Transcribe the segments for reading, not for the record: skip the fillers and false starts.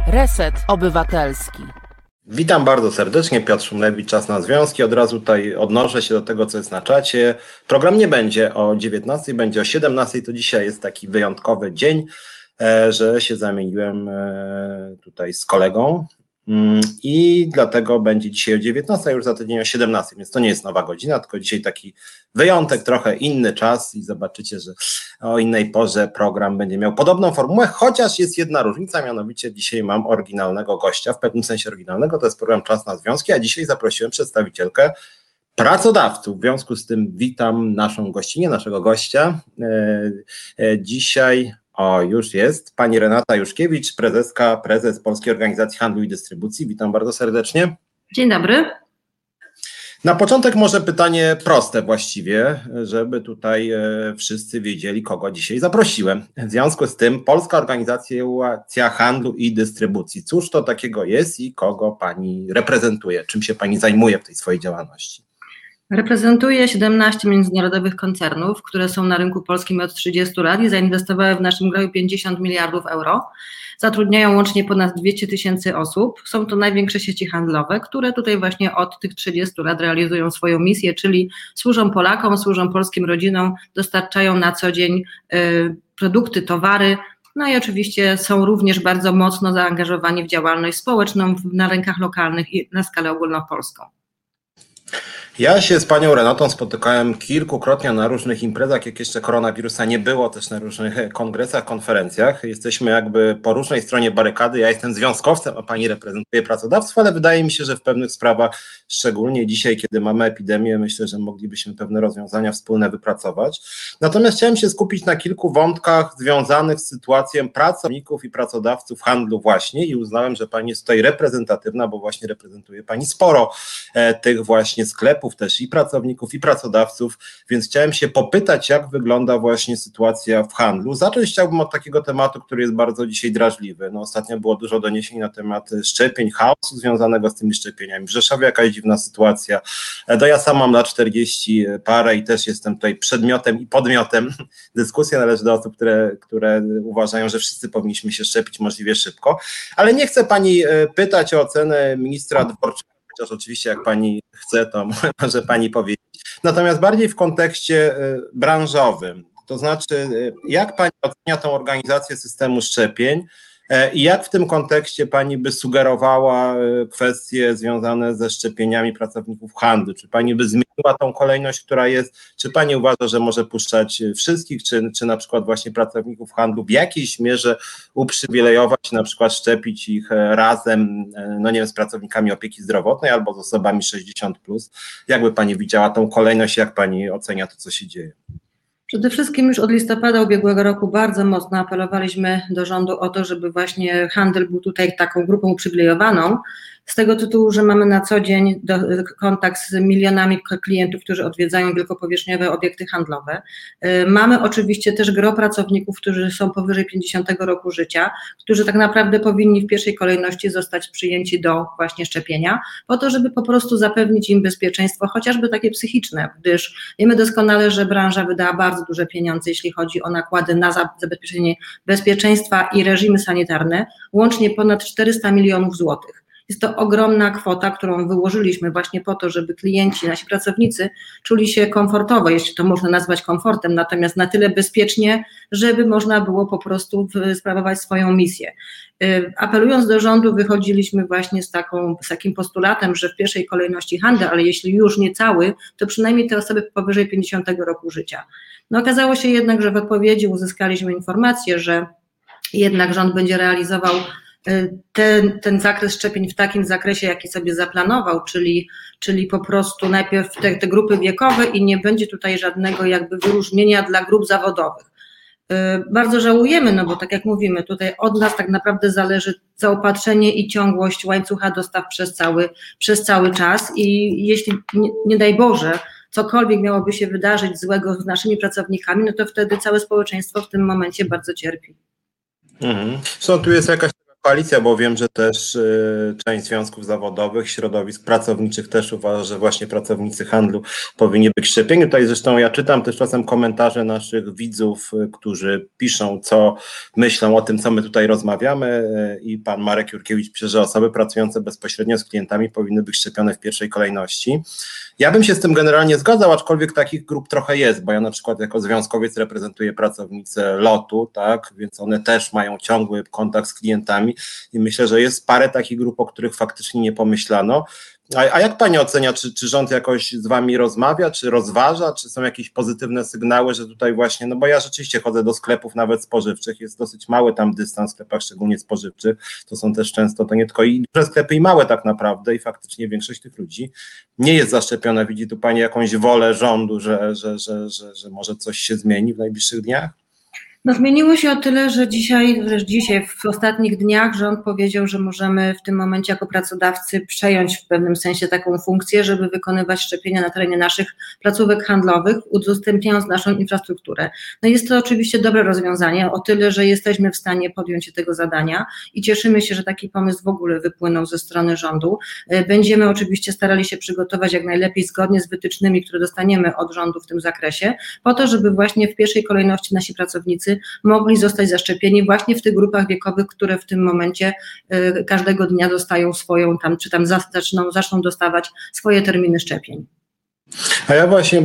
Reset Obywatelski. Witam bardzo serdecznie, Piotr Szumlewicz, Czas na Związki. Od razu tutaj odnoszę się do tego, co jest na czacie. Program nie będzie o 19:00, będzie o 17:00. To dzisiaj jest taki wyjątkowy dzień, że się zamieniłem tutaj z kolegą i dlatego będzie dzisiaj o 19:00, a już za tydzień o 17:00, więc to nie jest nowa godzina, tylko dzisiaj taki wyjątek, trochę inny czas i zobaczycie, że o innej porze program będzie miał podobną formułę, chociaż jest jedna różnica, mianowicie dzisiaj mam oryginalnego gościa, w pewnym sensie oryginalnego, to jest program Czas na Związki, a dzisiaj zaprosiłem przedstawicielkę pracodawców. W związku z tym witam naszą gościnię, naszego gościa. Dzisiaj już jest pani Renata Juszkiewicz, prezes Polskiej Organizacji Handlu i Dystrybucji. Witam bardzo serdecznie. Dzień dobry. Na początek może pytanie proste właściwie, żeby tutaj wszyscy wiedzieli, kogo dzisiaj zaprosiłem. W związku z tym Polska Organizacja Handlu i Dystrybucji. Cóż to takiego jest i kogo pani reprezentuje? Czym się pani zajmuje w tej swojej działalności? Reprezentuję 17 międzynarodowych koncernów, które są na rynku polskim od 30 lat i zainwestowały w naszym kraju 50 miliardów euro. Zatrudniają łącznie ponad 200 tysięcy osób. Są to największe sieci handlowe, które tutaj właśnie od tych 30 lat realizują swoją misję, czyli służą Polakom, służą polskim rodzinom, dostarczają na co dzień produkty, towary. No i oczywiście są również bardzo mocno zaangażowani w działalność społeczną na rynkach lokalnych i na skalę ogólnopolską. Ja się z panią Renatą spotykałem kilkukrotnie na różnych imprezach, jak jeszcze koronawirusa nie było, też na różnych kongresach, konferencjach. Jesteśmy jakby po różnej stronie barykady. Ja jestem związkowcem, a pani reprezentuje pracodawców, ale wydaje mi się, że w pewnych sprawach, szczególnie dzisiaj, kiedy mamy epidemię, myślę, że moglibyśmy pewne rozwiązania wspólne wypracować. Natomiast chciałem się skupić na kilku wątkach związanych z sytuacją pracowników i pracodawców handlu właśnie i uznałem, że pani jest tutaj reprezentatywna, bo właśnie reprezentuje pani sporo tych właśnie sklepów, też i pracowników, i pracodawców, więc chciałem się popytać, jak wygląda właśnie sytuacja w handlu. Zacząć chciałbym od takiego tematu, który jest bardzo dzisiaj drażliwy. No, ostatnio było dużo doniesień na temat szczepień, chaosu związanego z tymi szczepieniami. W Rzeszowie jakaś dziwna sytuacja. Ja sam mam lat 40 parę i też jestem tutaj przedmiotem i podmiotem. Dyskusja należy do osób, które uważają, że wszyscy powinniśmy się szczepić możliwie szybko, ale nie chcę pani pytać o ocenę ministra Dworczyka, chociaż oczywiście jak pani chce, to może pani powiedzieć. Natomiast bardziej w kontekście branżowym, to znaczy jak pani ocenia tą organizację systemu szczepień i jak w tym kontekście pani by sugerowała kwestie związane ze szczepieniami pracowników handlu? Czy pani by zmieniła tą kolejność, która jest? Czy pani uważa, że może puszczać wszystkich, czy na przykład właśnie pracowników handlu w jakiejś mierze uprzywilejować, na przykład szczepić ich razem, no nie wiem, z pracownikami opieki zdrowotnej albo z osobami 60+? Jak by pani widziała tą kolejność, jak pani ocenia to, co się dzieje? Przede wszystkim już od listopada ubiegłego roku bardzo mocno apelowaliśmy do rządu o to, żeby właśnie handel był tutaj taką grupą uprzywilejowaną, z tego tytułu, że mamy na co dzień kontakt z milionami klientów, którzy odwiedzają wielkopowierzchniowe obiekty handlowe. Mamy oczywiście też gro pracowników, którzy są powyżej 50 roku życia, którzy tak naprawdę powinni w pierwszej kolejności zostać przyjęci do właśnie szczepienia, po to, żeby po prostu zapewnić im bezpieczeństwo, chociażby takie psychiczne, gdyż wiemy doskonale, że branża wydała bardzo duże pieniądze, jeśli chodzi o nakłady na zabezpieczenie bezpieczeństwa i reżimy sanitarne, łącznie ponad 400 milionów złotych. Jest to ogromna kwota, którą wyłożyliśmy właśnie po to, żeby klienci, nasi pracownicy czuli się komfortowo, jeśli to można nazwać komfortem, natomiast na tyle bezpiecznie, żeby można było po prostu sprawować swoją misję. Apelując do rządu, wychodziliśmy właśnie z takim postulatem, że w pierwszej kolejności handel, ale jeśli już nie cały, to przynajmniej te osoby powyżej 50 roku życia. No okazało się jednak, że w odpowiedzi uzyskaliśmy informację, że jednak rząd będzie realizował ten zakres szczepień w takim zakresie, jaki sobie zaplanował, czyli po prostu najpierw te grupy wiekowe i nie będzie tutaj żadnego jakby wyróżnienia dla grup zawodowych. Bardzo żałujemy, no bo tak jak mówimy, tutaj od nas tak naprawdę zależy zaopatrzenie i ciągłość łańcucha dostaw przez cały czas i jeśli nie daj Boże, cokolwiek miałoby się wydarzyć złego z naszymi pracownikami, no to wtedy całe społeczeństwo w tym momencie bardzo cierpi. Zresztą tu jest jakaś koalicja, bo wiem, że też część związków zawodowych, środowisk pracowniczych też uważa, że właśnie pracownicy handlu powinni być szczepieni. Tutaj zresztą ja czytam też czasem komentarze naszych widzów, którzy piszą, co myślą o tym, co my tutaj rozmawiamy, i pan Marek Jurkiewicz pisze, że osoby pracujące bezpośrednio z klientami powinny być szczepione w pierwszej kolejności. Ja bym się z tym generalnie zgadzał, aczkolwiek takich grup trochę jest, bo ja na przykład jako związkowiec reprezentuję pracownice LOT-u, tak, więc one też mają ciągły kontakt z klientami i myślę, że jest parę takich grup, o których faktycznie nie pomyślano. A jak pani ocenia, czy rząd jakoś z wami rozmawia, czy rozważa, czy są jakieś pozytywne sygnały, że tutaj właśnie, no bo ja rzeczywiście chodzę do sklepów nawet spożywczych, jest dosyć mały tam dystans w sklepach, szczególnie spożywczych, to są też często, to nie tylko i duże sklepy i małe tak naprawdę i faktycznie większość tych ludzi nie jest zaszczepiona. Widzi tu pani jakąś wolę rządu, że może coś się zmieni w najbliższych dniach? No zmieniło się o tyle, że dzisiaj, w ostatnich dniach rząd powiedział, że możemy w tym momencie jako pracodawcy przejąć w pewnym sensie taką funkcję, żeby wykonywać szczepienia na terenie naszych placówek handlowych, udostępniając naszą infrastrukturę. No jest to oczywiście dobre rozwiązanie, o tyle, że jesteśmy w stanie podjąć się tego zadania i cieszymy się, że taki pomysł w ogóle wypłynął ze strony rządu. Będziemy oczywiście starali się przygotować jak najlepiej zgodnie z wytycznymi, które dostaniemy od rządu w tym zakresie, po to, żeby właśnie w pierwszej kolejności nasi pracownicy mogli zostać zaszczepieni właśnie w tych grupach wiekowych, które w tym momencie każdego dnia dostają swoją zaczną dostawać swoje terminy szczepień. A ja właśnie,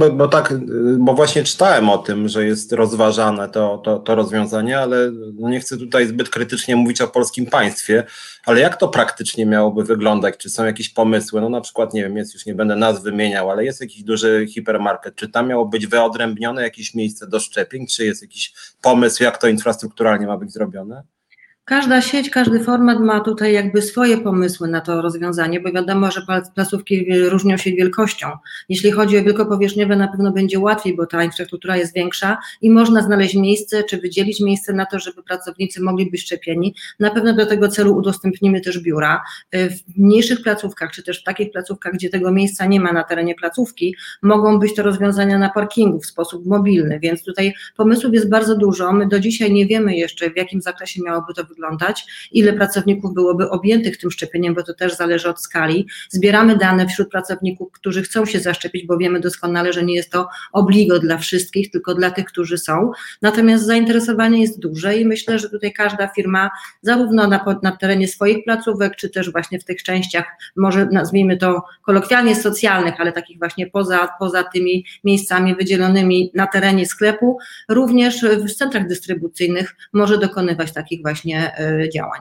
bo właśnie czytałem o tym, że jest rozważane to rozwiązanie, ale nie chcę tutaj zbyt krytycznie mówić o polskim państwie, ale jak to praktycznie miałoby wyglądać? Czy są jakieś pomysły? No na przykład, nie wiem, już nie będę nazw wymieniał, ale jest jakiś duży hipermarket, czy tam miało być wyodrębnione jakieś miejsce do szczepień, czy jest jakiś pomysł, jak to infrastrukturalnie ma być zrobione? Każda sieć, każdy format ma tutaj jakby swoje pomysły na to rozwiązanie, bo wiadomo, że placówki różnią się wielkością. Jeśli chodzi o wielkopowierzchniowe, na pewno będzie łatwiej, bo ta infrastruktura jest większa i można znaleźć miejsce, czy wydzielić miejsce na to, żeby pracownicy mogli być szczepieni. Na pewno do tego celu udostępnimy też biura. W mniejszych placówkach, czy też w takich placówkach, gdzie tego miejsca nie ma na terenie placówki, mogą być to rozwiązania na parkingu w sposób mobilny, więc tutaj pomysłów jest bardzo dużo. My do dzisiaj nie wiemy jeszcze, w jakim zakresie miałoby to wyglądać, ile pracowników byłoby objętych tym szczepieniem, bo to też zależy od skali. Zbieramy dane wśród pracowników, którzy chcą się zaszczepić, bo wiemy doskonale, że nie jest to obligo dla wszystkich, tylko dla tych, którzy są. Natomiast zainteresowanie jest duże i myślę, że tutaj każda firma, zarówno na terenie swoich placówek, czy też właśnie w tych częściach, może nazwijmy to kolokwialnie socjalnych, ale takich właśnie poza tymi miejscami wydzielonymi na terenie sklepu, również w centrach dystrybucyjnych może dokonywać takich właśnie działań.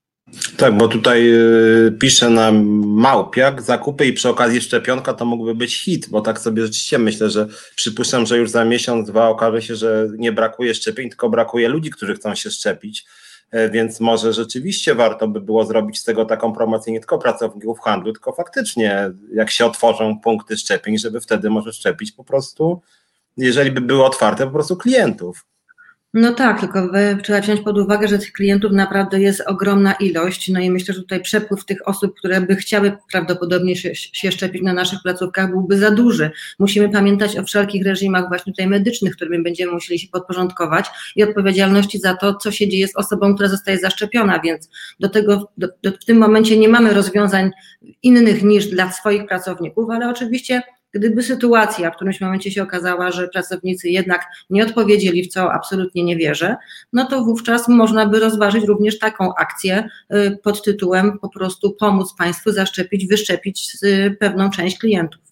Tak, bo tutaj pisze nam Małpiak, zakupy i przy okazji szczepionka to mógłby być hit, bo tak sobie rzeczywiście myślę, że przypuszczam, że już za miesiąc, dwa okaże się, że nie brakuje szczepień, tylko brakuje ludzi, którzy chcą się szczepić, więc może rzeczywiście warto by było zrobić z tego taką promocję nie tylko pracowników handlu, tylko faktycznie jak się otworzą punkty szczepień, żeby wtedy może szczepić po prostu, jeżeli by były otwarte, po prostu klientów. No tak, tylko trzeba wziąć pod uwagę, że tych klientów naprawdę jest ogromna ilość, no i myślę, że tutaj przepływ tych osób, które by chciały prawdopodobnie się szczepić na naszych placówkach, byłby za duży. Musimy pamiętać o wszelkich reżimach właśnie tutaj medycznych, którymi będziemy musieli się podporządkować i odpowiedzialności za to, co się dzieje z osobą, która zostaje zaszczepiona, więc w tym momencie nie mamy rozwiązań innych niż dla swoich pracowników, ale oczywiście gdyby sytuacja w którymś momencie się okazała, że pracownicy jednak nie odpowiedzieli, w co absolutnie nie wierzę, no to wówczas można by rozważyć również taką akcję pod tytułem po prostu pomóc państwu zaszczepić, wyszczepić pewną część klientów.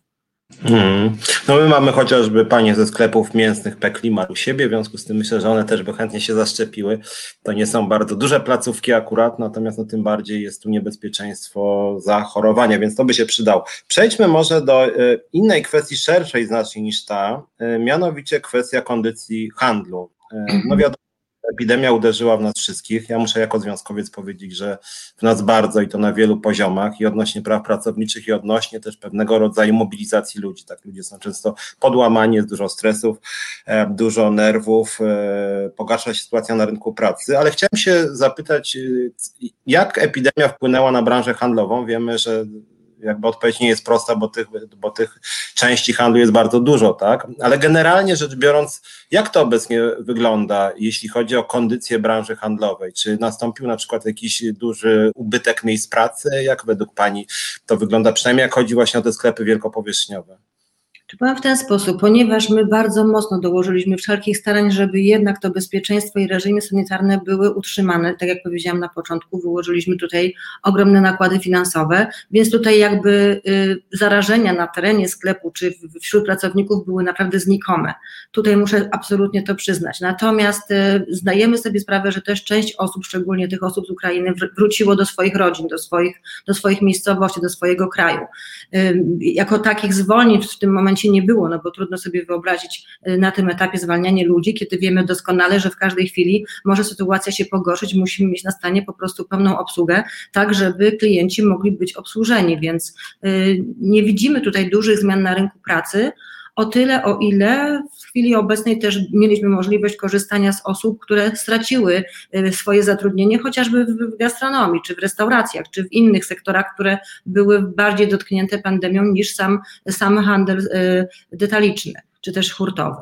No my mamy chociażby panie ze sklepów mięsnych Peklimar u siebie, w związku z tym myślę, że one też by chętnie się zaszczepiły. To nie są bardzo duże placówki akurat, natomiast no tym bardziej jest tu niebezpieczeństwo zachorowania, więc to by się przydało. Przejdźmy może do innej kwestii, szerszej znacznie niż ta, mianowicie kwestia kondycji handlu. No wiadomo, epidemia uderzyła w nas wszystkich. Ja muszę jako związkowiec powiedzieć, że w nas bardzo i to na wielu poziomach i odnośnie praw pracowniczych i odnośnie też pewnego rodzaju mobilizacji ludzi. Tak, ludzie są często podłamani, jest dużo stresów, dużo nerwów, pogarsza się sytuacja na rynku pracy, ale chciałem się zapytać, jak epidemia wpłynęła na branżę handlową? Wiemy, że jakby odpowiedź nie jest prosta, bo tych części handlu jest bardzo dużo, tak? Ale generalnie rzecz biorąc, jak to obecnie wygląda, jeśli chodzi o kondycję branży handlowej? Czy nastąpił na przykład jakiś duży ubytek miejsc pracy? Jak według Pani to wygląda, przynajmniej jak chodzi właśnie o te sklepy wielkopowierzchniowe? Czy powiem w ten sposób, ponieważ my bardzo mocno dołożyliśmy wszelkich starań, żeby jednak to bezpieczeństwo i reżimy sanitarne były utrzymane, tak jak powiedziałam na początku, wyłożyliśmy tutaj ogromne nakłady finansowe, więc tutaj jakby zarażenia na terenie sklepu czy wśród pracowników były naprawdę znikome. Tutaj muszę absolutnie to przyznać. Natomiast zdajemy sobie sprawę, że też część osób, szczególnie tych osób z Ukrainy, wróciło do swoich rodzin, do swoich miejscowości, do swojego kraju. Jako takich zwolnień w tym momencie nie było, no bo trudno sobie wyobrazić na tym etapie zwalnianie ludzi, kiedy wiemy doskonale, że w każdej chwili może sytuacja się pogorszyć, musimy mieć na stanie po prostu pełną obsługę, tak żeby klienci mogli być obsłużeni, więc nie widzimy tutaj dużych zmian na rynku pracy, o tyle, o ile w chwili obecnej też mieliśmy możliwość korzystania z osób, które straciły swoje zatrudnienie, chociażby w gastronomii, czy w restauracjach, czy w innych sektorach, które były bardziej dotknięte pandemią niż sam handel detaliczny, czy też hurtowy.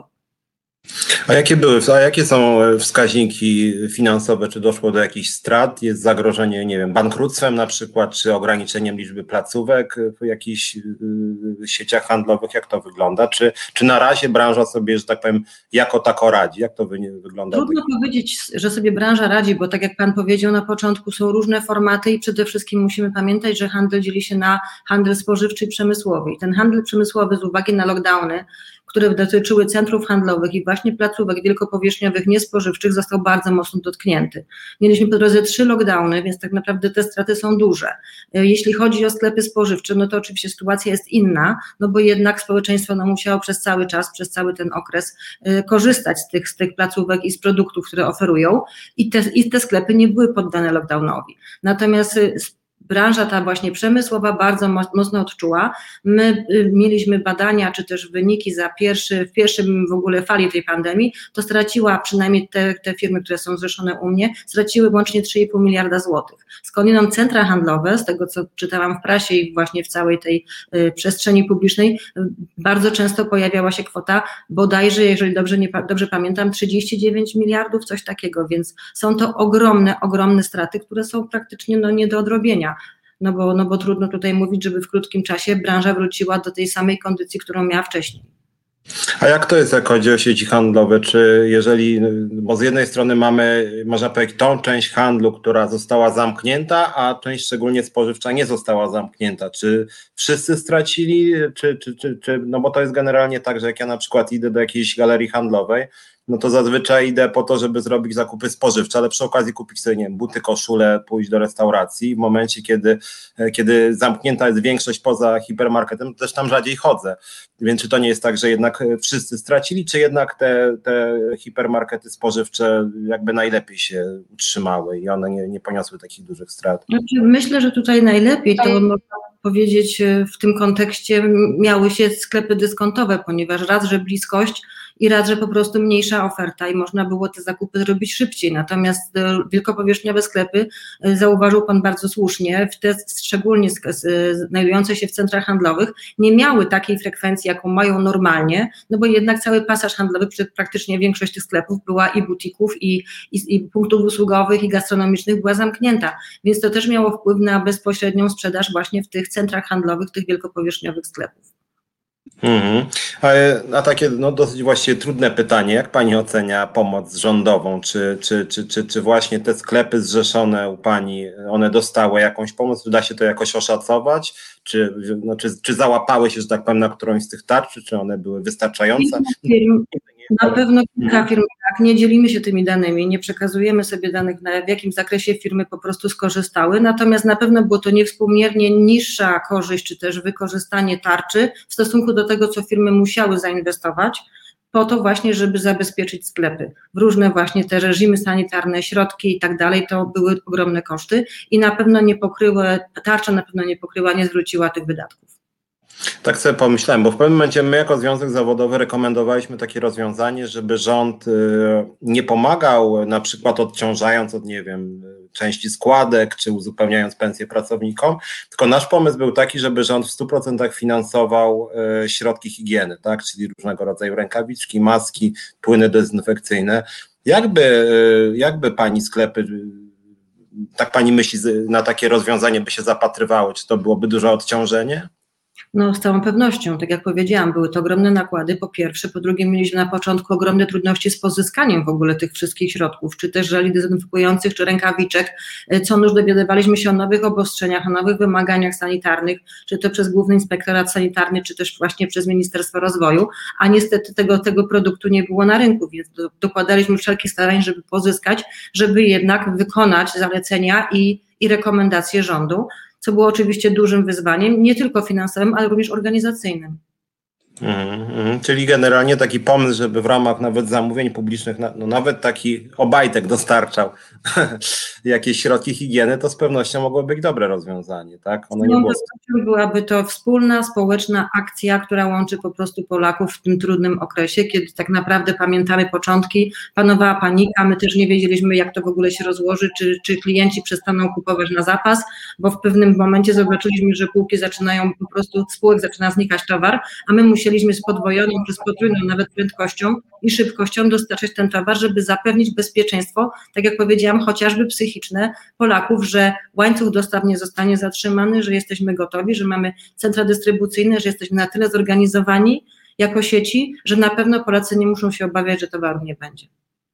A jakie są wskaźniki finansowe? Czy doszło do jakichś strat? Jest zagrożenie, nie wiem, bankructwem na przykład, czy ograniczeniem liczby placówek w jakichś sieciach handlowych? Jak to wygląda? Czy na razie branża sobie, że tak powiem, jako tako radzi? Jak to wygląda? Trudno powiedzieć, że sobie branża radzi, bo tak jak Pan powiedział na początku, są różne formaty i przede wszystkim musimy pamiętać, że handel dzieli się na handel spożywczy i przemysłowy. I ten handel przemysłowy z uwagi na lockdowny, które dotyczyły centrów handlowych i właśnie placówek wielkopowierzchniowych niespożywczych, został bardzo mocno dotknięty. Mieliśmy po drodze 3 lockdowny, więc tak naprawdę te straty są duże. Jeśli chodzi o sklepy spożywcze, no to oczywiście sytuacja jest inna, no bo jednak społeczeństwo musiało przez cały czas, przez cały ten okres korzystać z tych placówek i z produktów, które oferują i te sklepy nie były poddane lockdownowi. Natomiast branża ta właśnie przemysłowa bardzo mocno odczuła. My mieliśmy badania, czy też wyniki w pierwszym w ogóle fali tej pandemii, to straciła przynajmniej te firmy, które są zrzeszone u mnie, straciły łącznie 3,5 miliarda złotych. Skądinąd centra handlowe, z tego co czytałam w prasie i właśnie w całej tej przestrzeni publicznej, bardzo często pojawiała się kwota bodajże, jeżeli dobrze pamiętam, 39 miliardów, coś takiego, więc są to ogromne straty, które są praktycznie nie do odrobienia. No bo trudno tutaj mówić, żeby w krótkim czasie branża wróciła do tej samej kondycji, którą miała wcześniej. A jak to jest, jak chodzi o sieci handlowe? Czy bo z jednej strony mamy, można powiedzieć, tą część handlu, która została zamknięta, a część szczególnie spożywcza nie została zamknięta. Czy wszyscy stracili, no bo to jest generalnie tak, że jak ja na przykład idę do jakiejś galerii handlowej, no to zazwyczaj idę po to, żeby zrobić zakupy spożywcze, ale przy okazji kupić sobie, nie wiem, buty, koszulę, pójść do restauracji. W momencie, kiedy zamknięta jest większość poza hipermarketem, to też tam rzadziej chodzę. Więc czy to nie jest tak, że jednak wszyscy stracili, czy jednak te hipermarkety spożywcze jakby najlepiej się utrzymały i one nie poniosły takich dużych strat? Znaczy, myślę, że tutaj najlepiej to można powiedzieć w tym kontekście miały się sklepy dyskontowe, ponieważ raz, że bliskość i raz, że po prostu mniejsza oferta i można było te zakupy zrobić szybciej. Natomiast wielkopowierzchniowe sklepy, zauważył Pan bardzo słusznie, szczególnie znajdujące się w centrach handlowych, nie miały takiej frekwencji, jaką mają normalnie, no bo jednak cały pasaż handlowy, praktycznie większość tych sklepów była i butików, i punktów usługowych, i gastronomicznych była zamknięta, więc to też miało wpływ na bezpośrednią sprzedaż właśnie w tych centrach handlowych, tych wielkopowierzchniowych sklepów. A takie dosyć właściwie trudne pytanie, jak Pani ocenia pomoc rządową? Czy właśnie te sklepy zrzeszone u Pani, one dostały jakąś pomoc? Czy da się to jakoś oszacować? Czy załapały się, że tak powiem, na którąś z tych tarcz? Czy one były wystarczające? Na pewno kilka firm, tak, nie dzielimy się tymi danymi, nie przekazujemy sobie danych, w jakim zakresie firmy po prostu skorzystały, natomiast na pewno było to niewspółmiernie niższa korzyść, czy też wykorzystanie tarczy w stosunku do tego, co firmy musiały zainwestować, po to właśnie, żeby zabezpieczyć sklepy. W różne właśnie te reżimy sanitarne, środki i tak dalej, to były ogromne koszty i na pewno tarcza na pewno nie pokryła, nie zwróciła tych wydatków. Tak sobie pomyślałem, bo w pewnym momencie my jako Związek Zawodowy rekomendowaliśmy takie rozwiązanie, żeby rząd nie pomagał na przykład odciążając od, nie wiem, części składek, czy uzupełniając pensje pracownikom, tylko nasz pomysł był taki, żeby rząd w 100% finansował środki higieny, tak, czyli różnego rodzaju rękawiczki, maski, płyny dezynfekcyjne. Jakby pani sklepy, tak pani myśli, na takie rozwiązanie by się zapatrywały? Czy to byłoby duże odciążenie? No z całą pewnością, tak jak powiedziałam, były to ogromne nakłady, po pierwsze, po drugie mieliśmy na początku ogromne trudności z pozyskaniem w ogóle tych wszystkich środków, czy też żeli dezynfekujących, czy rękawiczek, co nóż dowiadywaliśmy się o nowych obostrzeniach, o nowych wymaganiach sanitarnych, czy to przez Główny Inspektorat Sanitarny, czy też właśnie przez Ministerstwo Rozwoju, a niestety tego produktu nie było na rynku, więc dokładaliśmy wszelkich starań, żeby pozyskać, żeby jednak wykonać zalecenia i rekomendacje rządu, co było oczywiście dużym wyzwaniem, nie tylko finansowym, ale również organizacyjnym. Czyli generalnie taki pomysł, żeby w ramach nawet zamówień publicznych, nawet taki Obajtek dostarczał jakieś środki higieny, to z pewnością mogło być dobre rozwiązanie, tak? Ono nie było... Byłaby to wspólna, społeczna akcja, która łączy po prostu Polaków w tym trudnym okresie, kiedy tak naprawdę pamiętamy początki, panowała panika, my też nie wiedzieliśmy, jak to w ogóle się rozłoży, czy klienci przestaną kupować na zapas, bo w pewnym momencie zobaczyliśmy, że półki zaczynają po prostu, z półek zaczyna znikać towar, a my musieliśmy z podwojoną czy z potrójną nawet prędkością i szybkością dostarczyć ten towar, żeby zapewnić bezpieczeństwo, tak jak powiedziałam, chociażby psychiczne Polaków, że łańcuch dostaw nie zostanie zatrzymany, że jesteśmy gotowi, że mamy centra dystrybucyjne, że jesteśmy na tyle zorganizowani jako sieci, że na pewno Polacy nie muszą się obawiać, że towaru nie będzie.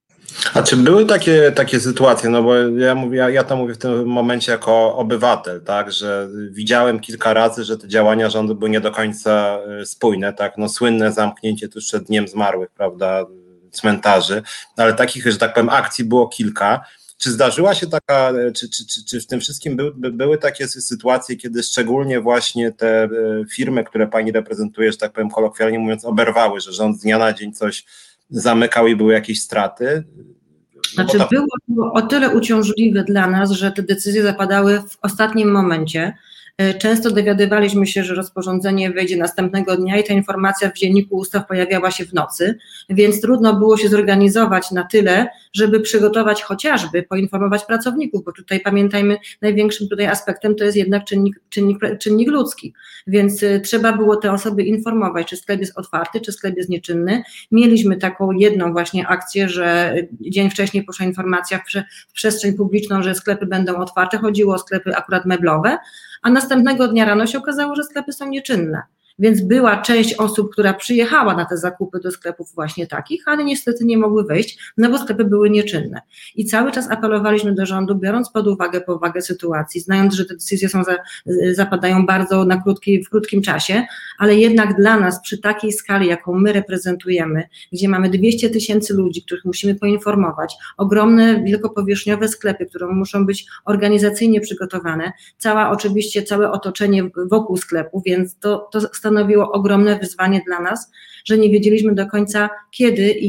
A czy były takie sytuacje, no bo ja to mówię w tym momencie jako obywatel, tak, że widziałem kilka razy, że te działania rządu były nie do końca spójne, tak, no słynne zamknięcie tuż przed Dniem Zmarłych, prawda, cmentarzy, ale takich, że tak powiem, akcji było kilka. Czy zdarzyła się taka, czy w tym wszystkim były takie sytuacje, kiedy szczególnie właśnie te firmy, które pani reprezentuje, że tak powiem kolokwialnie mówiąc, oberwały, że rząd z dnia na dzień coś zamykał i były jakieś straty? Znaczy było o tyle uciążliwe dla nas, że te decyzje zapadały w ostatnim momencie. Często dowiadywaliśmy się, że rozporządzenie wejdzie następnego dnia i ta informacja w Dzienniku Ustaw pojawiała się w nocy, więc trudno było się zorganizować na tyle, żeby przygotować chociażby, poinformować pracowników, bo tutaj pamiętajmy, największym tutaj aspektem to jest jednak czynnik ludzki, więc trzeba było te osoby informować, czy sklep jest otwarty, czy sklep jest nieczynny. Mieliśmy taką jedną właśnie akcję, że dzień wcześniej poszła informacja w przestrzeń publiczną, że sklepy będą otwarte, chodziło o sklepy akurat meblowe, a następnego dnia rano się okazało, że sklepy są nieczynne. Więc była część osób, która przyjechała na te zakupy do sklepów właśnie takich, ale niestety nie mogły wejść, no bo sklepy były nieczynne. I cały czas apelowaliśmy do rządu, biorąc pod uwagę powagę sytuacji, znając, że te decyzje zapadają bardzo w krótkim czasie, ale jednak dla nas przy takiej skali, jaką my reprezentujemy, gdzie mamy 200 000 ludzi, których musimy poinformować, ogromne, wielkopowierzchniowe sklepy, które muszą być organizacyjnie przygotowane, oczywiście całe otoczenie wokół sklepu, więc to stanowiło ogromne wyzwanie dla nas, że nie wiedzieliśmy do końca kiedy i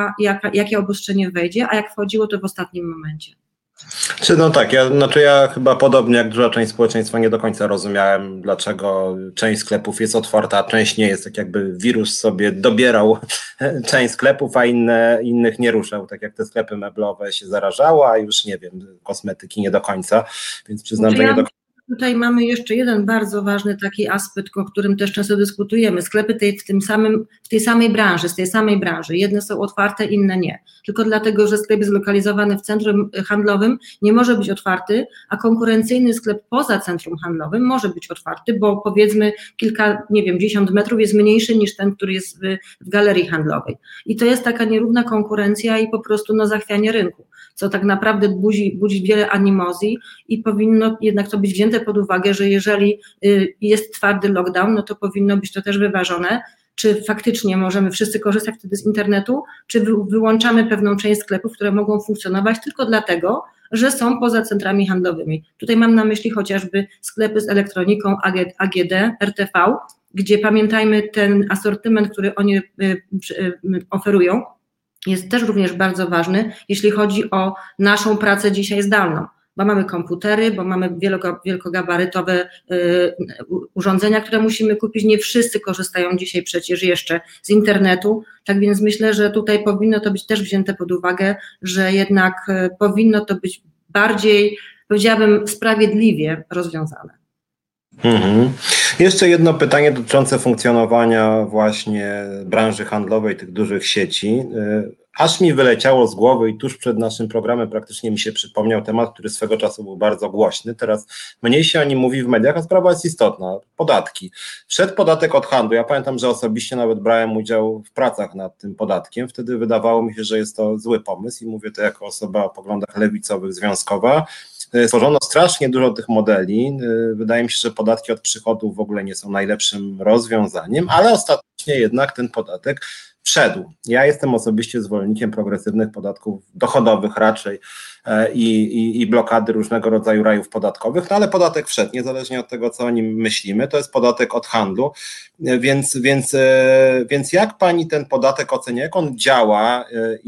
jakie obostrzenie wejdzie, a jak wchodziło to w ostatnim momencie. No tak, ja chyba podobnie jak duża część społeczeństwa nie do końca rozumiałem, dlaczego część sklepów jest otwarta, a część nie jest, tak jakby wirus sobie dobierał część sklepów, a innych nie ruszał, tak jak te sklepy meblowe się zarażały, a już nie wiem, kosmetyki nie do końca, więc przyznam, że nie do końca. Tutaj mamy jeszcze jeden bardzo ważny taki aspekt, o którym też często dyskutujemy. Sklepy w tej samej branży, z tej samej branży. Jedne są otwarte, inne nie. Tylko dlatego, że sklep jest zlokalizowany w centrum handlowym, nie może być otwarty, a sklep poza centrum handlowym może być otwarty, bo powiedzmy dziesiąt metrów jest mniejszy niż ten, który jest w galerii handlowej. I to jest taka nierówna konkurencja i po prostu zachwianie rynku, co tak naprawdę budzi wiele animozji i powinno jednak to być wzięte pod uwagę, że jeżeli jest twardy lockdown, no to powinno być to też wyważone, czy faktycznie możemy wszyscy korzystać wtedy z internetu, czy wyłączamy pewną część sklepów, które mogą funkcjonować tylko dlatego, że są poza centrami handlowymi. Tutaj mam na myśli chociażby sklepy z elektroniką AGD, RTV, gdzie pamiętajmy ten asortyment, który oni oferują, jest też również bardzo ważny, jeśli chodzi o naszą pracę dzisiaj zdalną, bo mamy komputery, bo mamy wielkogabarytowe urządzenia, które musimy kupić. Nie wszyscy korzystają dzisiaj przecież jeszcze z internetu, tak więc myślę, że tutaj powinno to być też wzięte pod uwagę, że jednak powinno to być bardziej powiedziałabym, sprawiedliwie rozwiązane. Jeszcze jedno pytanie dotyczące funkcjonowania właśnie branży handlowej, tych dużych sieci. Aż mi wyleciało z głowy i tuż przed naszym programem praktycznie mi się przypomniał temat, który swego czasu był bardzo głośny. Teraz mniej się o nim mówi w mediach, a sprawa jest istotna. Podatki. Wszedł podatek od handlu. Ja pamiętam, że osobiście nawet brałem udział w pracach nad tym podatkiem. Wtedy wydawało mi się, że jest to zły pomysł i mówię to jako osoba o poglądach lewicowych, związkowa. Stworzono strasznie dużo tych modeli. Wydaje mi się, że podatki od przychodów w ogóle nie są najlepszym rozwiązaniem, ale ostatecznie jednak ten podatek wszedł. Ja jestem osobiście zwolennikiem progresywnych podatków dochodowych raczej i blokady różnego rodzaju rajów podatkowych, no ale podatek wszedł, niezależnie od tego, co o nim myślimy, to jest podatek od handlu, więc jak pani ten podatek ocenia, jak on działa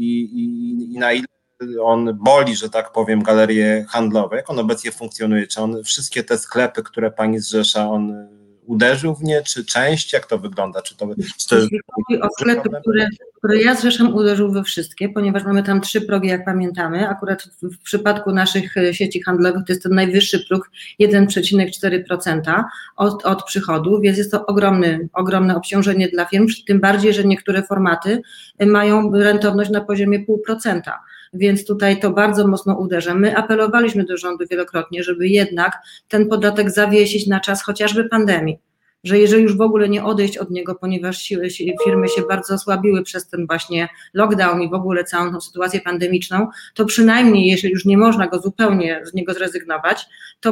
i na ile on boli, że tak powiem, galerie handlowe, jak on obecnie funkcjonuje, czy on wszystkie te sklepy, które pani zrzesza, on uderzył w nie, czy część, jak to wygląda? Jeśli chodzi o sklepy, które ja zrzeszam, uderzył we wszystkie, ponieważ mamy tam 3 progi, jak pamiętamy. Akurat w przypadku naszych sieci handlowych to jest ten najwyższy próg 1,4% od przychodu, więc jest to ogromne obciążenie dla firm, tym bardziej, że niektóre formaty mają rentowność na poziomie 0,5%. Więc tutaj to bardzo mocno uderza. My apelowaliśmy do rządu wielokrotnie, żeby jednak ten podatek zawiesić na czas chociażby pandemii, że jeżeli już w ogóle nie odejść od niego, ponieważ firmy się bardzo osłabiły przez ten właśnie lockdown i w ogóle całą tą sytuację pandemiczną, to przynajmniej, jeśli już nie można go zupełnie z niego zrezygnować, to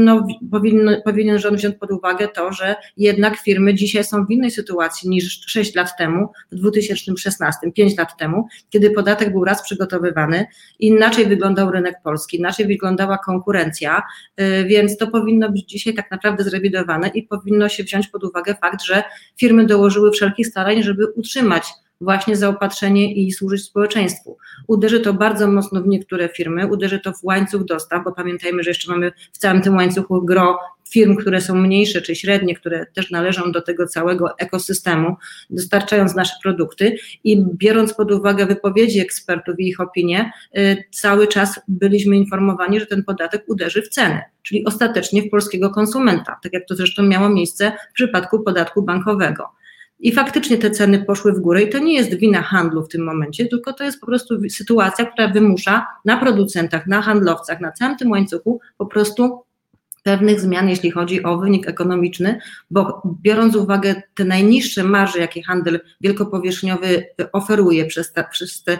powinien rząd wziąć pod uwagę to, że jednak firmy dzisiaj są w innej sytuacji niż 6 lat temu, w 2016, 5 lat temu, kiedy podatek był raz przygotowywany, inaczej wyglądał rynek polski, inaczej wyglądała konkurencja, więc to powinno być dzisiaj tak naprawdę zrewidowane i powinno się wziąć pod uwagę fakt, że firmy dołożyły wszelkich starań, żeby utrzymać właśnie zaopatrzenie i służyć społeczeństwu. Uderzy to bardzo mocno w niektóre firmy, uderzy to w łańcuch dostaw, bo pamiętajmy, że jeszcze mamy w całym tym łańcuchu gro firm, które są mniejsze czy średnie, które też należą do tego całego ekosystemu, dostarczając nasze produkty i biorąc pod uwagę wypowiedzi ekspertów i ich opinie, cały czas byliśmy informowani, że ten podatek uderzy w ceny, czyli ostatecznie w polskiego konsumenta, tak jak to zresztą miało miejsce w przypadku podatku bankowego. I faktycznie te ceny poszły w górę i to nie jest wina handlu w tym momencie, tylko to jest po prostu sytuacja, która wymusza na producentach, na handlowcach, na całym tym łańcuchu po prostu pewnych zmian, jeśli chodzi o wynik ekonomiczny, bo biorąc pod uwagę te najniższe marże, jakie handel wielkopowierzchniowy oferuje przez te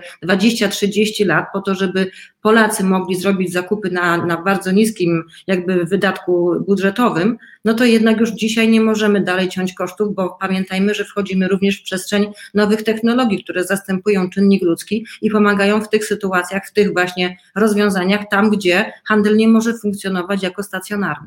20-30 lat, po to, żeby Polacy mogli zrobić zakupy na bardzo niskim jakby wydatku budżetowym, no to jednak już dzisiaj nie możemy dalej ciąć kosztów, bo pamiętajmy, że wchodzimy również w przestrzeń nowych technologii, które zastępują czynnik ludzki i pomagają w tych sytuacjach, w tych właśnie rozwiązaniach, tam gdzie handel nie może funkcjonować jako stacjonarny.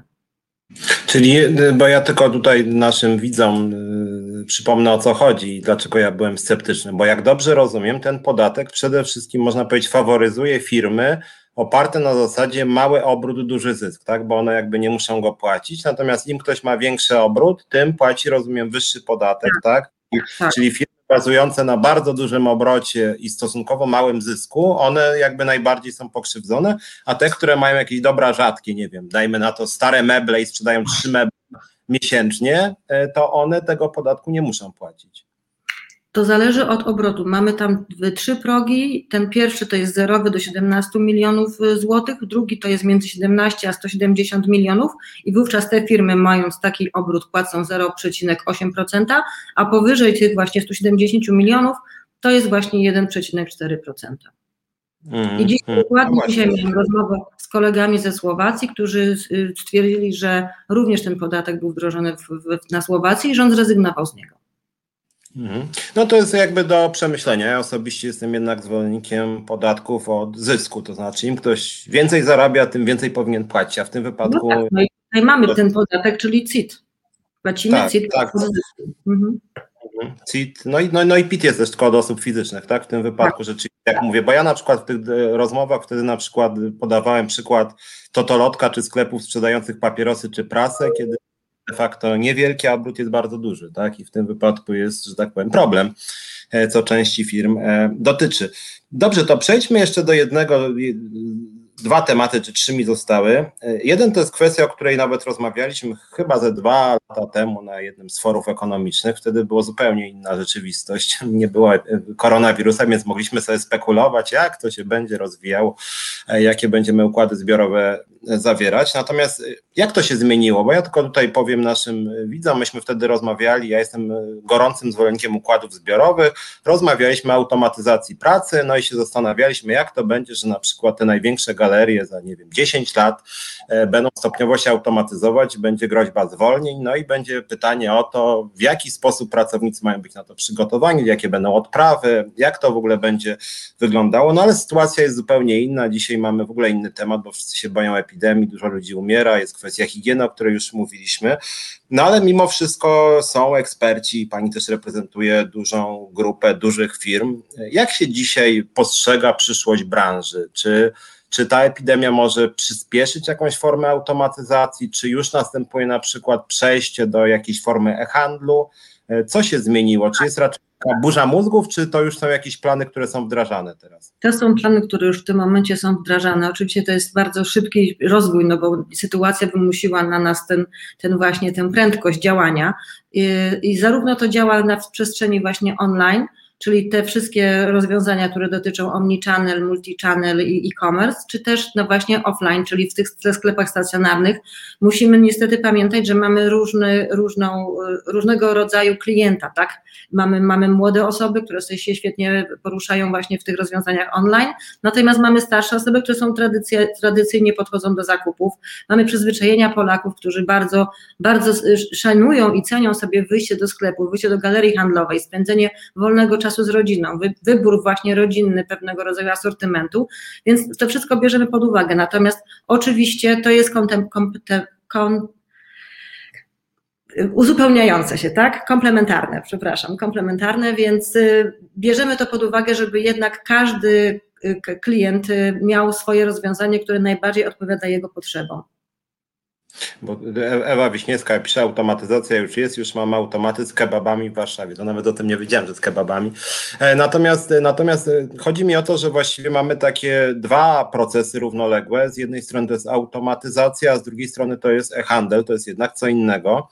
Czyli, bo ja tylko tutaj naszym widzom przypomnę, o co chodzi i dlaczego ja byłem sceptyczny, bo jak dobrze rozumiem, ten podatek przede wszystkim, można powiedzieć, faworyzuje firmy oparte na zasadzie mały obrót, duży zysk, tak, bo one jakby nie muszą go płacić, natomiast im ktoś ma większy obrót, tym płaci, rozumiem, wyższy podatek, tak? Czyli firmy bazujące na bardzo dużym obrocie i stosunkowo małym zysku, one jakby najbardziej są pokrzywdzone, a te, które mają jakieś dobra rzadkie, nie wiem, dajmy na to stare meble i sprzedają 3 meble miesięcznie, to one tego podatku nie muszą płacić. To zależy od obrotu. Mamy tam 3 progi. Ten pierwszy to jest zerowy do 17 milionów złotych, drugi to jest między 17 a 170 milionów i wówczas te firmy, mając taki obrót, płacą 0,8%, a powyżej tych właśnie 170 milionów to jest właśnie 1,4%. I dzisiaj miałem rozmowę z kolegami ze Słowacji, którzy stwierdzili, że również ten podatek był wdrożony na Słowacji i rząd zrezygnował z niego. No to jest jakby do przemyślenia. Ja osobiście jestem jednak zwolennikiem podatków od zysku, to znaczy im ktoś więcej zarabia, tym więcej powinien płacić, a w tym wypadku... No tak, no i tutaj mamy ten podatek, czyli CIT. Płacimy tak, CIT tak. od zysku. CIT, no i PIT jest też tylko od osób fizycznych, tak? W tym wypadku rzeczywiście, jak mówię, bo ja na przykład w tych rozmowach wtedy na przykład podawałem przykład totolotka czy sklepów sprzedających papierosy czy prasę, kiedy de facto niewielki, a obrót jest bardzo duży, tak? I w tym wypadku jest, że tak powiem, problem, co części firm dotyczy. Dobrze, to przejdźmy jeszcze do jednego dwa tematy, czy trzy mi zostały. Jeden to jest kwestia, o której nawet rozmawialiśmy chyba ze 2 lata temu na jednym z forów ekonomicznych. Wtedy była zupełnie inna rzeczywistość. Nie było koronawirusa, więc mogliśmy sobie spekulować, jak to się będzie rozwijało, jakie będziemy układy zbiorowe zawierać. Natomiast jak to się zmieniło? Bo ja tylko tutaj powiem naszym widzom, myśmy wtedy rozmawiali, ja jestem gorącym zwolennikiem układów zbiorowych, rozmawialiśmy o automatyzacji pracy, no i się zastanawialiśmy, jak to będzie, że na przykład te największe galerie za, nie wiem, 10 lat będą stopniowo się automatyzować, będzie groźba zwolnień, no i będzie pytanie o to, w jaki sposób pracownicy mają być na to przygotowani, jakie będą odprawy, jak to w ogóle będzie wyglądało, no ale sytuacja jest zupełnie inna, dzisiaj mamy w ogóle inny temat, bo wszyscy się boją epidemii, dużo ludzi umiera, jest kwestia higieny, o której już mówiliśmy, no ale mimo wszystko są eksperci, pani też reprezentuje dużą grupę dużych firm. Jak się dzisiaj postrzega przyszłość branży? Czy ta epidemia może przyspieszyć jakąś formę automatyzacji, czy już następuje na przykład przejście do jakiejś formy e-handlu? Co się zmieniło? Czy jest raczej taka burza mózgów, czy to już są jakieś plany, które są wdrażane teraz? To są plany, które już w tym momencie są wdrażane. Oczywiście to jest bardzo szybki rozwój, no bo sytuacja wymusiła na nas tę prędkość działania i zarówno to działa w przestrzeni właśnie online, czyli te wszystkie rozwiązania, które dotyczą omnichannel, multichannel i e-commerce, czy też no właśnie offline, czyli w tych sklepach stacjonarnych. Musimy niestety pamiętać, że mamy różnego rodzaju klienta, tak? Mamy młode osoby, które się świetnie poruszają właśnie w tych rozwiązaniach online, natomiast mamy starsze osoby, które są tradycyjnie podchodzą do zakupów. Mamy przyzwyczajenia Polaków, którzy bardzo, bardzo szanują i cenią sobie wyjście do sklepu, wyjście do galerii handlowej, spędzenie wolnego czasu z rodziną, wybór właśnie rodzinny pewnego rodzaju asortymentu, więc to wszystko bierzemy pod uwagę. Natomiast oczywiście to jest uzupełniające się, tak? Komplementarne, więc bierzemy to pod uwagę, żeby jednak każdy klient miał swoje rozwiązanie, które najbardziej odpowiada jego potrzebom. Bo Ewa Wiśniewska pisze, automatyzacja już mamy automaty z kebabami w Warszawie, to nawet o tym nie wiedziałem, że z kebabami. Natomiast chodzi mi o to, że właściwie mamy takie 2 procesy równoległe, z jednej strony to jest automatyzacja, a z drugiej strony to jest e-handel, to jest jednak co innego.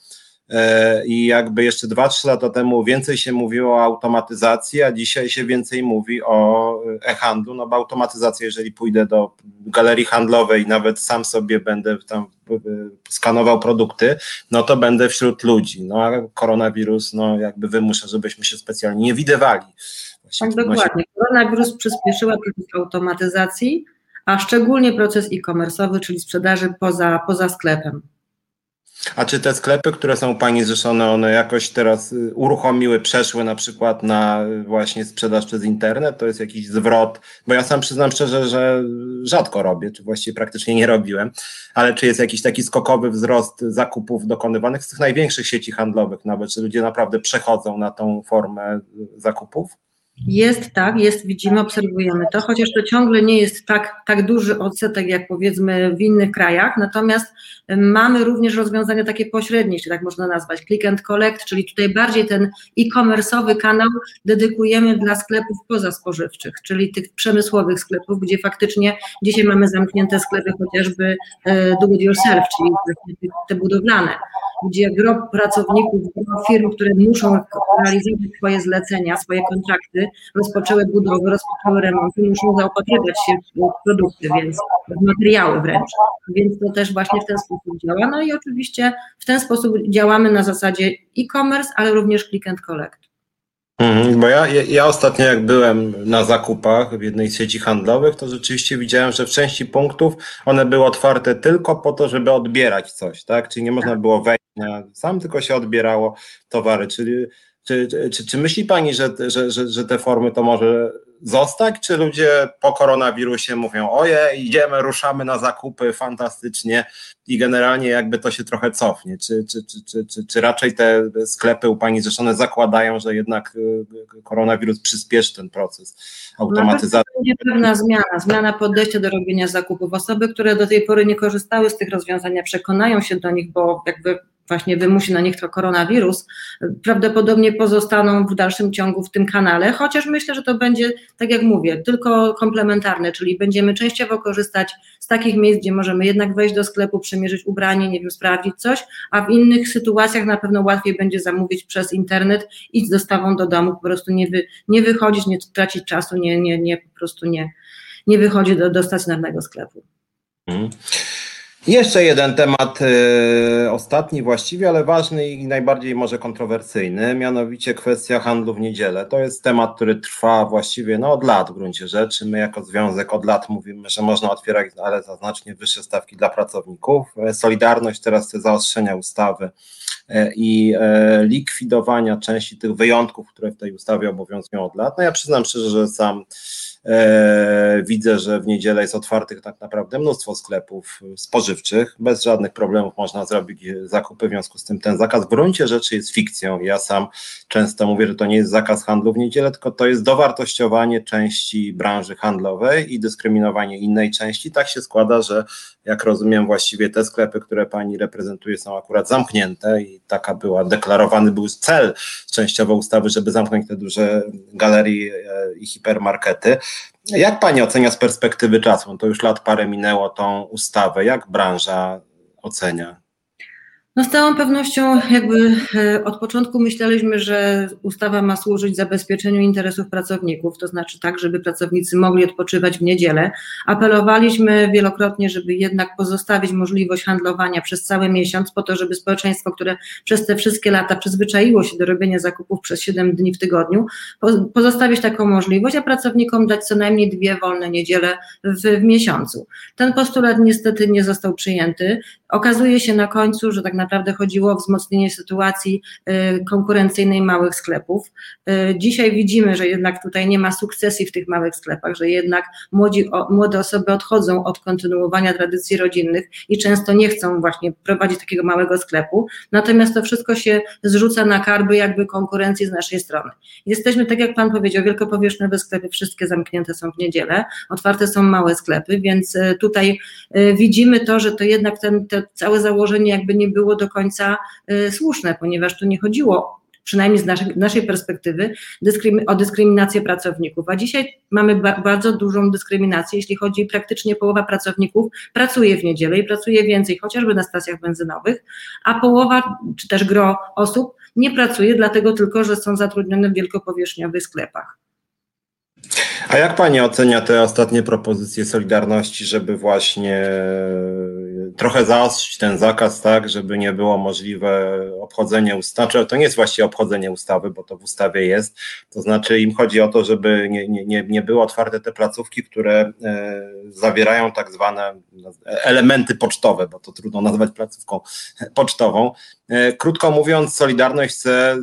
I jakby jeszcze 2-3 lata temu więcej się mówiło o automatyzacji, a dzisiaj się więcej mówi o e-handlu, no bo automatyzacja, jeżeli pójdę do galerii handlowej i nawet sam sobie będę tam skanował produkty, no to będę wśród ludzi, no a koronawirus no jakby wymusza, żebyśmy się specjalnie nie widywali. Tak, dokładnie. Koronawirus przyspieszyła proces automatyzacji, a szczególnie proces e-commerce'owy, czyli sprzedaży poza sklepem. A czy te sklepy, które są Pani zrzeszone, one jakoś teraz uruchomiły, przeszły na przykład na właśnie sprzedaż przez internet? To jest jakiś zwrot, bo ja sam przyznam szczerze, że rzadko robię, czy właściwie praktycznie nie robiłem, ale czy jest jakiś taki skokowy wzrost zakupów dokonywanych z tych największych sieci handlowych nawet, czy ludzie naprawdę przechodzą na tą formę zakupów? Widzimy, obserwujemy to, chociaż to ciągle nie jest tak duży odsetek jak powiedzmy w innych krajach, natomiast mamy również rozwiązania takie pośrednie, czy tak można nazwać, click and collect, czyli tutaj bardziej ten e-commerce'owy kanał dedykujemy dla sklepów pozaspożywczych, czyli tych przemysłowych sklepów, gdzie faktycznie dzisiaj mamy zamknięte sklepy chociażby do it yourself, czyli te budowlane, gdzie gro pracowników, gro firm, które muszą realizować swoje zlecenia, swoje kontrakty, rozpoczęły budowę, rozpoczęły remonty, muszą zaopatrywać się w produkty, więc w materiały wręcz. Więc to też właśnie w ten sposób działa. No i oczywiście w ten sposób działamy na zasadzie e-commerce, ale również click and collect. Bo ja ostatnio jak byłem na zakupach w jednej z sieci handlowych, to rzeczywiście widziałem, że w części punktów one były otwarte tylko po to, żeby odbierać coś, tak? Czyli nie można było wejść sam, tylko się odbierało towary. Czy myśli Pani, że te formy to może zostać, czy ludzie po koronawirusie mówią, ojej, idziemy, ruszamy na zakupy, fantastycznie i generalnie jakby to się trochę cofnie? Czy raczej te sklepy u Pani zrzeszone zakładają, że jednak koronawirus przyspieszy ten proces automatyzacji? To będzie pewna zmiana podejścia do robienia zakupów. Osoby, które do tej pory nie korzystały z tych rozwiązań, przekonają się do nich, bo jakby właśnie wymusi na nich to koronawirus, prawdopodobnie pozostaną w dalszym ciągu w tym kanale, chociaż myślę, że to będzie, tak jak mówię, tylko komplementarne, czyli będziemy częściowo korzystać z takich miejsc, gdzie możemy jednak wejść do sklepu, przymierzyć ubranie, nie wiem, sprawdzić coś, a w innych sytuacjach na pewno łatwiej będzie zamówić przez internet i z dostawą do domu, po prostu nie wychodzić, nie tracić czasu, po prostu nie wychodzi do stacjonarnego sklepu. Jeszcze jeden temat, ostatni właściwie, ale ważny i najbardziej może kontrowersyjny, mianowicie kwestia handlu w niedzielę. To jest temat, który trwa właściwie od lat w gruncie rzeczy. My jako związek od lat mówimy, że można otwierać, ale za znacznie wyższe stawki dla pracowników. Solidarność teraz te zaostrzenia ustawy i likwidowania części tych wyjątków, które w tej ustawie obowiązują od lat. Ja przyznam szczerze, że sam widzę, że w niedzielę jest otwartych tak naprawdę mnóstwo sklepów spożywczych. Bez żadnych problemów można zrobić zakupy, w związku z tym ten zakaz w gruncie rzeczy jest fikcją. Ja sam często mówię, że to nie jest zakaz handlu w niedzielę, tylko to jest dowartościowanie części branży handlowej i dyskryminowanie innej części. Tak się składa, że jak rozumiem, właściwie te sklepy, które pani reprezentuje, są akurat zamknięte i deklarowany był cel częściowo ustawy, żeby zamknąć te duże galerie i hipermarkety. Jak pani ocenia z perspektywy czasu? To już lat parę minęło tą ustawę. Jak branża ocenia? Z całą pewnością od początku myśleliśmy, że ustawa ma służyć zabezpieczeniu interesów pracowników, to znaczy tak, żeby pracownicy mogli odpoczywać w niedzielę. Apelowaliśmy wielokrotnie, żeby jednak pozostawić możliwość handlowania przez cały miesiąc po to, żeby społeczeństwo, które przez te wszystkie lata przyzwyczaiło się do robienia zakupów przez 7 dni w tygodniu, pozostawić taką możliwość, a pracownikom dać co najmniej 2 wolne niedziele w miesiącu. Ten postulat niestety nie został przyjęty. Okazuje się na końcu, że tak naprawdę chodziło o wzmocnienie sytuacji konkurencyjnej małych sklepów. Dzisiaj widzimy, że jednak tutaj nie ma sukcesji w tych małych sklepach, że jednak młode osoby odchodzą od kontynuowania tradycji rodzinnych i często nie chcą właśnie prowadzić takiego małego sklepu, natomiast to wszystko się zrzuca na karby konkurencji z naszej strony. Jesteśmy, tak jak pan powiedział, wielkopowierzchniowe sklepy, wszystkie zamknięte są w niedzielę, otwarte są małe sklepy, więc tutaj widzimy to, że to jednak to całe założenie nie było do końca słuszne, ponieważ tu nie chodziło, przynajmniej z naszej perspektywy, o dyskryminację pracowników, a dzisiaj mamy bardzo dużą dyskryminację, jeśli chodzi, praktycznie połowa pracowników pracuje w niedzielę i pracuje więcej, chociażby na stacjach benzynowych, a połowa, czy też gro osób nie pracuje, dlatego tylko, że są zatrudnione w wielkopowierzchniowych sklepach. A jak pani ocenia te ostatnie propozycje Solidarności, żeby właśnie trochę zaostrzyć ten zakaz, tak, żeby nie było możliwe obchodzenie ustawy, to nie jest właściwie obchodzenie ustawy, bo to w ustawie jest, to znaczy im chodzi o to, żeby nie były otwarte te placówki, które zawierają tak zwane elementy pocztowe, bo to trudno nazwać placówką pocztową. Krótko mówiąc, Solidarność chce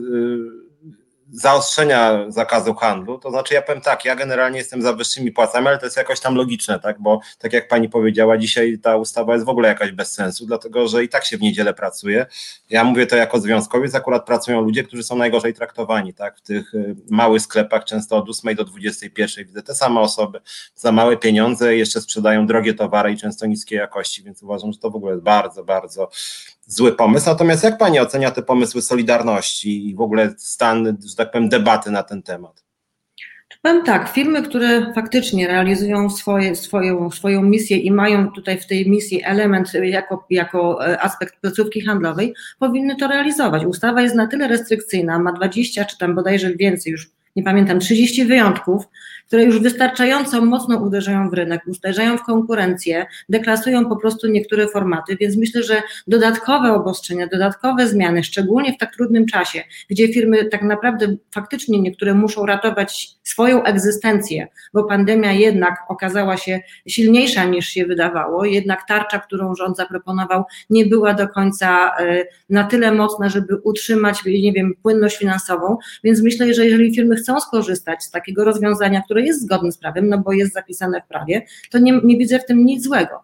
zaostrzenia zakazu handlu, to znaczy ja powiem tak, ja generalnie jestem za wyższymi płacami, ale to jest jakoś tam logiczne, tak, bo tak jak pani powiedziała, dzisiaj ta ustawa jest w ogóle jakaś bez sensu, dlatego że i tak się w niedzielę pracuje. Ja mówię to jako związkowiec, akurat pracują ludzie, którzy są najgorzej traktowani, tak, w tych małych sklepach często od 8 do 21 widzę te same osoby za małe pieniądze, jeszcze sprzedają drogie towary i często niskiej jakości, więc uważam, że to w ogóle jest bardzo, bardzo zły pomysł. Natomiast jak pani ocenia te pomysły Solidarności i w ogóle stan, że tak powiem, debaty na ten temat? Powiem tak, firmy, które faktycznie realizują swoją misję i mają tutaj w tej misji element jako aspekt placówki handlowej, powinny to realizować. Ustawa jest na tyle restrykcyjna, ma 20 czy tam bodajże więcej, już nie pamiętam, 30 wyjątków, które już wystarczająco mocno uderzają w rynek, uderzają w konkurencję, deklasują po prostu niektóre formaty, więc myślę, że dodatkowe obostrzenia, dodatkowe zmiany, szczególnie w tak trudnym czasie, gdzie firmy tak naprawdę faktycznie niektóre muszą ratować swoją egzystencję, bo pandemia jednak okazała się silniejsza niż się wydawało, jednak tarcza, którą rząd zaproponował, nie była do końca na tyle mocna, żeby utrzymać, nie wiem, płynność finansową, więc myślę, że jeżeli firmy chcą skorzystać z takiego rozwiązania, które jest zgodne z prawem, no bo jest zapisane w prawie, to nie widzę w tym nic złego.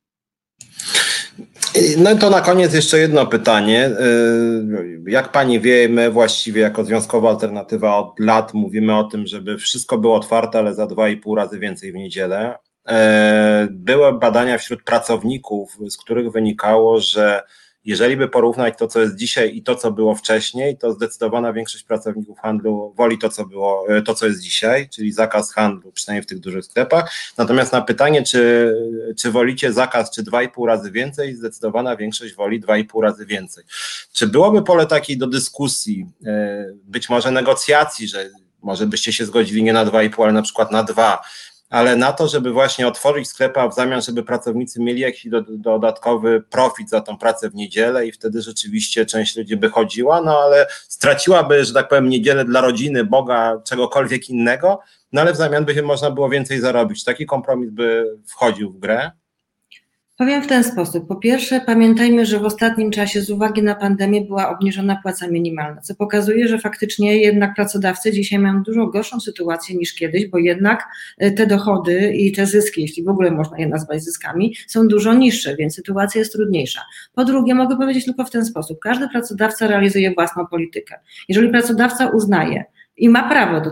No to na koniec jeszcze jedno pytanie. Jak pani wie, my właściwie jako Związkowa Alternatywa od lat mówimy o tym, żeby wszystko było otwarte, ale za 2,5 razy więcej w niedzielę. Były badania wśród pracowników, z których wynikało, że jeżeli by porównać to, co jest dzisiaj i to, co było wcześniej, to zdecydowana większość pracowników handlu woli to, co jest dzisiaj, czyli zakaz handlu, przynajmniej w tych dużych sklepach. Natomiast na pytanie, czy wolicie zakaz, czy 2,5 razy więcej, zdecydowana większość woli 2,5 razy więcej. Czy byłoby pole takiej do dyskusji, być może negocjacji, że może byście się zgodzili nie na 2,5, ale na przykład na 2, ale na to, żeby właśnie otworzyć sklepy, a w zamian, żeby pracownicy mieli jakiś dodatkowy profit za tą pracę w niedzielę i wtedy rzeczywiście część ludzi by chodziła, no ale straciłaby, że tak powiem, niedzielę dla rodziny, Boga, czegokolwiek innego, no ale w zamian by się można było więcej zarobić. Taki kompromis by wchodził w grę? Powiem w ten sposób. Po pierwsze, pamiętajmy, że w ostatnim czasie z uwagi na pandemię była obniżona płaca minimalna, co pokazuje, że faktycznie jednak pracodawcy dzisiaj mają dużo gorszą sytuację niż kiedyś, bo jednak te dochody i te zyski, jeśli w ogóle można je nazwać zyskami, są dużo niższe, więc sytuacja jest trudniejsza. Po drugie, mogę powiedzieć tylko w ten sposób. Każdy pracodawca realizuje własną politykę. Jeżeli pracodawca uznaje i ma prawo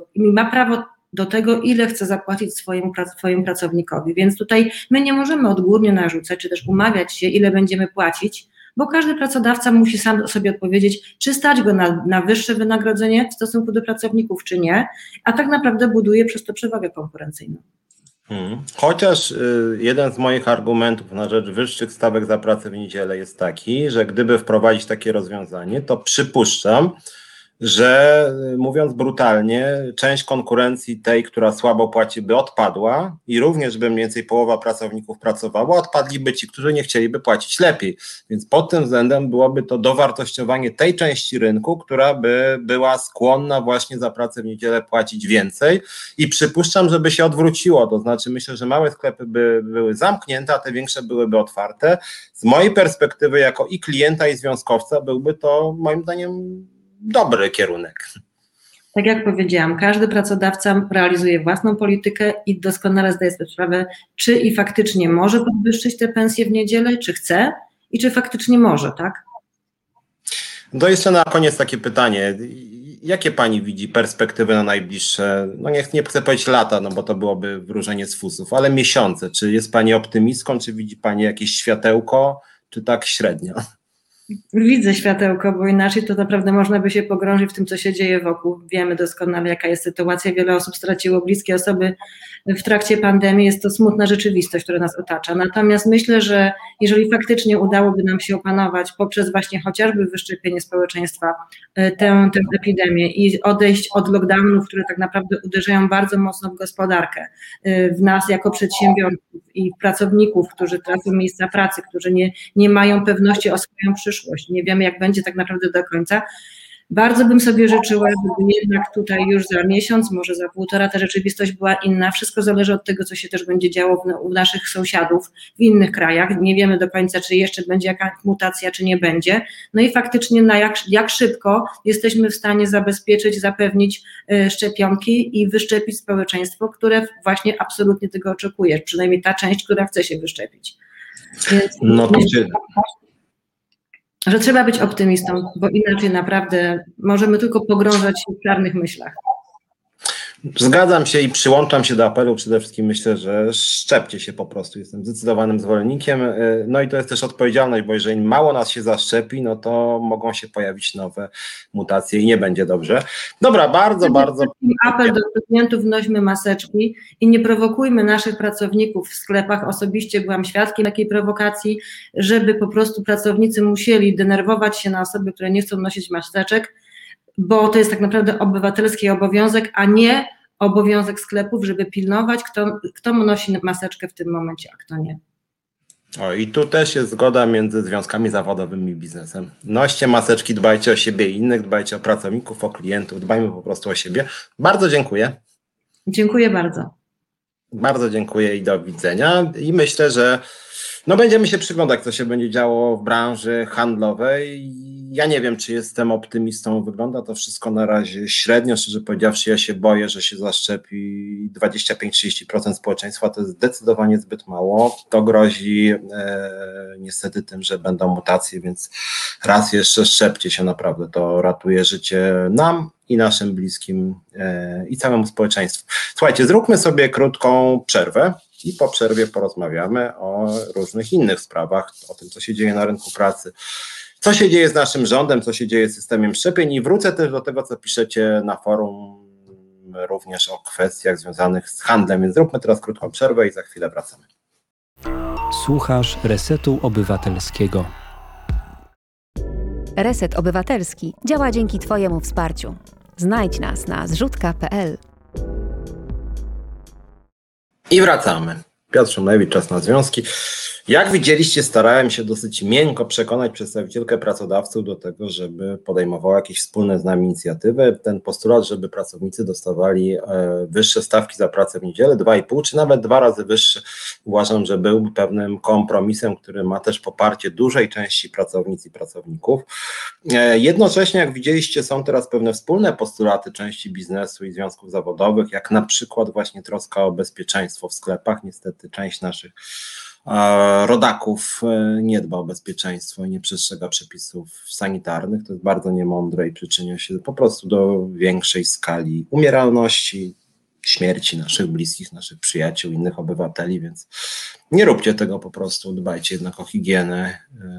do tego, ile chce zapłacić swojemu pracownikowi. Więc tutaj my nie możemy odgórnie narzucać, czy też umawiać się, ile będziemy płacić, bo każdy pracodawca musi sam sobie odpowiedzieć, czy stać go na wyższe wynagrodzenie w stosunku do pracowników, czy nie, a tak naprawdę buduje przez to przewagę konkurencyjną. Chociaż jeden z moich argumentów na rzecz wyższych stawek za pracę w niedzielę jest taki, że gdyby wprowadzić takie rozwiązanie, to przypuszczam, że mówiąc brutalnie, część konkurencji tej, która słabo płaci, by odpadła i również by mniej więcej połowa pracowników pracowała, odpadliby ci, którzy nie chcieliby płacić lepiej. Więc pod tym względem byłoby to dowartościowanie tej części rynku, która by była skłonna właśnie za pracę w niedzielę płacić więcej i przypuszczam, żeby się odwróciło, to znaczy myślę, że małe sklepy by były zamknięte, a te większe byłyby otwarte. Z mojej perspektywy jako i klienta, i związkowca byłby to moim zdaniem dobry kierunek. Tak jak powiedziałam, każdy pracodawca realizuje własną politykę i doskonale zdaje sobie sprawę, czy i faktycznie może podwyższyć te pensje w niedzielę, czy chce i czy faktycznie może, tak? To jeszcze na koniec takie pytanie. Jakie pani widzi perspektywy na najbliższe, no nie chcę powiedzieć lata, no bo to byłoby wróżenie z fusów, ale miesiące? Czy jest pani optymistką, czy widzi pani jakieś światełko, czy tak średnio? Widzę światełko, bo inaczej to naprawdę można by się pogrążyć w tym, co się dzieje wokół. Wiemy doskonale, jaka jest sytuacja. Wiele osób straciło bliskie osoby w trakcie pandemii. Jest to smutna rzeczywistość, która nas otacza. Natomiast myślę, że jeżeli faktycznie udałoby nam się opanować poprzez właśnie chociażby wyszczepienie społeczeństwa tę epidemię i odejść od lockdownów, które tak naprawdę uderzają bardzo mocno w gospodarkę, w nas jako przedsiębiorców i pracowników, którzy tracą miejsca pracy, którzy nie mają pewności o swoją przyszłość. Nie wiemy, jak będzie tak naprawdę do końca. Bardzo bym sobie życzyła, żeby jednak tutaj już za miesiąc, może za półtora ta rzeczywistość była inna. Wszystko zależy od tego, co się też będzie działo u naszych sąsiadów w innych krajach. Nie wiemy do końca, czy jeszcze będzie jakaś mutacja, czy nie będzie. No i faktycznie jak szybko jesteśmy w stanie zabezpieczyć, zapewnić szczepionki i wyszczepić społeczeństwo, które właśnie absolutnie tego oczekuje. Przynajmniej ta część, która chce się wyszczepić. Więc że trzeba być optymistą, bo inaczej naprawdę możemy tylko pogrążać się w czarnych myślach. Zgadzam się i przyłączam się do apelu. Przede wszystkim myślę, że szczepcie się po prostu. Jestem zdecydowanym zwolennikiem. No i to jest też odpowiedzialność, bo jeżeli mało nas się zaszczepi, no to mogą się pojawić nowe mutacje i nie będzie dobrze. Dobra, bardzo. Apel do klientów, nośmy maseczki i nie prowokujmy naszych pracowników w sklepach. Osobiście byłam świadkiem takiej prowokacji, żeby po prostu pracownicy musieli denerwować się na osoby, które nie chcą nosić maseczek, bo to jest tak naprawdę obywatelski obowiązek, a nie obowiązek sklepów, żeby pilnować, kto nosi maseczkę w tym momencie, a kto nie. I tu też jest zgoda między związkami zawodowymi i biznesem. Noście maseczki, dbajcie o siebie i innych, dbajcie o pracowników, o klientów, dbajmy po prostu o siebie. Bardzo dziękuję. Dziękuję bardzo. Bardzo dziękuję i do widzenia. I myślę, że będziemy się przyglądać, co się będzie działo w branży handlowej. Ja nie wiem, czy jestem optymistą. Wygląda to wszystko na razie średnio. Szczerze powiedziawszy, ja się boję, że się zaszczepi 25-30% społeczeństwa. To jest zdecydowanie zbyt mało. To grozi niestety tym, że będą mutacje, więc raz jeszcze szczepcie się naprawdę. To ratuje życie nam i naszym bliskim i całemu społeczeństwu. Słuchajcie, zróbmy sobie krótką przerwę. i po przerwie porozmawiamy o różnych innych sprawach, o tym, co się dzieje na rynku pracy, co się dzieje z naszym rządem, co się dzieje z systemem szczepień i wrócę też do tego, co piszecie na forum, również o kwestiach związanych z handlem, więc zróbmy teraz krótką przerwę i za chwilę wracamy. Słuchasz Resetu Obywatelskiego. Reset Obywatelski działa dzięki Twojemu wsparciu. Znajdź nas na zrzutka.pl. I wracamy. Piotr Szumlewicz, Czas na Związki. Jak widzieliście, starałem się dosyć miękko przekonać przedstawicielkę pracodawców do tego, żeby podejmowała jakieś wspólne z nami inicjatywy. Ten postulat, żeby pracownicy dostawali wyższe stawki za pracę w niedzielę, 2,5 czy nawet 2 razy wyższe, uważam, że byłby pewnym kompromisem, który ma też poparcie dużej części pracownic i pracowników. Jednocześnie, jak widzieliście, są teraz pewne wspólne postulaty części biznesu i związków zawodowych, jak na przykład właśnie troska o bezpieczeństwo w sklepach. Niestety część naszych rodaków nie dba o bezpieczeństwo i nie przestrzega przepisów sanitarnych. To jest bardzo niemądre i przyczynia się po prostu do większej skali umieralności, śmierci naszych bliskich, naszych przyjaciół, innych obywateli, więc nie róbcie tego po prostu, dbajcie jednak o higienę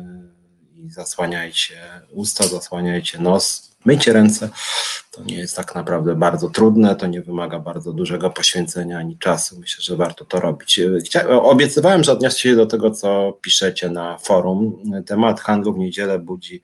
i zasłaniajcie usta, zasłaniajcie nos, myjcie ręce. To nie jest tak naprawdę bardzo trudne, to nie wymaga bardzo dużego poświęcenia ani czasu. Myślę, że warto to robić. Obiecywałem, że odniosę się do tego, co piszecie na forum. Temat handlu w niedzielę budzi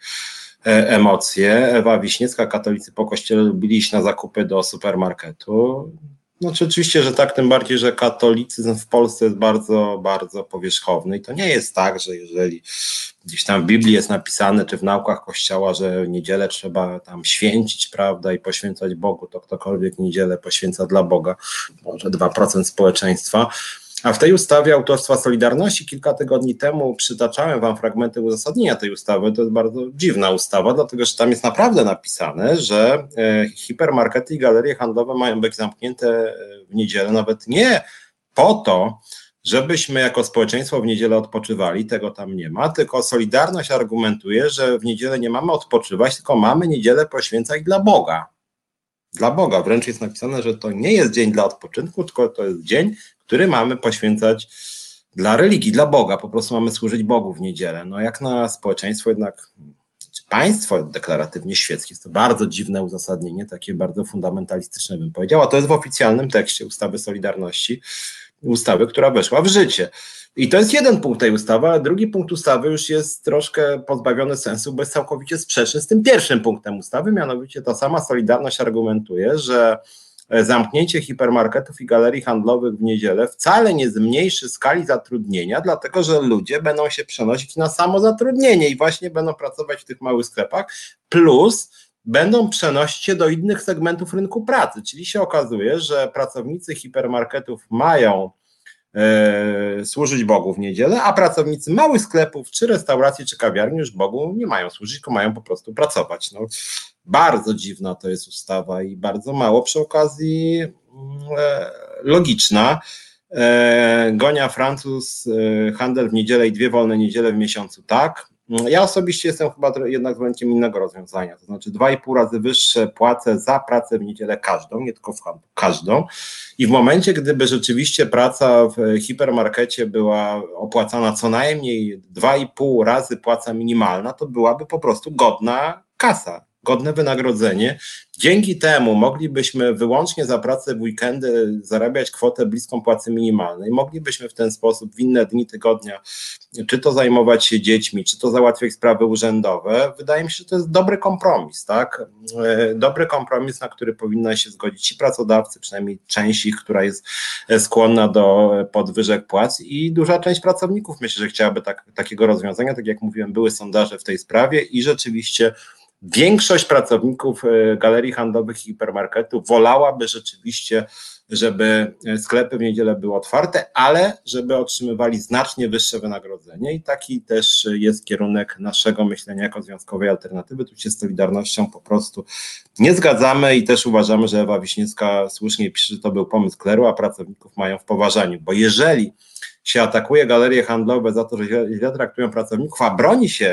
emocje. Ewa Wiśniewska, katolicy po kościele lubili iść na zakupy do supermarketu. No oczywiście, że tak, tym bardziej, że katolicyzm w Polsce jest bardzo, bardzo powierzchowny i to nie jest tak, że jeżeli gdzieś tam w Biblii jest napisane, czy w naukach Kościoła, że niedzielę trzeba tam święcić, prawda, i poświęcać Bogu, to ktokolwiek niedzielę poświęca dla Boga, może 2% społeczeństwa. A w tej ustawie autorstwa Solidarności kilka tygodni temu przytaczałem wam fragmenty uzasadnienia tej ustawy. To jest bardzo dziwna ustawa, dlatego że tam jest naprawdę napisane, że hipermarkety i galerie handlowe mają być zamknięte w niedzielę, nawet nie po to, żebyśmy jako społeczeństwo w niedzielę odpoczywali, tego tam nie ma, tylko Solidarność argumentuje, że w niedzielę nie mamy odpoczywać, tylko mamy niedzielę poświęcać dla Boga. Dla Boga. Wręcz jest napisane, że to nie jest dzień dla odpoczynku, tylko to jest dzień, który mamy poświęcać dla religii, dla Boga. Po prostu mamy służyć Bogu w niedzielę. No jak na społeczeństwo jednak, czy państwo deklaratywnie świeckie, jest to bardzo dziwne uzasadnienie, takie bardzo fundamentalistyczne bym powiedział, a to jest w oficjalnym tekście ustawy Solidarności, ustawy, która weszła w życie. I to jest jeden punkt tej ustawy, a drugi punkt ustawy już jest troszkę pozbawiony sensu, bo jest całkowicie sprzeczny z tym pierwszym punktem ustawy, mianowicie ta sama Solidarność argumentuje, że zamknięcie hipermarketów i galerii handlowych w niedzielę wcale nie zmniejszy skali zatrudnienia, dlatego że ludzie będą się przenosić na samozatrudnienie i właśnie będą pracować w tych małych sklepach, plus będą przenosić się do innych segmentów rynku pracy, czyli się okazuje, że pracownicy hipermarketów mają służyć Bogu w niedzielę, a pracownicy małych sklepów, czy restauracji, czy kawiarni już Bogu nie mają służyć, tylko mają po prostu pracować. No, bardzo dziwna to jest ustawa i bardzo mało przy okazji logiczna. Gonia Francuz, handel w niedzielę i 2 wolne niedziele w miesiącu, tak. Ja osobiście jestem chyba jednak zwolennikiem innego rozwiązania, to znaczy 2,5 razy wyższe płace za pracę w niedzielę każdą, nie tylko w handlu, każdą. I w momencie, gdyby rzeczywiście praca w hipermarkecie była opłacana co najmniej 2,5 razy płaca minimalna, to byłaby po prostu godna kasa, godne wynagrodzenie. Dzięki temu moglibyśmy wyłącznie za pracę w weekendy zarabiać kwotę bliską płacy minimalnej. Moglibyśmy w ten sposób w inne dni tygodnia czy to zajmować się dziećmi, czy to załatwiać sprawy urzędowe. Wydaje mi się, że to jest dobry kompromis, tak? Dobry kompromis, na który powinna się zgodzić i pracodawcy, przynajmniej część ich, która jest skłonna do podwyżek płac i duża część pracowników myślę, że chciałaby takiego rozwiązania. Tak jak mówiłem, były sondaże w tej sprawie i rzeczywiście większość pracowników galerii handlowych i hipermarketów wolałaby rzeczywiście, żeby sklepy w niedzielę były otwarte, ale żeby otrzymywali znacznie wyższe wynagrodzenie i taki też jest kierunek naszego myślenia jako związkowej alternatywy. Tu się z Solidarnością po prostu nie zgadzamy i też uważamy, że Ewa Wiśniewska słusznie pisze, że to był pomysł kleru, a pracowników mają w poważaniu, bo jeżeli się atakuje galerie handlowe za to, że źle traktują pracowników, a broni się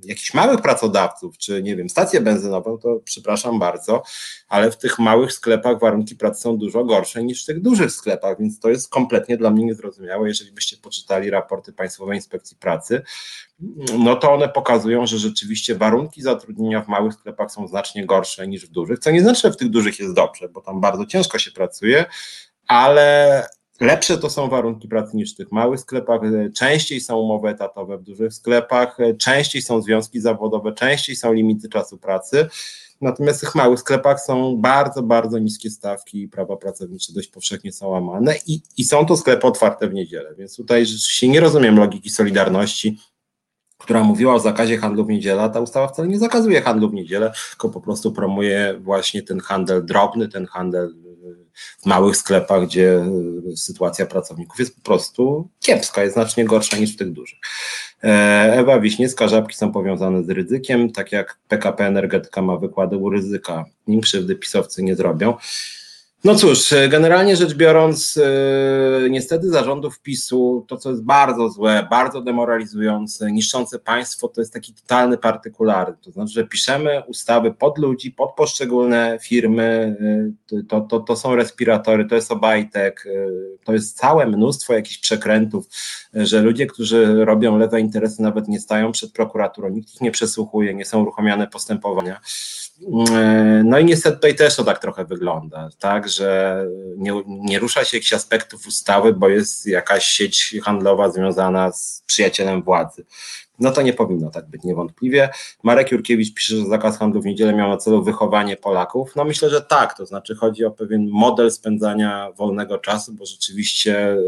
jakichś małych pracodawców, czy nie wiem, stację benzynową, to przepraszam bardzo, ale w tych małych sklepach warunki pracy są dużo gorsze niż w tych dużych sklepach, więc to jest kompletnie dla mnie niezrozumiałe. Jeżeli byście poczytali raporty Państwowej Inspekcji Pracy, no to one pokazują, że rzeczywiście warunki zatrudnienia w małych sklepach są znacznie gorsze niż w dużych, co nie znaczy, że w tych dużych jest dobrze, bo tam bardzo ciężko się pracuje, ale lepsze to są warunki pracy niż w tych małych sklepach, częściej są umowy etatowe w dużych sklepach, częściej są związki zawodowe, częściej są limity czasu pracy, natomiast w tych małych sklepach są bardzo, bardzo niskie stawki i prawa pracownicze dość powszechnie są łamane i są to sklepy otwarte w niedzielę, więc tutaj rzeczywiście nie rozumiem logiki Solidarności, która mówiła o zakazie handlu w niedzielę, a ta ustawa wcale nie zakazuje handlu w niedzielę, tylko po prostu promuje właśnie ten handel drobny, ten handel w małych sklepach, gdzie sytuacja pracowników jest po prostu kiepska, jest znacznie gorsza niż w tych dużych. Ewa Wiśniewska, żabki są powiązane z ryzykiem, tak jak PKP Energetyka ma wykłady u ryzyka, im krzywdy pisowcy nie zrobią. No cóż, generalnie rzecz biorąc, niestety zarządów PiS-u, to co jest bardzo złe, bardzo demoralizujące, niszczące państwo, to jest taki totalny partykularny. To znaczy, że piszemy ustawy pod ludzi, pod poszczególne firmy, to są respiratory, to jest Obajtek, to jest całe mnóstwo jakichś przekrętów, że ludzie, którzy robią lewe interesy, nawet nie stają przed prokuraturą, nikt ich nie przesłuchuje, nie są uruchamiane postępowania. No i niestety tutaj też to tak trochę wygląda, tak, że nie rusza się jakichś aspektów ustawy, bo jest jakaś sieć handlowa związana z przyjacielem władzy. No to nie powinno tak być niewątpliwie. Marek Jurkiewicz pisze, że zakaz handlu w niedzielę miał na celu wychowanie Polaków. No myślę, że tak, to znaczy chodzi o pewien model spędzania wolnego czasu, bo rzeczywiście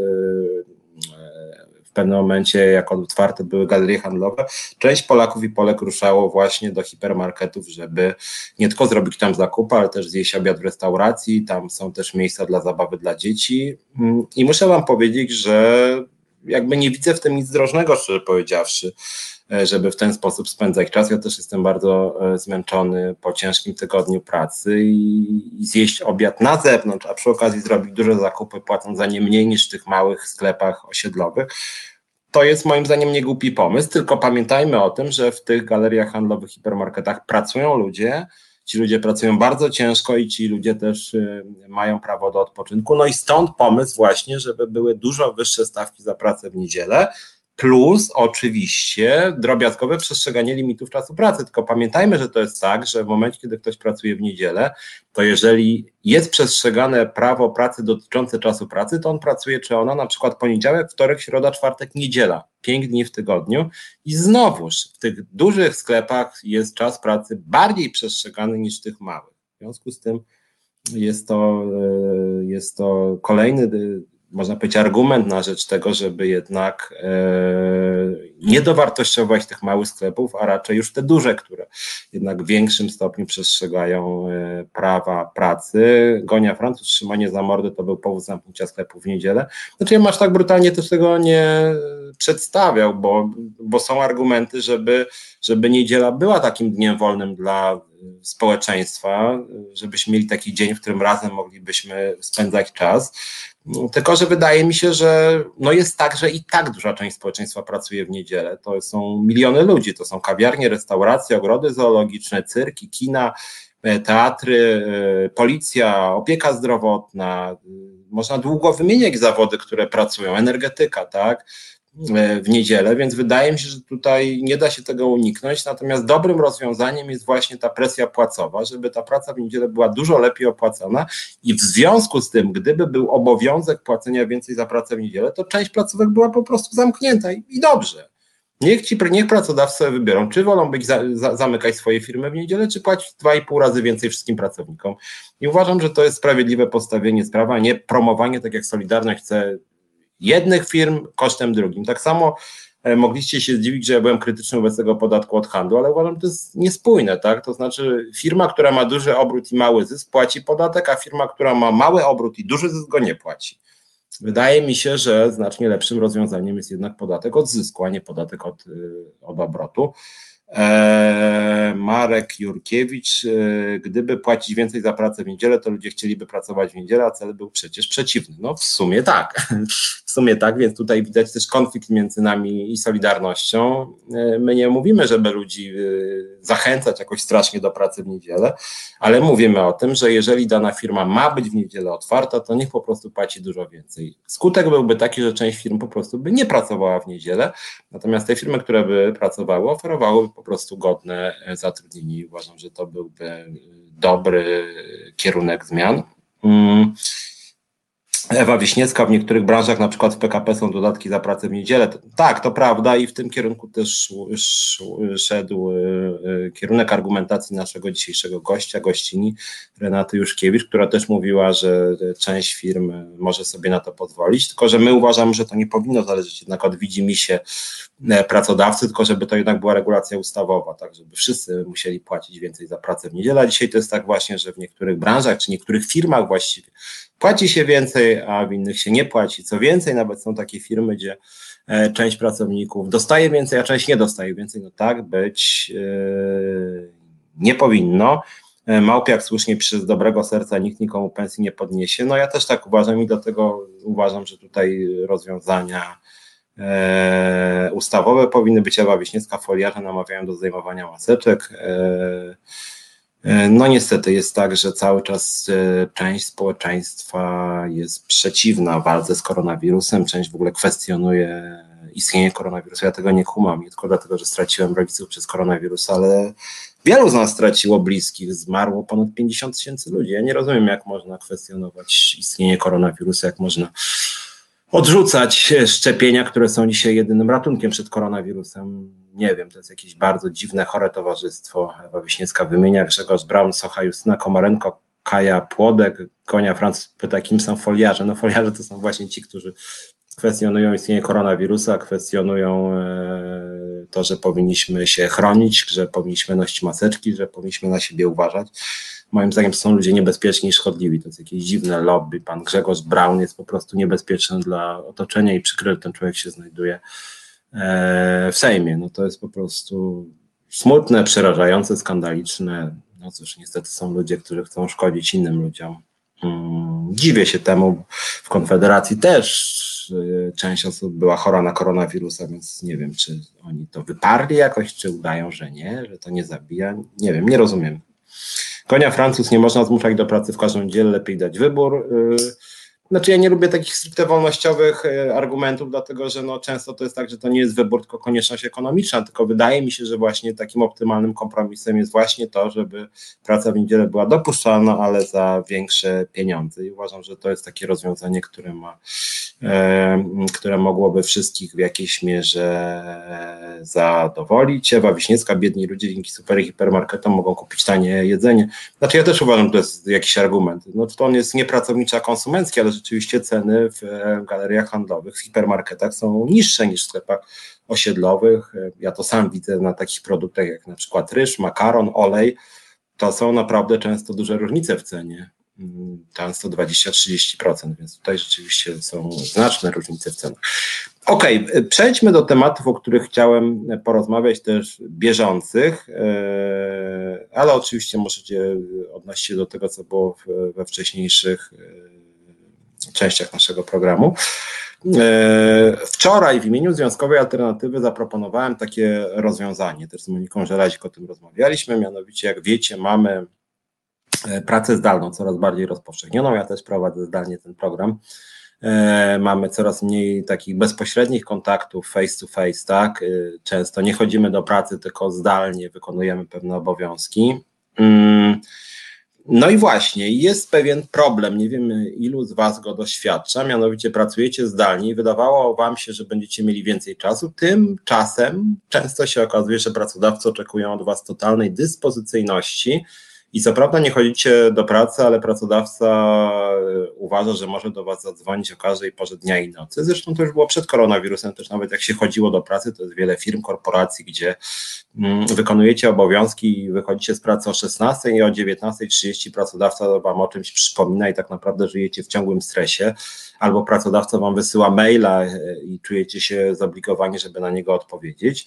w pewnym momencie, jak otwarte były galerie handlowe, część Polaków i Polek ruszało właśnie do hipermarketów, żeby nie tylko zrobić tam zakupy, ale też zjeść obiad w restauracji, tam są też miejsca dla zabawy dla dzieci i muszę wam powiedzieć, że jakby nie widzę w tym nic zdrożnego, szczerze powiedziawszy, żeby w ten sposób spędzać czas. Ja też jestem bardzo zmęczony po ciężkim tygodniu pracy i zjeść obiad na zewnątrz, a przy okazji zrobić duże zakupy, płacąc za nie mniej niż w tych małych sklepach osiedlowych. To jest moim zdaniem nie głupi pomysł, tylko pamiętajmy o tym, że w tych galeriach handlowych, hipermarketach pracują ludzie, ci ludzie pracują bardzo ciężko i ci ludzie też mają prawo do odpoczynku. No i stąd pomysł właśnie, żeby były dużo wyższe stawki za pracę w niedzielę, plus oczywiście drobiazgowe przestrzeganie limitów czasu pracy. Tylko pamiętajmy, że to jest tak, że w momencie, kiedy ktoś pracuje w niedzielę, to jeżeli jest przestrzegane prawo pracy dotyczące czasu pracy, to on pracuje, czy ona, na przykład poniedziałek, wtorek, środa, czwartek, niedziela, 5 dni w tygodniu i znowuż w tych dużych sklepach jest czas pracy bardziej przestrzegany niż w tych małych. W związku z tym jest to kolejny, można powiedzieć, argument na rzecz tego, żeby jednak nie dowartościować tych małych sklepów, a raczej już te duże, które jednak w większym stopniu przestrzegają prawa pracy. Gonia Francuz, trzymanie za mordę to był powód zamknięcia sklepu w niedzielę. Znaczy ja aż tak brutalnie też tego nie przedstawiał, bo są argumenty, żeby niedziela była takim dniem wolnym dla społeczeństwa, żebyśmy mieli taki dzień, w którym razem moglibyśmy spędzać czas. Tylko że wydaje mi się, że no jest tak, że i tak duża część społeczeństwa pracuje w niedzielę. To są miliony ludzi, to są kawiarnie, restauracje, ogrody zoologiczne, cyrki, kina, teatry, policja, opieka zdrowotna. Można długo wymieniać zawody, które pracują, energetyka, tak, w niedzielę, więc wydaje mi się, że tutaj nie da się tego uniknąć, natomiast dobrym rozwiązaniem jest właśnie ta presja płacowa, żeby ta praca w niedzielę była dużo lepiej opłacana i w związku z tym, gdyby był obowiązek płacenia więcej za pracę w niedzielę, to część placówek była po prostu zamknięta i dobrze. Niech pracodawcy sobie wybiorą, czy wolą zamykać swoje firmy w niedzielę, czy płacić 2,5 razy więcej wszystkim pracownikom. I uważam, że to jest sprawiedliwe postawienie sprawy, a nie promowanie, tak jak Solidarność chce, jednych firm kosztem drugim. Tak samo mogliście się zdziwić, że ja byłem krytyczny wobec tego podatku od handlu, ale uważam, że to jest niespójne, tak? To znaczy firma, która ma duży obrót i mały zysk, płaci podatek, a firma, która ma mały obrót i duży zysk, go nie płaci. Wydaje mi się, że znacznie lepszym rozwiązaniem jest jednak podatek od zysku, a nie podatek od obrotu. Marek Jurkiewicz, gdyby płacić więcej za pracę w niedzielę, to ludzie chcieliby pracować w niedzielę, a cel był przecież przeciwny. No w sumie tak, więc tutaj widać też konflikt między nami i Solidarnością. My nie mówimy, żeby ludzi zachęcać jakoś strasznie do pracy w niedzielę, ale mówimy o tym, że jeżeli dana firma ma być w niedzielę otwarta, to niech po prostu płaci dużo więcej. Skutek byłby taki, że część firm po prostu by nie pracowała w niedzielę, natomiast te firmy, które by pracowały, oferowałyby po prostu godne zatrudnienie i uważam, że to byłby dobry kierunek zmian. Ewa Wiśniewska, w niektórych branżach, na przykład w PKP, są dodatki za pracę w niedzielę. Tak, to prawda i w tym kierunku też szedł kierunek argumentacji naszego dzisiejszego gościni, Renaty Juszkiewicz, która też mówiła, że część firm może sobie na to pozwolić, tylko że my uważamy, że to nie powinno zależeć jednak od widzimisię pracodawcy, tylko żeby to jednak była regulacja ustawowa, tak, żeby wszyscy musieli płacić więcej za pracę w niedzielę. A dzisiaj to jest tak właśnie, że w niektórych branżach, czy niektórych firmach właściwie płaci się więcej, a w innych się nie płaci. Co więcej, nawet są takie firmy, gdzie część pracowników dostaje więcej, a część nie dostaje więcej. No tak być nie powinno. Małpiak słusznie pisze, z dobrego serca nikt nikomu pensji nie podniesie. No ja też tak uważam i dlatego uważam, że tutaj rozwiązania ustawowe powinny być. Ewa Wiśniewska, foliarze namawiają do zdejmowania maseczek. No niestety jest tak, że cały czas część społeczeństwa jest przeciwna walce z koronawirusem, część w ogóle kwestionuje istnienie koronawirusa. Ja tego nie kumam, nie tylko dlatego, że straciłem rodziców przez koronawirus, ale wielu z nas straciło bliskich, zmarło ponad 50 000 ludzi. Ja nie rozumiem, jak można kwestionować istnienie koronawirusa, jak można odrzucać szczepienia, które są dzisiaj jedynym ratunkiem przed koronawirusem. Nie wiem, to jest jakieś bardzo dziwne, chore towarzystwo. Ewa Wiśniewska wymienia, Grzegorz Braun, Socha, Justyna Komarenko, Kaja Płodek, Konia Franc pyta, kim są foliarze. No foliarze to są właśnie ci, którzy kwestionują istnienie koronawirusa, kwestionują to, że powinniśmy się chronić, że powinniśmy nosić maseczki, że powinniśmy na siebie uważać. Moim zdaniem są ludzie niebezpieczni i szkodliwi. To jest jakieś dziwne lobby. Pan Grzegorz Braun jest po prostu niebezpieczny dla otoczenia i przykry, że ten człowiek się znajduje w Sejmie. No to jest po prostu smutne, przerażające, skandaliczne. No cóż, niestety są ludzie, którzy chcą szkodzić innym ludziom. Dziwię się temu. W Konfederacji też część osób była chora na koronawirusa, więc nie wiem, czy oni to wyparli jakoś, czy udają, że nie, że to nie zabija. Nie wiem, nie rozumiem. Konia Francuz, nie można zmuszać do pracy w każdą niedzielę, lepiej dać wybór. Znaczy ja nie lubię takich stricte wolnościowych argumentów, dlatego że no często to jest tak, że to nie jest wybór, tylko konieczność ekonomiczna, tylko wydaje mi się, że właśnie takim optymalnym kompromisem jest właśnie to, żeby praca w niedzielę była dopuszczalna, ale za większe pieniądze i uważam, że to jest takie rozwiązanie, które mogłoby wszystkich w jakiejś mierze zadowolić. Ewa Wiśniewska, biedni ludzie dzięki super hipermarketom mogą kupić tanie jedzenie. Znaczy ja też uważam, że to jest jakiś argument. No to on jest nie pracowniczy, a konsumencki, ale rzeczywiście ceny w galeriach handlowych, w hipermarketach są niższe niż w sklepach osiedlowych. Ja to sam widzę na takich produktach jak na przykład ryż, makaron, olej. To są naprawdę często duże różnice w cenie. Często 20-30%, więc tutaj rzeczywiście są znaczne różnice w cenach. Okej, przejdźmy do tematów, o których chciałem porozmawiać też bieżących, ale oczywiście możecie odnosić się do tego, co było we wcześniejszych częściach naszego programu. Wczoraj w imieniu Związkowej Alternatywy zaproponowałem takie rozwiązanie, też z Moniką Żelazik o tym rozmawialiśmy, mianowicie jak wiecie mamy pracę zdalną coraz bardziej rozpowszechnioną, ja też prowadzę zdalnie ten program, mamy coraz mniej takich bezpośrednich kontaktów face to face, tak, często nie chodzimy do pracy, tylko zdalnie wykonujemy pewne obowiązki. No i właśnie, jest pewien problem, nie wiem ilu z Was go doświadcza, mianowicie pracujecie zdalnie i wydawało Wam się, że będziecie mieli więcej czasu, tymczasem często się okazuje, że pracodawcy oczekują od Was totalnej dyspozycyjności i co prawda nie chodzicie do pracy, ale pracodawca uważa, że może do Was zadzwonić o każdej porze dnia i nocy. Zresztą to już było przed koronawirusem, też nawet jak się chodziło do pracy, to jest wiele firm, korporacji, gdzie wykonujecie obowiązki i wychodzicie z pracy o 16 i o 19:30 pracodawca Wam o czymś przypomina i tak naprawdę żyjecie w ciągłym stresie, albo pracodawca Wam wysyła maila i czujecie się zobligowani, żeby na niego odpowiedzieć.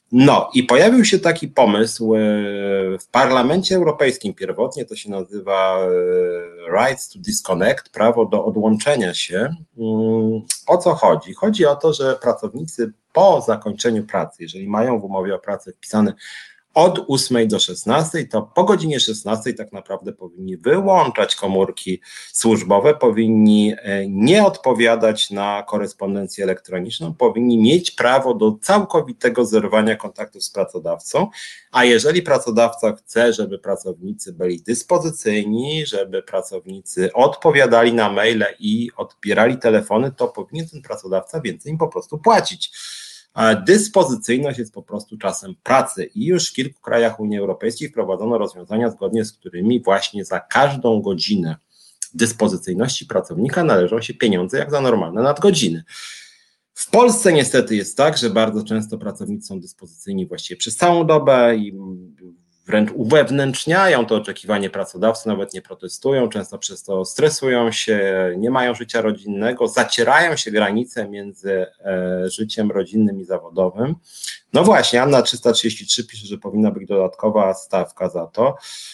No i pojawił się taki pomysł w Parlamencie Europejskim pierwotnie, to się nazywa Rights to Disconnect, prawo do odłączenia się. O co chodzi? Chodzi o to, że pracownicy po zakończeniu pracy, jeżeli mają w umowie o pracę wpisane od 8 do 16, to po godzinie 16 tak naprawdę powinni wyłączać komórki służbowe, powinni nie odpowiadać na korespondencję elektroniczną, powinni mieć prawo do całkowitego zerwania kontaktów z pracodawcą, a jeżeli pracodawca chce, żeby pracownicy byli dyspozycyjni, żeby pracownicy odpowiadali na maile i odbierali telefony, to powinien ten pracodawca więcej im po prostu płacić. Dyspozycyjność jest po prostu czasem pracy i już w kilku krajach Unii Europejskiej wprowadzono rozwiązania, zgodnie z którymi właśnie za każdą godzinę dyspozycyjności pracownika należą się pieniądze jak za normalne nadgodziny. W Polsce niestety jest tak, że bardzo często pracownicy są dyspozycyjni właściwie przez całą dobę i wręcz uwewnętrzniają to oczekiwanie pracodawcy, nawet nie protestują, często przez to stresują się, nie mają życia rodzinnego, zacierają się granice między życiem rodzinnym i zawodowym. No właśnie, Anna 333 pisze, że powinna być dodatkowa stawka za to.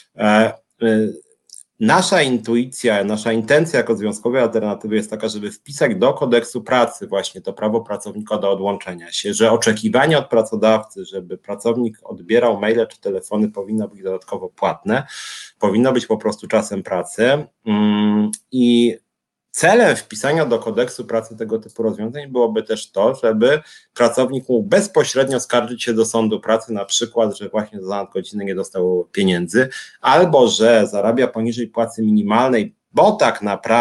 Nasza intuicja, nasza intencja jako Związkowej Alternatywy jest taka, żeby wpisać do kodeksu pracy właśnie to prawo pracownika do odłączenia się, że oczekiwanie od pracodawcy, żeby pracownik odbierał maile czy telefony powinno być dodatkowo płatne, powinno być po prostu czasem pracy i celem wpisania do kodeksu pracy tego typu rozwiązań byłoby też to, żeby pracownik mógł bezpośrednio skarżyć się do sądu pracy, na przykład, że właśnie za nadgodziny nie dostał pieniędzy, albo że zarabia poniżej płacy minimalnej, bo tak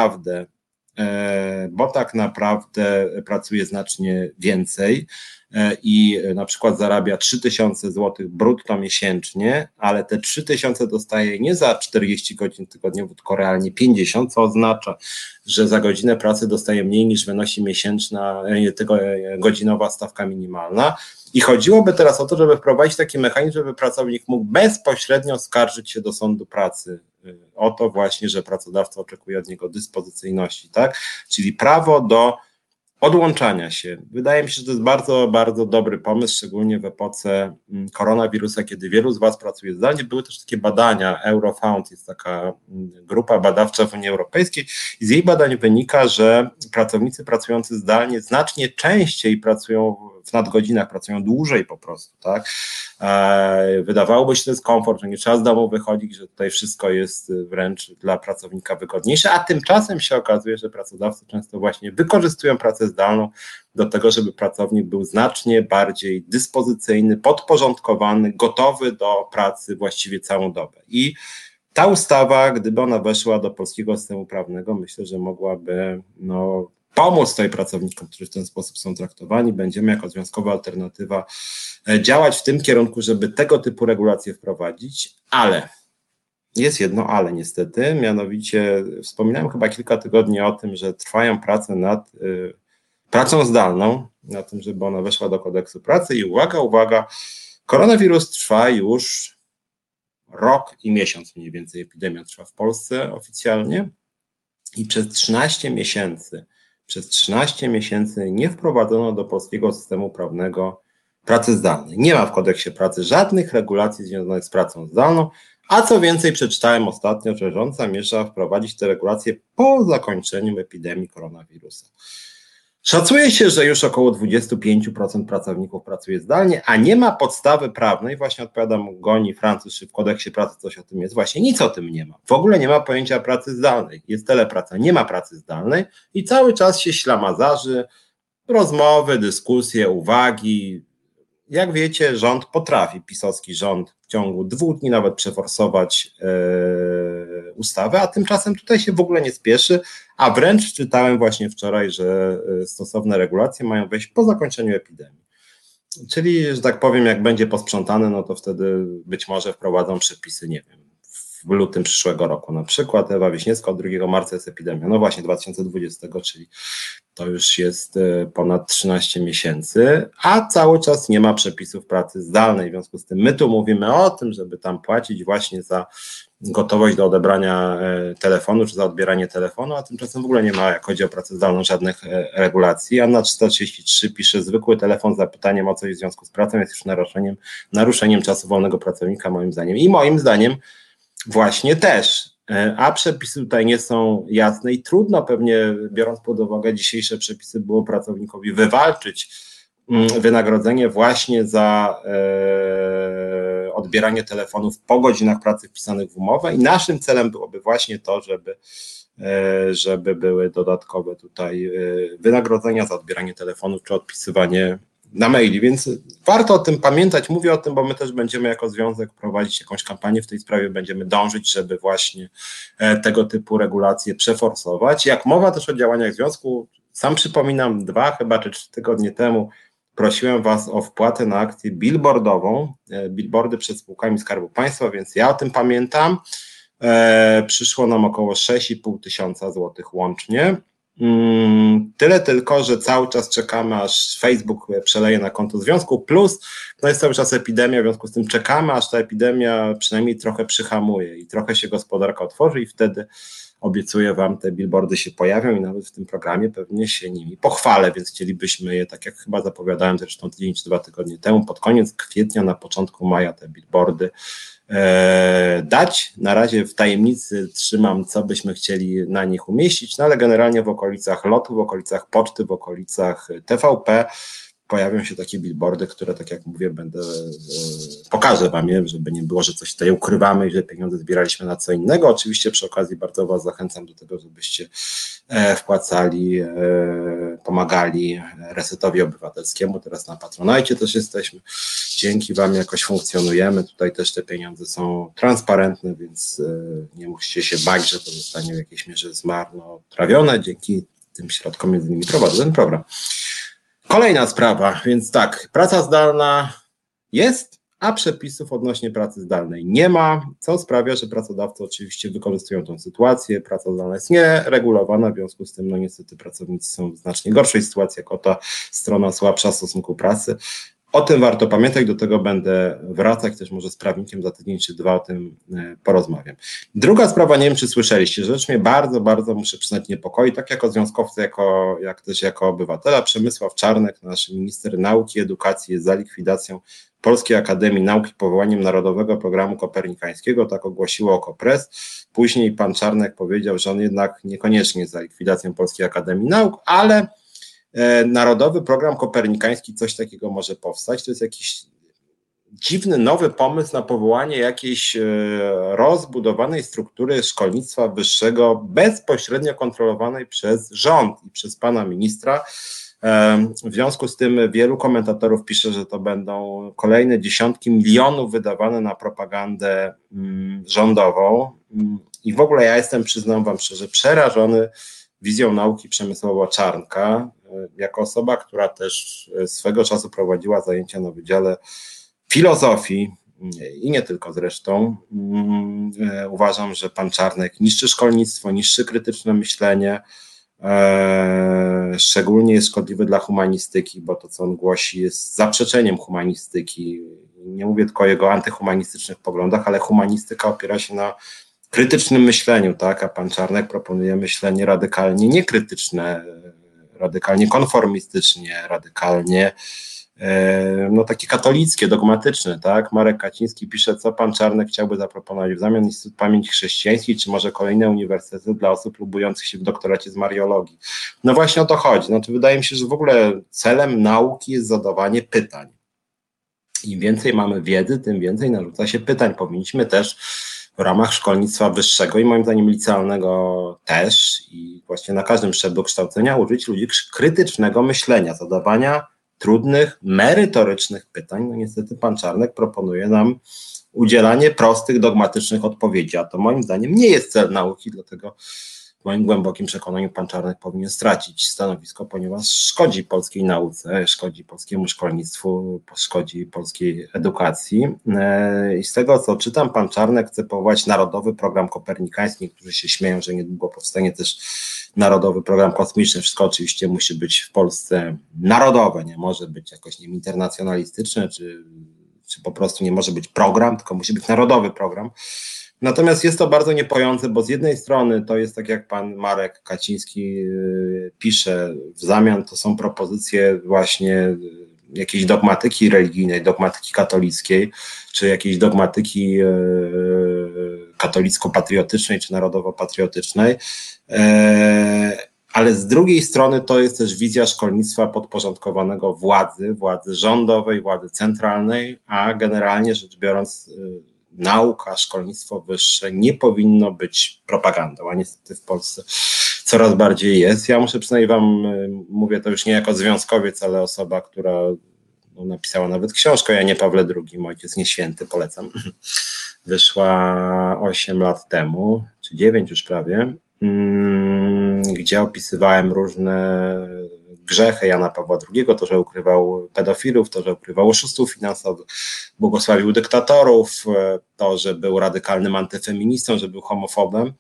naprawdę pracuje znacznie więcej i na przykład zarabia 3000 zł brutto miesięcznie, ale te 3000 dostaje nie za 40 godzin tygodniowo, tylko realnie 50, co oznacza, że za godzinę pracy dostaje mniej niż wynosi miesięczna, godzinowa stawka minimalna. I chodziłoby teraz o to, żeby wprowadzić taki mechanizm, żeby pracownik mógł bezpośrednio skarżyć się do sądu pracy o to właśnie, że pracodawca oczekuje od niego dyspozycyjności, tak? Czyli prawo do odłączania się. Wydaje mi się, że to jest bardzo, bardzo dobry pomysł, szczególnie w epoce koronawirusa, kiedy wielu z Was pracuje zdalnie. Były też takie badania, Eurofound jest taka grupa badawcza w Unii Europejskiej i z jej badań wynika, że pracownicy pracujący zdalnie znacznie częściej pracują w nadgodzinach, pracują dłużej po prostu, tak? Wydawałoby się, że to jest komfort, że nie trzeba z domu wychodzić, że tutaj wszystko jest wręcz dla pracownika wygodniejsze, a tymczasem się okazuje, że pracodawcy często właśnie wykorzystują pracę zdalną do tego, żeby pracownik był znacznie bardziej dyspozycyjny, podporządkowany, gotowy do pracy właściwie całą dobę. I ta ustawa, gdyby ona weszła do polskiego systemu prawnego, myślę, że mogłaby pomóc tutaj pracownikom, którzy w ten sposób są traktowani. Będziemy jako Związkowa Alternatywa działać w tym kierunku, żeby tego typu regulacje wprowadzić, ale jest jedno ale niestety, mianowicie wspominałem chyba kilka tygodni o tym, że trwają prace nad pracą zdalną, na tym, żeby ona weszła do kodeksu pracy i uwaga, koronawirus trwa już rok i miesiąc mniej więcej, epidemia trwa w Polsce oficjalnie i przez 13 miesięcy nie wprowadzono do polskiego systemu prawnego pracy zdalnej. Nie ma w kodeksie pracy żadnych regulacji związanych z pracą zdalną, a co więcej przeczytałem ostatnio, że rząd zamierza wprowadzić te regulacje po zakończeniu epidemii koronawirusa. Szacuje się, że już około 25% pracowników pracuje zdalnie, a nie ma podstawy prawnej, właśnie odpowiadam Goni Francuz, czy w kodeksie pracy coś o tym jest, właśnie nic o tym nie ma. W ogóle nie ma pojęcia pracy zdalnej, jest telepraca, nie ma pracy zdalnej i cały czas się ślamazarzy, rozmowy, dyskusje, uwagi. Jak wiecie, rząd potrafi, pisowski rząd w ciągu 2 dni nawet przeforsować ustawę, a tymczasem tutaj się w ogóle nie spieszy, a wręcz czytałem właśnie wczoraj, że stosowne regulacje mają wejść po zakończeniu epidemii. Czyli, że tak powiem, jak będzie posprzątane, no to wtedy być może wprowadzą przepisy, nie wiem, w lutym przyszłego roku na przykład. Ewa Wiśniewska, od 2 marca jest epidemia, no właśnie 2020, czyli to już jest ponad 13 miesięcy, a cały czas nie ma przepisów pracy zdalnej, w związku z tym my tu mówimy o tym, żeby tam płacić właśnie za gotowość do odebrania telefonu, czy za odbieranie telefonu, a tymczasem w ogóle nie ma, jak chodzi o pracę zdalną, żadnych regulacji. Anna 333 pisze, zwykły telefon z zapytaniem o coś w związku z pracą jest już naruszeniem czasu wolnego pracownika, moim zdaniem. I moim zdaniem właśnie też. A przepisy tutaj nie są jasne i trudno pewnie, biorąc pod uwagę dzisiejsze przepisy, było pracownikowi wywalczyć wynagrodzenie właśnie za odbieranie telefonów po godzinach pracy wpisanych w umowę i naszym celem byłoby właśnie to, żeby były dodatkowe tutaj wynagrodzenia za odbieranie telefonów czy odpisywanie na maili, więc warto o tym pamiętać, mówię o tym, bo my też będziemy jako związek prowadzić jakąś kampanię w tej sprawie, będziemy dążyć, żeby właśnie tego typu regulacje przeforsować. Jak mowa też o działaniach związku, sam przypominam 2 chyba czy 3 tygodnie temu prosiłem Was o wpłatę na akcję billboardową, billboardy przed spółkami Skarbu Państwa, więc ja o tym pamiętam. Przyszło nam około 6,5 tysiąca złotych łącznie. Tyle tylko, że cały czas czekamy, aż Facebook przeleje na konto związku, plus no jest cały czas epidemia, w związku z tym czekamy, aż ta epidemia przynajmniej trochę przyhamuje i trochę się gospodarka otworzy i wtedy obiecuję Wam, te billboardy się pojawią i nawet w tym programie pewnie się nimi pochwalę, więc chcielibyśmy je, tak jak chyba zapowiadałem zresztą tydzień czy 2 tygodnie temu, pod koniec kwietnia, na początku maja te billboardy dać. Na razie w tajemnicy trzymam, co byśmy chcieli na nich umieścić, no ale generalnie w okolicach LOT-u, w okolicach poczty, w okolicach TVP pojawią się takie billboardy, które, tak jak mówię, pokażę Wam je, żeby nie było, że coś tutaj ukrywamy i że pieniądze zbieraliśmy na co innego. Oczywiście przy okazji bardzo Was zachęcam do tego, żebyście wpłacali, pomagali Resetowi Obywatelskiemu, teraz na Patronajcie też jesteśmy. Dzięki Wam jakoś funkcjonujemy, tutaj też te pieniądze są transparentne, więc nie musicie się bać, że to zostanie w jakiejś mierze zmarnotrawione. Dzięki tym środkom między innymi prowadzę ten program. Kolejna sprawa, więc tak, praca zdalna jest, a przepisów odnośnie pracy zdalnej nie ma, co sprawia, że pracodawcy oczywiście wykorzystują tę sytuację, praca zdalna jest nieregulowana, w związku z tym no niestety pracownicy są w znacznie gorszej sytuacji jako ta strona słabsza w stosunku pracy. O tym warto pamiętać, do tego będę wracać, też może z prawnikiem za tydzień czy 2 o tym porozmawiam. Druga sprawa, nie wiem czy słyszeliście, rzecz mnie bardzo, bardzo muszę przyznać niepokoi, tak jako związkowcy, jak też jako obywatela. Przemysław Czarnek, nasz minister nauki i edukacji, jest za likwidacją Polskiej Akademii Nauk i powołaniem Narodowego Programu Kopernikańskiego, tak ogłosiło Okopres. Później pan Czarnek powiedział, że on jednak niekoniecznie jest za likwidacją Polskiej Akademii Nauk, ale Narodowy Program Kopernikański, coś takiego może powstać. To jest jakiś dziwny, nowy pomysł na powołanie jakiejś rozbudowanej struktury szkolnictwa wyższego, bezpośrednio kontrolowanej przez rząd i przez pana ministra. W związku z tym wielu komentatorów pisze, że to będą kolejne dziesiątki milionów wydawane na propagandę rządową. I w ogóle ja jestem, przyznam Wam szczerze, przerażony wizją nauki Przemysława Czarnka, jako osoba, która też swego czasu prowadziła zajęcia na Wydziale Filozofii i nie tylko zresztą. Uważam, że pan Czarnek niszczy szkolnictwo, niszczy krytyczne myślenie, szczególnie jest szkodliwy dla humanistyki, bo to, co on głosi, jest zaprzeczeniem humanistyki. Nie mówię tylko o jego antyhumanistycznych poglądach, ale humanistyka opiera się na krytycznym myśleniu, tak? A pan Czarnek proponuje myślenie radykalnie niekrytyczne, radykalnie konformistycznie, radykalnie no takie katolickie, dogmatyczne, tak? Marek Kaciński pisze, co pan Czarnek chciałby zaproponować w zamian: Instytut Pamięci Chrześcijańskiej, czy może kolejne uniwersytety dla osób próbujących się w doktoracie z Mariologii. No właśnie o to chodzi. Znaczy, wydaje mi się, że w ogóle celem nauki jest zadawanie pytań. Im więcej mamy wiedzy, tym więcej narzuca się pytań. Powinniśmy też w ramach szkolnictwa wyższego i moim zdaniem licealnego też i właśnie na każdym szczeblu kształcenia uczyć ludzi krytycznego myślenia, zadawania trudnych, merytorycznych pytań. No niestety pan Czarnek proponuje nam udzielanie prostych, dogmatycznych odpowiedzi, a to moim zdaniem nie jest cel nauki, dlatego w moim głębokim przekonaniu pan Czarnek powinien stracić stanowisko, ponieważ szkodzi polskiej nauce, szkodzi polskiemu szkolnictwu, szkodzi polskiej edukacji. I z tego, co czytam, pan Czarnek chce powołać Narodowy Program Kopernikański, którzy się śmieją, że niedługo powstanie też Narodowy Program Kosmiczny. Wszystko oczywiście musi być w Polsce narodowe, nie może być jakoś nie wiem, internacjonalistyczne, czy po prostu nie może być program, tylko musi być narodowy program. Natomiast jest to bardzo niepojące, bo z jednej strony to jest tak, jak pan Marek Kaczyński pisze, w zamian to są propozycje właśnie jakiejś dogmatyki religijnej, dogmatyki katolickiej, czy jakiejś dogmatyki katolicko-patriotycznej, czy narodowo-patriotycznej, ale z drugiej strony to jest też wizja szkolnictwa podporządkowanego władzy rządowej, władzy centralnej, a generalnie rzecz biorąc nauka, szkolnictwo wyższe nie powinno być propagandą, a niestety w Polsce coraz bardziej jest. Ja muszę przynajmniej wam, mówię to już nie jako związkowiec, ale osoba, która napisała nawet książkę o Janie Pawle II, Ojciec Nieświęty, polecam. Wyszła 8 lat temu, czy 9 już prawie, gdzie opisywałem różne grzechy Jana Pawła II, to, że ukrywał pedofilów, to, że ukrywał oszustów finansowych, błogosławił dyktatorów, to, że był radykalnym antyfeministą, że był homofobem.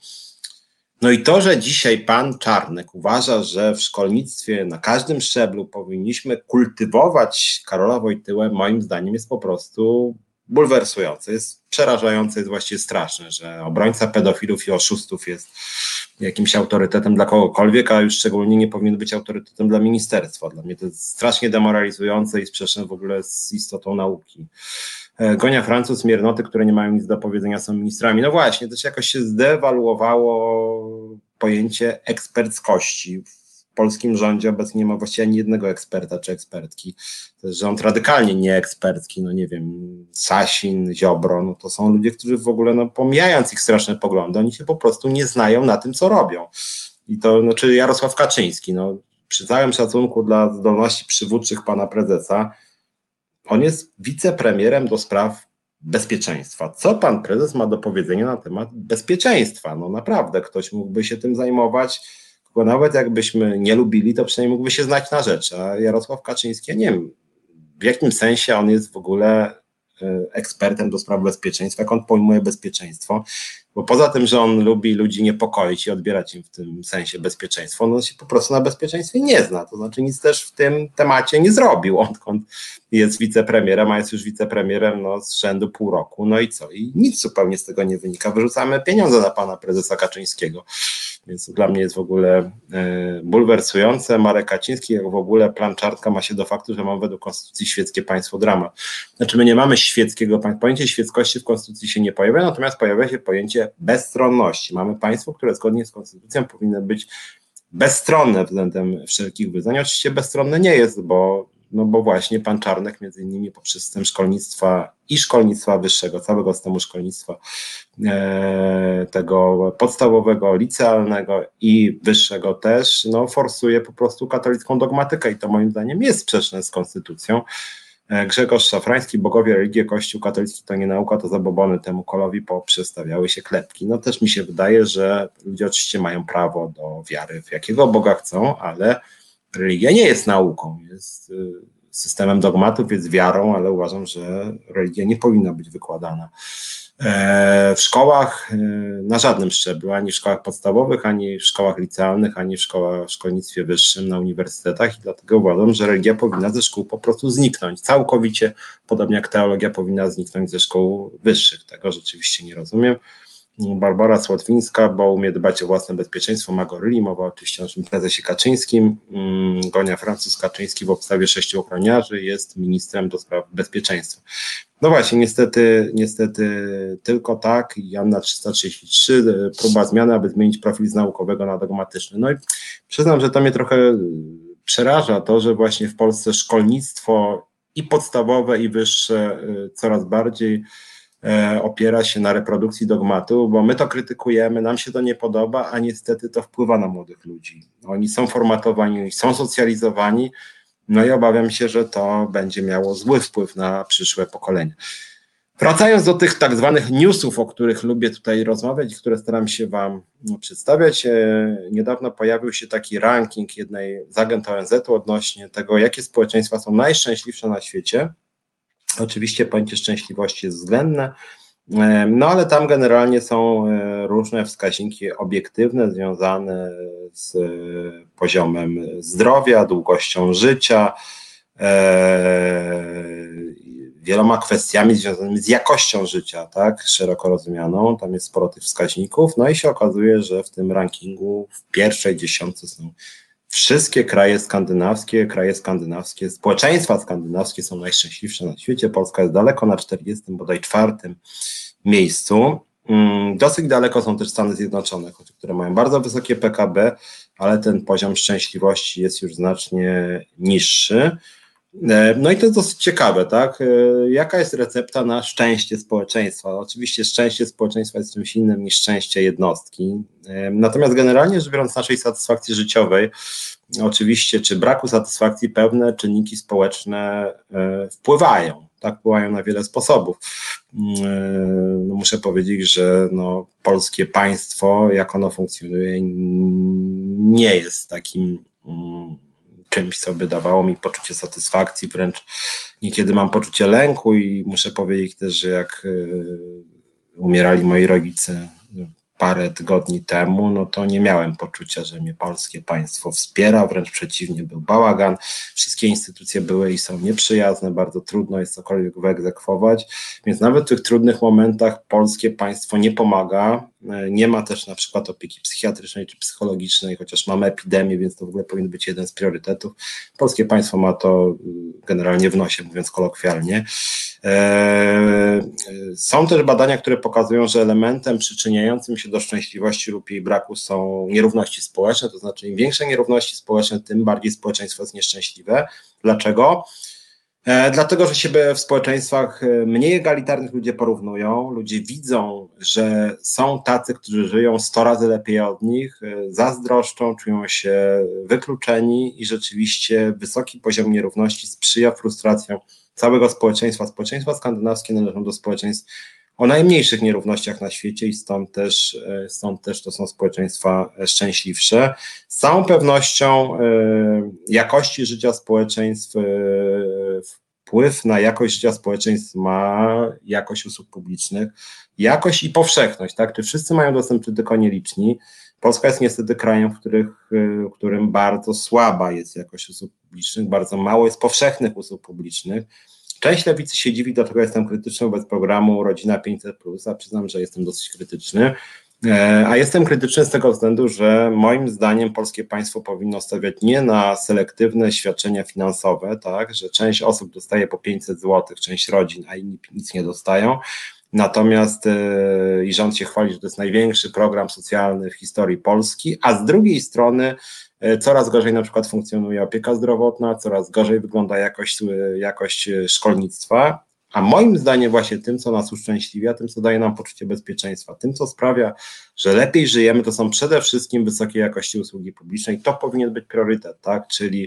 No i to, że dzisiaj pan Czarnek uważa, że w szkolnictwie na każdym szczeblu powinniśmy kultywować Karola Wojtyłę, moim zdaniem jest po prostu bulwersujące, jest przerażające, jest właściwie straszne, że obrońca pedofilów i oszustów jest jakimś autorytetem dla kogokolwiek, a już szczególnie nie powinien być autorytetem dla ministerstwa. Dla mnie to jest strasznie demoralizujące i sprzeczne w ogóle z istotą nauki. Gonia Francuz, miernoty, które nie mają nic do powiedzenia, są ministrami. No właśnie, też jakoś się zdewaluowało pojęcie eksperckości. W polskim rządzie obecnie nie ma właściwie ani jednego eksperta czy ekspertki. To jest rząd radykalnie nieekspercki, no nie wiem, Sasin, Ziobro, no to są ludzie, którzy w ogóle, no pomijając ich straszne poglądy, oni się po prostu nie znają na tym, co robią. I to, znaczy Jarosław Kaczyński, no przy całym szacunku dla zdolności przywódczych pana prezesa, on jest wicepremierem do spraw bezpieczeństwa. Co pan prezes ma do powiedzenia na temat bezpieczeństwa? No naprawdę, ktoś mógłby się tym zajmować, tylko nawet jakbyśmy nie lubili, to przynajmniej mógłby się znać na rzecz. A Jarosław Kaczyński, ja nie wiem, w jakim sensie on jest w ogóle ekspertem do spraw bezpieczeństwa, jak on pojmuje bezpieczeństwo, bo poza tym, że on lubi ludzi niepokoić i odbierać im w tym sensie bezpieczeństwo, no on się po prostu na bezpieczeństwie nie zna, to znaczy nic też w tym temacie nie zrobił, odkąd jest wicepremierem, a jest już wicepremierem no, z rzędu pół roku, no i co? I nic zupełnie z tego nie wynika, wyrzucamy pieniądze na pana prezesa Kaczyńskiego, więc dla mnie jest w ogóle bulwersujące. Marek Kaczyński, jak w ogóle plan Czarnka ma się do faktu, że mamy według konstytucji świeckie państwo dramat. Znaczy my nie mamy świeckiego państwa, pojęcie świeckości w konstytucji się nie pojawia, natomiast pojawia się pojęcie bezstronności. Mamy państwo, które zgodnie z konstytucją powinno być bezstronne względem wszelkich wyznań. Oczywiście bezstronne nie jest, bo właśnie pan Czarnek między innymi poprzez system szkolnictwa i szkolnictwa wyższego, całego systemu szkolnictwa tego podstawowego, licealnego i wyższego też, no forsuje po prostu katolicką dogmatykę i to moim zdaniem jest sprzeczne z konstytucją. Grzegorz Szafrański, bogowie, religie, Kościół katolicki to nie nauka, to zabobony, temu kolowi poprzestawiały się klepki. No też mi się wydaje, że ludzie oczywiście mają prawo do wiary w jakiego Boga chcą, ale religia nie jest nauką, jest systemem dogmatów, jest wiarą, ale uważam, że religia nie powinna być wykładana w szkołach na żadnym szczeblu, ani w szkołach podstawowych, ani w szkołach licealnych, ani w szkolnictwie wyższym, na uniwersytetach i dlatego uważam, że religia powinna ze szkół po prostu zniknąć całkowicie, podobnie jak teologia powinna zniknąć ze szkół wyższych. Tego rzeczywiście nie rozumiem. Barbara Słotwińska, bo umie dbać o własne bezpieczeństwo, ma goryli, mowa oczywiście o naszym prezesie Kaczyńskim. Gonia Francuz Kaczyński w obstawie 6 ochroniarzy jest ministrem do spraw bezpieczeństwa. No właśnie, niestety tylko tak. Janna 333, próba zmiany, aby zmienić profil z naukowego na dogmatyczny. No i przyznam, że to mnie trochę przeraża to, że właśnie w Polsce szkolnictwo i podstawowe, i wyższe coraz bardziej opiera się na reprodukcji dogmatu, bo my to krytykujemy, nam się to nie podoba, a niestety to wpływa na młodych ludzi. Oni są formatowani, są socjalizowani, no i obawiam się, że to będzie miało zły wpływ na przyszłe pokolenia. Wracając do tych tak zwanych newsów, o których lubię tutaj rozmawiać i które staram się wam przedstawiać, niedawno pojawił się taki ranking jednej z agent ONZ-u odnośnie tego, jakie społeczeństwa są najszczęśliwsze na świecie. Oczywiście pojęcie szczęśliwości jest względne, no ale tam generalnie są różne wskaźniki obiektywne związane z poziomem zdrowia, długością życia, wieloma kwestiami związanymi z jakością życia, tak, szeroko rozumianą, tam jest sporo tych wskaźników, no i się okazuje, że w tym rankingu w pierwszej dziesiątce są wszystkie kraje skandynawskie, społeczeństwa skandynawskie są najszczęśliwsze na świecie, Polska jest daleko na 40, bodaj 4. miejscu. Dosyć daleko są też Stany Zjednoczone, które mają bardzo wysokie PKB, ale ten poziom szczęśliwości jest już znacznie niższy. No i to jest dosyć ciekawe, tak? Jaka jest recepta na szczęście społeczeństwa? Oczywiście szczęście społeczeństwa jest czymś innym niż szczęście jednostki. Natomiast generalnie rzecz biorąc naszej satysfakcji życiowej, oczywiście czy braku satysfakcji pewne czynniki społeczne wpływają. Tak, wpływają na wiele sposobów. No muszę powiedzieć, że polskie państwo, jak ono funkcjonuje, nie jest takim czymś, co by dawało mi poczucie satysfakcji, wręcz niekiedy mam poczucie lęku i muszę powiedzieć też, że jak umierali moi rodzice parę tygodni temu, no to nie miałem poczucia, że mnie polskie państwo wspiera, wręcz przeciwnie, był bałagan, wszystkie instytucje były i są nieprzyjazne, bardzo trudno jest cokolwiek wyegzekwować, więc nawet w tych trudnych momentach polskie państwo nie pomaga, nie ma też na przykład opieki psychiatrycznej czy psychologicznej, chociaż mamy epidemię, więc to w ogóle powinien być jeden z priorytetów. Polskie państwo ma to generalnie w nosie, mówiąc kolokwialnie. Są też badania, które pokazują, że elementem przyczyniającym się do szczęśliwości lub jej braku są nierówności społeczne, to znaczy im większe nierówności społeczne, tym bardziej społeczeństwo jest nieszczęśliwe. Dlaczego? Dlatego, że się w społeczeństwach mniej egalitarnych ludzie porównują, ludzie widzą, że są tacy, którzy żyją 100 razy lepiej od nich, zazdroszczą, czują się wykluczeni i rzeczywiście wysoki poziom nierówności sprzyja frustracjom całego społeczeństwa. Społeczeństwa skandynawskie należą do społeczeństw o najmniejszych nierównościach na świecie i stąd też to są społeczeństwa szczęśliwsze. Z całą pewnością jakości życia społeczeństw, wpływ na jakość życia społeczeństw ma jakość usług publicznych, jakość i powszechność, tak? Czy wszyscy mają dostęp, czy tylko nieliczni? Polska jest niestety krajem, w którym bardzo słaba jest jakość usług publicznych, bardzo mało jest powszechnych usług publicznych. Część lewicy się dziwi, dlaczego jestem krytyczny wobec programu Rodzina 500+, a przyznam, że jestem dosyć krytyczny. A jestem krytyczny z tego względu, że moim zdaniem polskie państwo powinno stawiać nie na selektywne świadczenia finansowe, tak, że część osób dostaje po 500 zł, część rodzin, a inni nic nie dostają. Natomiast i rząd się chwali, że to jest największy program socjalny w historii Polski, a z drugiej strony coraz gorzej na przykład funkcjonuje opieka zdrowotna, coraz gorzej wygląda jakość szkolnictwa, a moim zdaniem właśnie tym, co nas uszczęśliwia, tym, co daje nam poczucie bezpieczeństwa, tym, co sprawia, że lepiej żyjemy, to są przede wszystkim wysokiej jakości usługi publicznej. To powinien być priorytet, tak?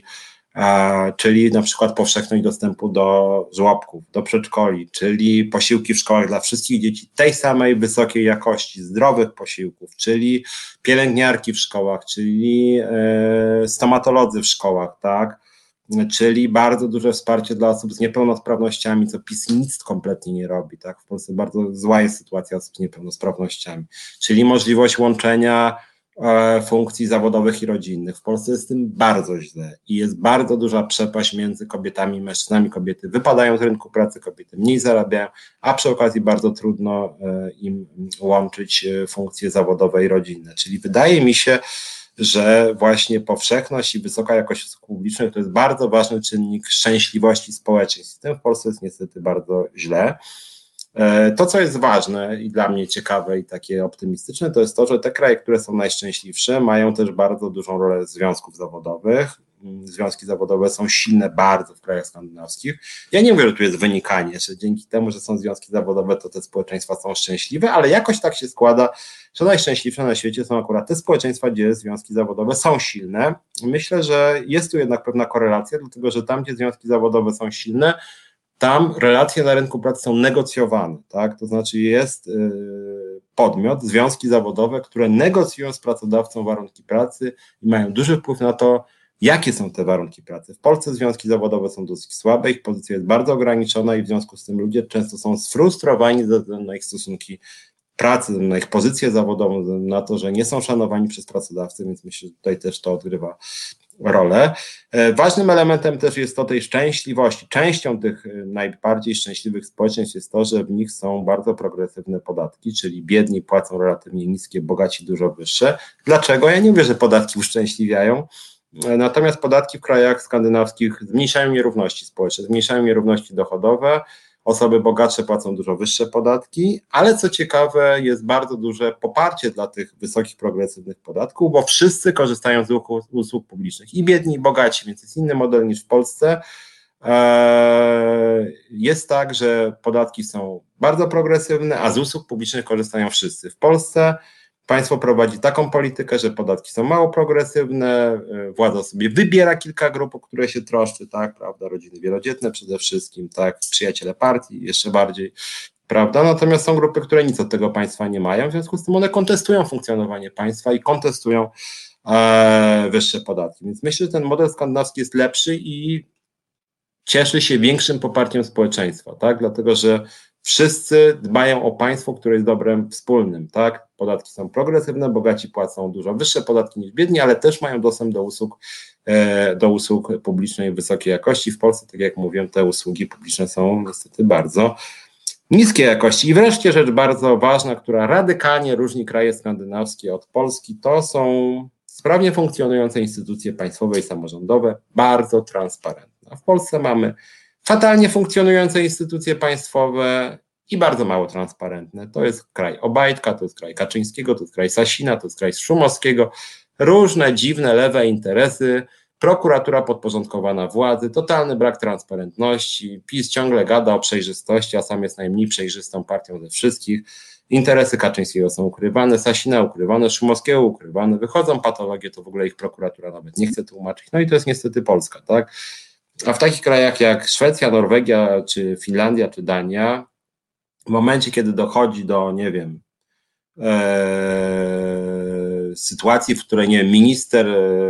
Czyli na przykład powszechność dostępu do żłobków, do przedszkoli, czyli posiłki w szkołach dla wszystkich dzieci tej samej wysokiej jakości, zdrowych posiłków, czyli pielęgniarki w szkołach, czyli stomatolodzy w szkołach, tak? Czyli bardzo duże wsparcie dla osób z niepełnosprawnościami, co PiS nic kompletnie nie robi, tak? W Polsce bardzo zła jest sytuacja osób z niepełnosprawnościami, czyli możliwość łączenia funkcji zawodowych i rodzinnych. W Polsce jest z tym bardzo źle i jest bardzo duża przepaść między kobietami i mężczyznami. Kobiety wypadają z rynku pracy, kobiety mniej zarabiają, a przy okazji bardzo trudno im łączyć funkcje zawodowe i rodzinne. Czyli wydaje mi się, że właśnie powszechność i wysoka jakość usług publicznych to jest bardzo ważny czynnik szczęśliwości społeczeństw. Z tym w Polsce jest niestety bardzo źle. To, co jest ważne i dla mnie ciekawe i takie optymistyczne, to jest to, że te kraje, które są najszczęśliwsze, mają też bardzo dużą rolę związków zawodowych. Związki zawodowe są silne bardzo w krajach skandynawskich. Ja nie mówię, że tu jest wynikanie, że dzięki temu, że są związki zawodowe, to te społeczeństwa są szczęśliwe, ale jakoś tak się składa, że najszczęśliwsze na świecie są akurat te społeczeństwa, gdzie związki zawodowe są silne. Myślę, że jest tu jednak pewna korelacja, dlatego że tam, gdzie związki zawodowe są silne, tam relacje na rynku pracy są negocjowane, tak? To znaczy jest podmiot, związki zawodowe, które negocjują z pracodawcą warunki pracy i mają duży wpływ na to, jakie są te warunki pracy. W Polsce związki zawodowe są dosyć słabe, ich pozycja jest bardzo ograniczona i w związku z tym ludzie często są sfrustrowani ze względu na ich stosunki pracy, na ich pozycję zawodową, na to, że nie są szanowani przez pracodawcę, więc myślę, że tutaj też to odgrywa rolę. Ważnym elementem też jest to tej szczęśliwości. Częścią tych najbardziej szczęśliwych społeczeństw jest to, że w nich są bardzo progresywne podatki, czyli biedni płacą relatywnie niskie, bogaci dużo wyższe. Dlaczego? Ja nie mówię, że podatki uszczęśliwiają, natomiast podatki w krajach skandynawskich zmniejszają nierówności społeczne, zmniejszają nierówności dochodowe, osoby bogatsze płacą dużo wyższe podatki, ale co ciekawe jest bardzo duże poparcie dla tych wysokich, progresywnych podatków, bo wszyscy korzystają z usług publicznych, i biedni, i bogaci, więc jest inny model niż w Polsce. Jest tak, że podatki są bardzo progresywne, a z usług publicznych korzystają wszyscy. W Polsce państwo prowadzi taką politykę, że podatki są mało progresywne, władza sobie wybiera kilka grup, o które się troszczy, tak, prawda, rodziny wielodzietne przede wszystkim, tak, przyjaciele partii jeszcze bardziej, prawda, natomiast są grupy, które nic od tego państwa nie mają, w związku z tym one kontestują funkcjonowanie państwa i kontestują wyższe podatki, więc myślę, że ten model skandynawski jest lepszy i cieszy się większym poparciem społeczeństwa, tak, dlatego, że wszyscy dbają o państwo, które jest dobrem wspólnym, tak? Podatki są progresywne, bogaci płacą dużo wyższe podatki niż biedni, ale też mają dostęp do usług publicznej wysokiej jakości. W Polsce, tak jak mówiłem, te usługi publiczne są niestety bardzo niskiej jakości. I wreszcie rzecz bardzo ważna, która radykalnie różni kraje skandynawskie od Polski, to są sprawnie funkcjonujące instytucje państwowe i samorządowe, bardzo transparentne. W Polsce mamy fatalnie funkcjonujące instytucje państwowe i bardzo mało transparentne. To jest kraj Obajtka, to jest kraj Kaczyńskiego, to jest kraj Sasina, to jest kraj Szumowskiego. Różne dziwne, lewe interesy, prokuratura podporządkowana władzy, totalny brak transparentności. PiS ciągle gada o przejrzystości, a sam jest najmniej przejrzystą partią ze wszystkich. Interesy Kaczyńskiego są ukrywane, Sasina ukrywane, Szumowskiego ukrywane. Wychodzą patologie, to w ogóle ich prokuratura nawet nie chce tłumaczyć. No i to jest niestety Polska, tak? A w takich krajach jak Szwecja, Norwegia, czy Finlandia, czy Dania, w momencie, kiedy dochodzi do, nie wiem, sytuacji, w której, nie wiem, minister,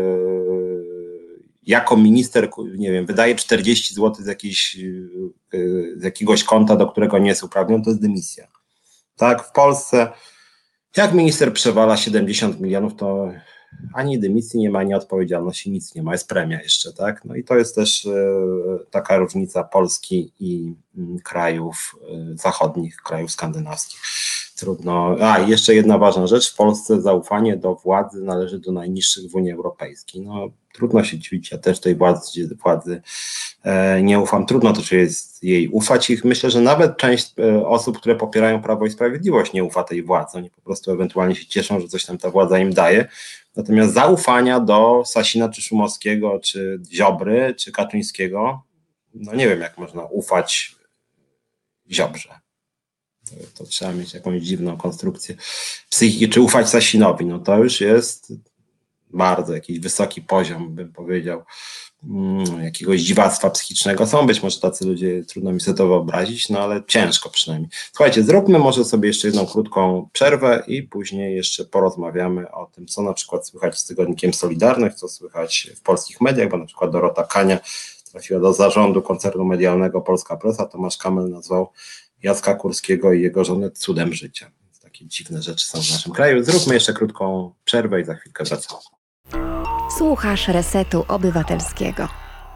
jako minister, nie wiem, wydaje 40 zł z jakiegoś konta, do którego nie jest uprawniony, to jest dymisja. Tak, w Polsce, jak minister przewala 70 milionów, to ani dymisji nie ma, ani odpowiedzialności, nic nie ma, jest premia jeszcze, tak? No i to jest też taka różnica Polski i krajów zachodnich, krajów skandynawskich. Trudno. I jeszcze jedna ważna rzecz, w Polsce zaufanie do władzy należy do najniższych w Unii Europejskiej. No, trudno się dziwić, ja też tej władzy nie ufam, trudno też jest jej ufać i myślę, że nawet część osób, które popierają Prawo i Sprawiedliwość, nie ufa tej władzy, oni po prostu ewentualnie się cieszą, że coś tam ta władza im daje, natomiast zaufania do Sasina, czy Szumowskiego, czy Ziobry, czy Kaczyńskiego, no nie wiem, jak można ufać Ziobrze. To trzeba mieć jakąś dziwną konstrukcję psychiki, czy ufać Sasinowi, no to już jest bardzo jakiś wysoki poziom, bym powiedział, jakiegoś dziwactwa psychicznego. Są być może tacy ludzie, trudno mi sobie to wyobrazić, no ale ciężko przynajmniej. Słuchajcie, zróbmy może sobie jeszcze jedną krótką przerwę i później jeszcze porozmawiamy o tym, co na przykład słychać z tygodnikiem Solidarność, co słychać w polskich mediach, bo na przykład Dorota Kania trafiła do zarządu koncernu medialnego Polska Presa, Tomasz Kamel nazwał Jacka Kurskiego i jego żonę cudem życia. Więc takie dziwne rzeczy są w naszym kraju. Zróbmy jeszcze krótką przerwę i za chwilkę wracamy. Słuchasz Resetu Obywatelskiego.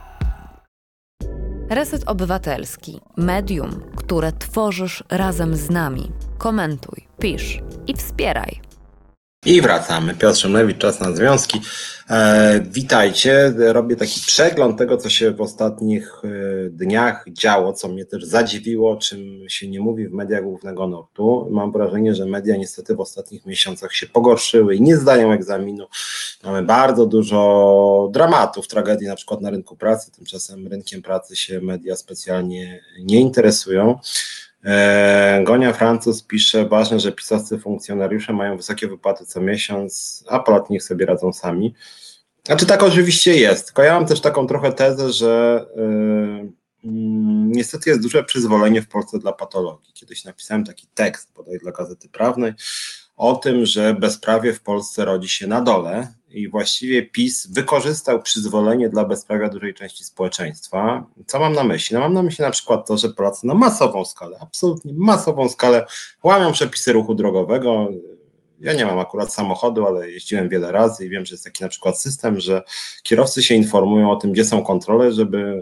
Reset Obywatelski. Medium, które tworzysz razem z nami. Komentuj, pisz i wspieraj. I wracamy. Piotr Szymlewicz, Czas na Związki. Witajcie. Robię taki przegląd tego, co się w ostatnich dniach działo, co mnie też zadziwiło, czym się nie mówi w mediach głównego nurtu. Mam wrażenie, że media niestety w ostatnich miesiącach się pogorszyły i nie zdają egzaminu. Mamy bardzo dużo dramatów, tragedii na przykład na rynku pracy. Tymczasem rynkiem pracy się media specjalnie nie interesują. Gonia Francuz pisze, ważne, że pisowscy funkcjonariusze mają wysokie wypłaty co miesiąc, a Polacy niech sobie radzą sami. Znaczy tak oczywiście jest, tylko ja mam też taką trochę tezę, że niestety jest duże przyzwolenie w Polsce dla patologii. Kiedyś napisałem taki tekst, bodaj dla Gazety Prawnej, o tym, że bezprawie w Polsce rodzi się na dole i właściwie PiS wykorzystał przyzwolenie dla bezprawia dużej części społeczeństwa. Co mam na myśli? No mam na myśli na przykład to, że Polacy na masową skalę, absolutnie masową skalę łamią przepisy ruchu drogowego. ja nie mam akurat samochodu, ale jeździłem wiele razy i wiem, że jest taki na przykład system, że kierowcy się informują o tym, gdzie są kontrole,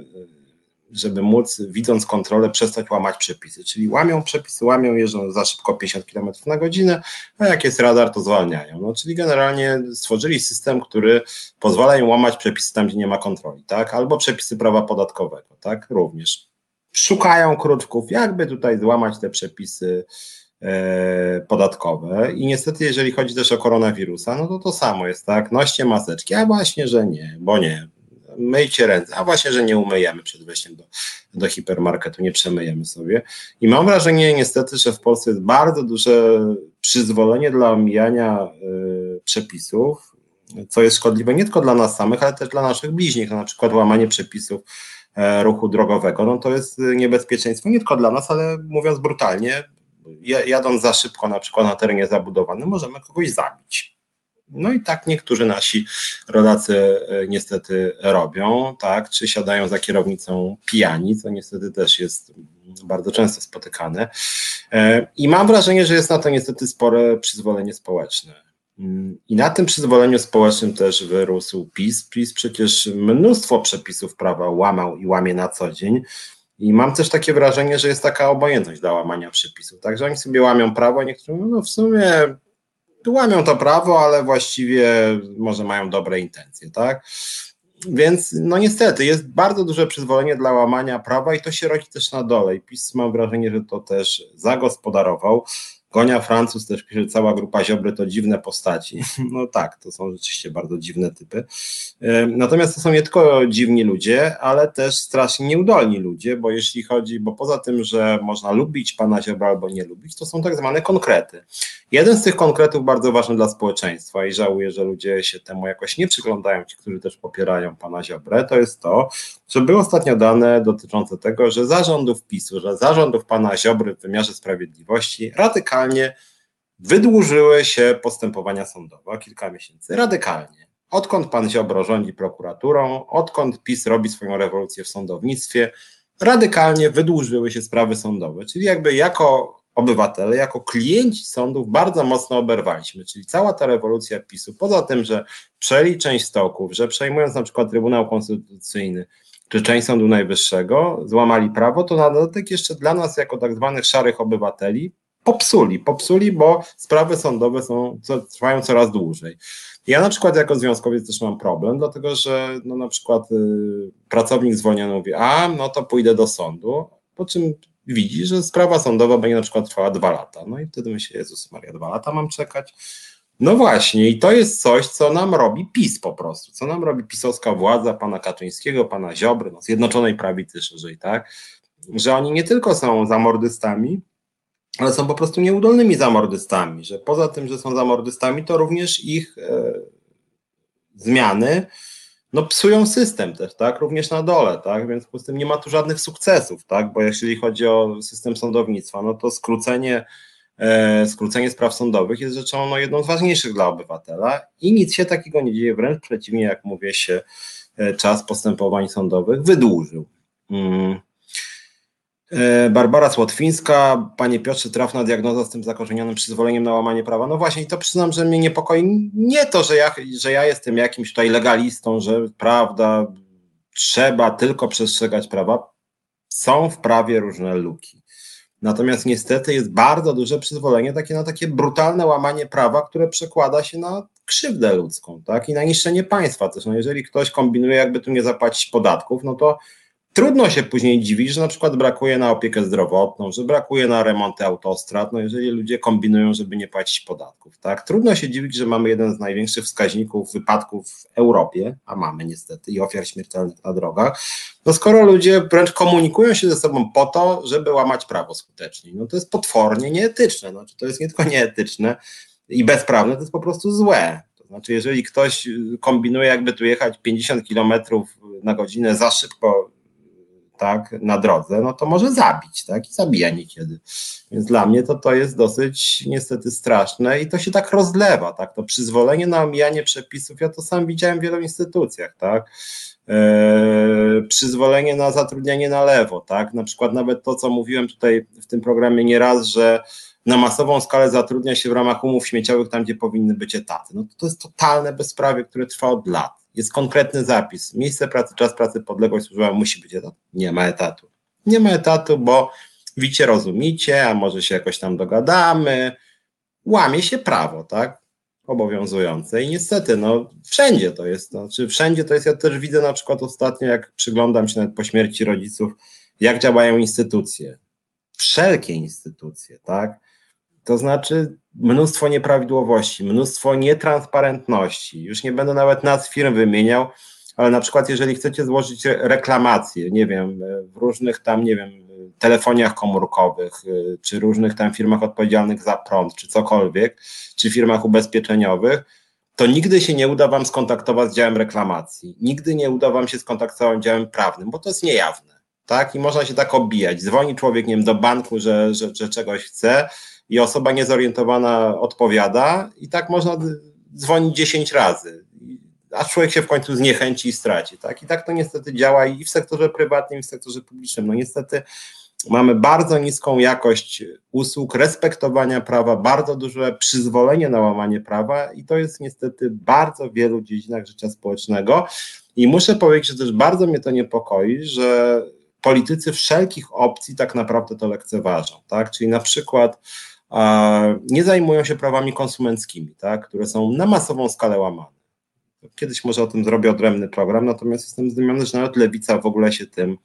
żeby móc, widząc kontrolę, przestać łamać przepisy. Czyli łamią przepisy, jeżdżą za szybko 50 km na godzinę, a jak jest radar, to zwalniają. No, czyli generalnie stworzyli system, który pozwala im łamać przepisy tam, gdzie nie ma kontroli, tak? Albo przepisy prawa podatkowego, tak? Również. Szukają kruczków, jakby tutaj złamać te przepisy podatkowe i niestety jeżeli chodzi też o koronawirusa, no to samo jest, tak? Noście maseczki, a właśnie, że nie, bo nie. Myjcie ręce, a właśnie, że nie umyjemy przed wejściem do hipermarketu, nie przemyjemy sobie. I mam wrażenie niestety, że w Polsce jest bardzo duże przyzwolenie dla omijania przepisów, co jest szkodliwe nie tylko dla nas samych, ale też dla naszych bliźnich, na przykład łamanie przepisów ruchu drogowego, no to jest niebezpieczeństwo nie tylko dla nas, ale mówiąc brutalnie, jadąc za szybko na przykład na terenie zabudowanym, możemy kogoś zabić. No i tak niektórzy nasi rodacy niestety robią, tak, czy siadają za kierownicą pijani, co niestety też jest bardzo często spotykane. I mam wrażenie, że jest na to niestety spore przyzwolenie społeczne. I na tym przyzwoleniu społecznym też wyrósł PiS. PiS przecież mnóstwo przepisów prawa łamał i łamie na co dzień. I mam też takie wrażenie, że jest taka obojętność dla łamania przepisów. Także oni sobie łamią prawo, a niektórzy mówią, no w sumie łamią to prawo, ale właściwie może mają dobre intencje, tak? Więc no niestety jest bardzo duże przyzwolenie dla łamania prawa i to się rodzi też na dole. I PiS mam wrażenie, że to też zagospodarował. Gonia Francuz też pisze, cała grupa Ziobry to dziwne postaci. No tak, to są rzeczywiście bardzo dziwne typy. Natomiast to są nie tylko dziwni ludzie, ale też strasznie nieudolni ludzie, bo poza tym, że można lubić pana Ziobra albo nie lubić, to są tak zwane konkrety. Jeden z tych konkretów bardzo ważny dla społeczeństwa i żałuję, że ludzie się temu jakoś nie przyglądają, ci, którzy też popierają pana Ziobrę, to jest to, że były ostatnio dane dotyczące tego, że za rządów PiS-u, że za rządów pana Ziobry w wymiarze sprawiedliwości radykalnie wydłużyły się postępowania sądowe o kilka miesięcy. Radykalnie. Odkąd pan Ziobro rządzi prokuraturą, odkąd PiS robi swoją rewolucję w sądownictwie, radykalnie wydłużyły się sprawy sądowe. Czyli jakby jako obywatele, jako klienci sądów bardzo mocno oberwaliśmy. Czyli cała ta rewolucja PiS-u, poza tym, że przejęli część stołków, że przejmując na przykład Trybunał Konstytucyjny czy część Sądu Najwyższego, złamali prawo, to na dodatek jeszcze dla nas jako tak zwanych szarych obywateli popsuli, bo sprawy sądowe trwają coraz dłużej. Ja na przykład jako związkowiec też mam problem, dlatego że no na przykład pracownik zwolniony mówi, no to pójdę do sądu, po czym widzi, że sprawa sądowa będzie na przykład trwała 2 lata. No i wtedy myślę, Jezus Maria, 2 lata mam czekać? No właśnie i to jest coś, co nam robi PiS po prostu, co nam robi pisowska władza pana Kaczyńskiego, pana Ziobry, no Zjednoczonej Prawicy szerzej, tak, że oni nie tylko są zamordystami, ale są po prostu nieudolnymi zamordystami, że poza tym, że są zamordystami, to również ich zmiany no psują system też, tak, również na dole, tak, więc po tym nie ma tu żadnych sukcesów, tak, bo jeśli chodzi o system sądownictwa, no to skrócenie spraw sądowych jest rzeczą no, jedną z ważniejszych dla obywatela i nic się takiego nie dzieje, wręcz przeciwnie, jak mówię, się czas postępowań sądowych wydłużył. Barbara Słotwińska, panie Piotrze, trafna diagnoza z tym zakorzenionym przyzwoleniem na łamanie prawa. No właśnie i to przyznam, że mnie niepokoi nie to, że ja jestem jakimś tutaj legalistą, że prawda, trzeba tylko przestrzegać prawa. Są w prawie różne luki. Natomiast niestety jest bardzo duże przyzwolenie na takie brutalne łamanie prawa, które przekłada się na krzywdę ludzką, tak? I na niszczenie państwa też. No jeżeli ktoś kombinuje, jakby tu nie zapłacić podatków, no to trudno się później dziwić, że na przykład brakuje na opiekę zdrowotną, że brakuje na remonty autostrad, no jeżeli ludzie kombinują, żeby nie płacić podatków, tak? Trudno się dziwić, że mamy jeden z największych wskaźników wypadków w Europie, a mamy niestety, i ofiar śmiertelnych na drogach, no skoro ludzie wręcz komunikują się ze sobą po to, żeby łamać prawo skuteczniej. No to jest potwornie nieetyczne, znaczy to jest nie tylko nieetyczne i bezprawne, to jest po prostu złe. To znaczy jeżeli ktoś kombinuje, jakby tu jechać 50 km na godzinę za szybko, tak, na drodze, no to może zabić, tak, i zabija niekiedy. Więc dla mnie to jest dosyć niestety straszne i to się tak rozlewa, tak, to przyzwolenie na omijanie przepisów, ja to sam widziałem w wielu instytucjach, tak, przyzwolenie na zatrudnianie na lewo, tak, na przykład nawet to, co mówiłem tutaj w tym programie nieraz, że na masową skalę zatrudnia się w ramach umów śmieciowych tam, gdzie powinny być etaty. No to jest totalne bezprawie, które trwa od lat. Jest konkretny zapis. Miejsce pracy, czas pracy, podległość służbowa, musi być etat. Nie ma etatu. Nie ma etatu, bo wicie, rozumicie, a może się jakoś tam dogadamy. Łamie się prawo, tak? Obowiązujące i niestety, no wszędzie to jest, ja też widzę na przykład ostatnio, jak przyglądam się nawet po śmierci rodziców, jak działają instytucje, wszelkie instytucje, tak? To znaczy mnóstwo nieprawidłowości, mnóstwo nietransparentności, już nie będę nawet nazw firm wymieniał, ale na przykład jeżeli chcecie złożyć reklamację, nie wiem, w różnych tam, nie wiem, telefoniach komórkowych, czy różnych tam firmach odpowiedzialnych za prąd, czy cokolwiek, czy firmach ubezpieczeniowych, to nigdy się nie uda wam skontaktować z działem reklamacji, nigdy nie uda wam się skontaktować z działem prawnym, bo to jest niejawne, tak? I można się tak obijać. Dzwoni człowiek, nie wiem, do banku, że czegoś chce i osoba niezorientowana odpowiada i tak można dzwonić 10 razy, a człowiek się w końcu zniechęci i straci, tak? I tak to niestety działa i w sektorze prywatnym, i w sektorze publicznym. No niestety mamy bardzo niską jakość usług, respektowania prawa, bardzo duże przyzwolenie na łamanie prawa i to jest niestety w bardzo wielu dziedzinach życia społecznego i muszę powiedzieć, że też bardzo mnie to niepokoi, że politycy wszelkich opcji tak naprawdę to lekceważą, tak? Czyli na przykład nie zajmują się prawami konsumenckimi, tak? Które są na masową skalę łamane. Kiedyś może o tym zrobię odrębny program, natomiast jestem zdumiony, że nawet Lewica w ogóle się tym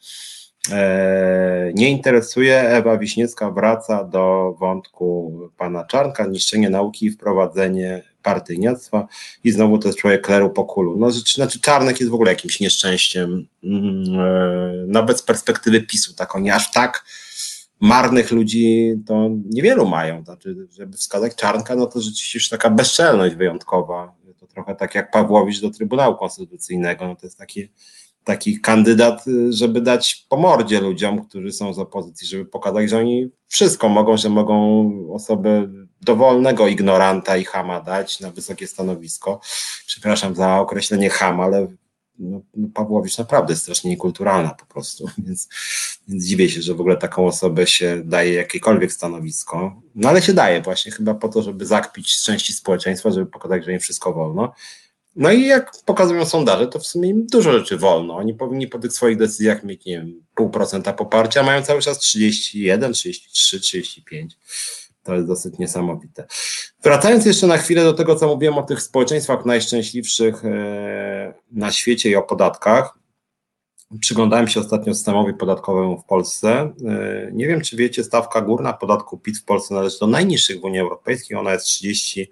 nie interesuje. Ewa Wiśniewska wraca do wątku pana Czarnka, niszczenie nauki i wprowadzenie partyjniactwa i znowu to jest człowiek kleru po kulu. No, znaczy Czarnek jest w ogóle jakimś nieszczęściem, nawet z perspektywy PiS-u, tak oni aż tak marnych ludzi to niewielu mają, znaczy, żeby wskazać Czarnka, no to rzeczywiście już taka bezczelność wyjątkowa, to trochę tak jak Pawłowicz do Trybunału Konstytucyjnego, no to jest taki kandydat, żeby dać po mordzie ludziom, którzy są z opozycji, żeby pokazać, że oni wszystko mogą, że mogą osobę dowolnego ignoranta i chama dać na wysokie stanowisko. Przepraszam za określenie cham, ale Pawłowicz naprawdę jest strasznie niekulturalna po prostu, więc dziwię się, że w ogóle taką osobę się daje jakiekolwiek stanowisko, no ale się daje właśnie chyba po to, żeby zakpić z części społeczeństwa, żeby pokazać, że im wszystko wolno. No i jak pokazują sondaże, to w sumie im dużo rzeczy wolno. Oni powinni po tych swoich decyzjach mieć, nie wiem, 0,5% poparcia, a mają cały czas 31, 33, 35. To jest dosyć niesamowite. Wracając jeszcze na chwilę do tego, co mówiłem o tych społeczeństwach najszczęśliwszych na świecie i o podatkach. Przyglądałem się ostatnio systemowi podatkowemu w Polsce. Nie wiem, czy wiecie, stawka górna podatku PIT w Polsce należy do najniższych w Unii Europejskiej. Ona jest 32%,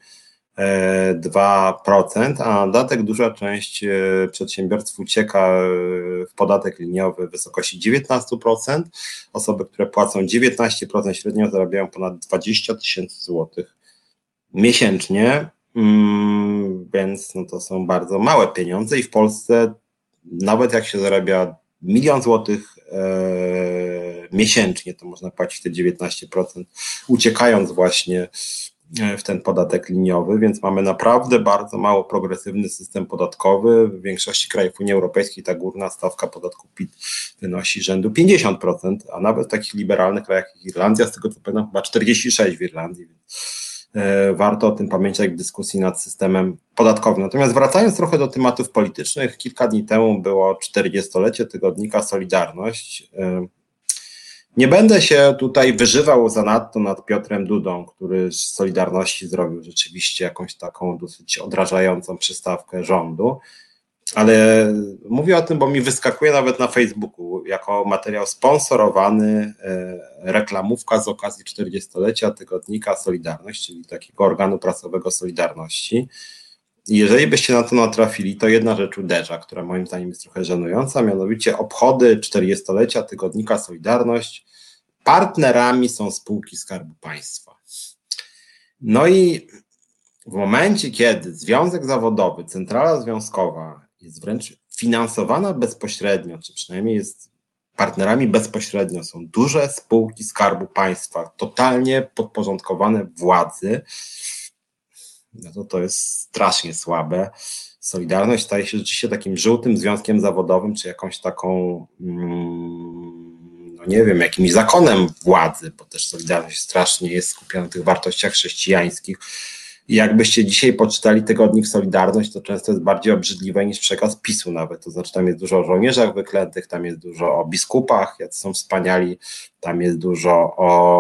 a na dodatek duża część przedsiębiorstw ucieka w podatek liniowy w wysokości 19%. Osoby, które płacą 19% średnio zarabiają ponad 20 000 złotych miesięcznie, więc no to są bardzo małe pieniądze i w Polsce nawet jak się zarabia 1 000 000 złotych miesięcznie, to można płacić te 19%, uciekając właśnie w ten podatek liniowy, więc mamy naprawdę bardzo mało progresywny system podatkowy. W większości krajów Unii Europejskiej ta górna stawka podatku PIT wynosi rzędu 50%, a nawet w takich liberalnych krajach jak Irlandia, z tego co pamiętam, chyba 46% w Irlandii, więc warto o tym pamiętać w dyskusji nad systemem podatkowym. Natomiast wracając trochę do tematów politycznych, kilka dni temu było 40-lecie tygodnika Solidarność. Nie będę się tutaj wyżywał zanadto nad Piotrem Dudą, który z Solidarności zrobił rzeczywiście jakąś taką dosyć odrażającą przystawkę rządu, ale mówię o tym, bo mi wyskakuje nawet na Facebooku jako materiał sponsorowany, reklamówka z okazji 40-lecia tygodnika Solidarność, czyli takiego organu prasowego Solidarności. I jeżeli byście na to natrafili, to jedna rzecz uderza, która moim zdaniem jest trochę żenująca, mianowicie obchody 40-lecia tygodnika Solidarność. Partnerami są spółki Skarbu Państwa. No i w momencie, kiedy związek zawodowy, centrala związkowa jest wręcz finansowana bezpośrednio, czy przynajmniej jest partnerami bezpośrednio, są duże spółki Skarbu Państwa, totalnie podporządkowane władzy, no to jest strasznie słabe. Solidarność staje się rzeczywiście takim żółtym związkiem zawodowym, czy jakąś taką no nie wiem, jakimś zakonem władzy, bo też Solidarność strasznie jest skupiona na tych wartościach chrześcijańskich. I jakbyście dzisiaj poczytali tygodnik Solidarność, to często jest bardziej obrzydliwe niż przekaz PiS-u nawet. To znaczy tam jest dużo o żołnierzach wyklętych, tam jest dużo o biskupach, jacy są wspaniali, tam jest dużo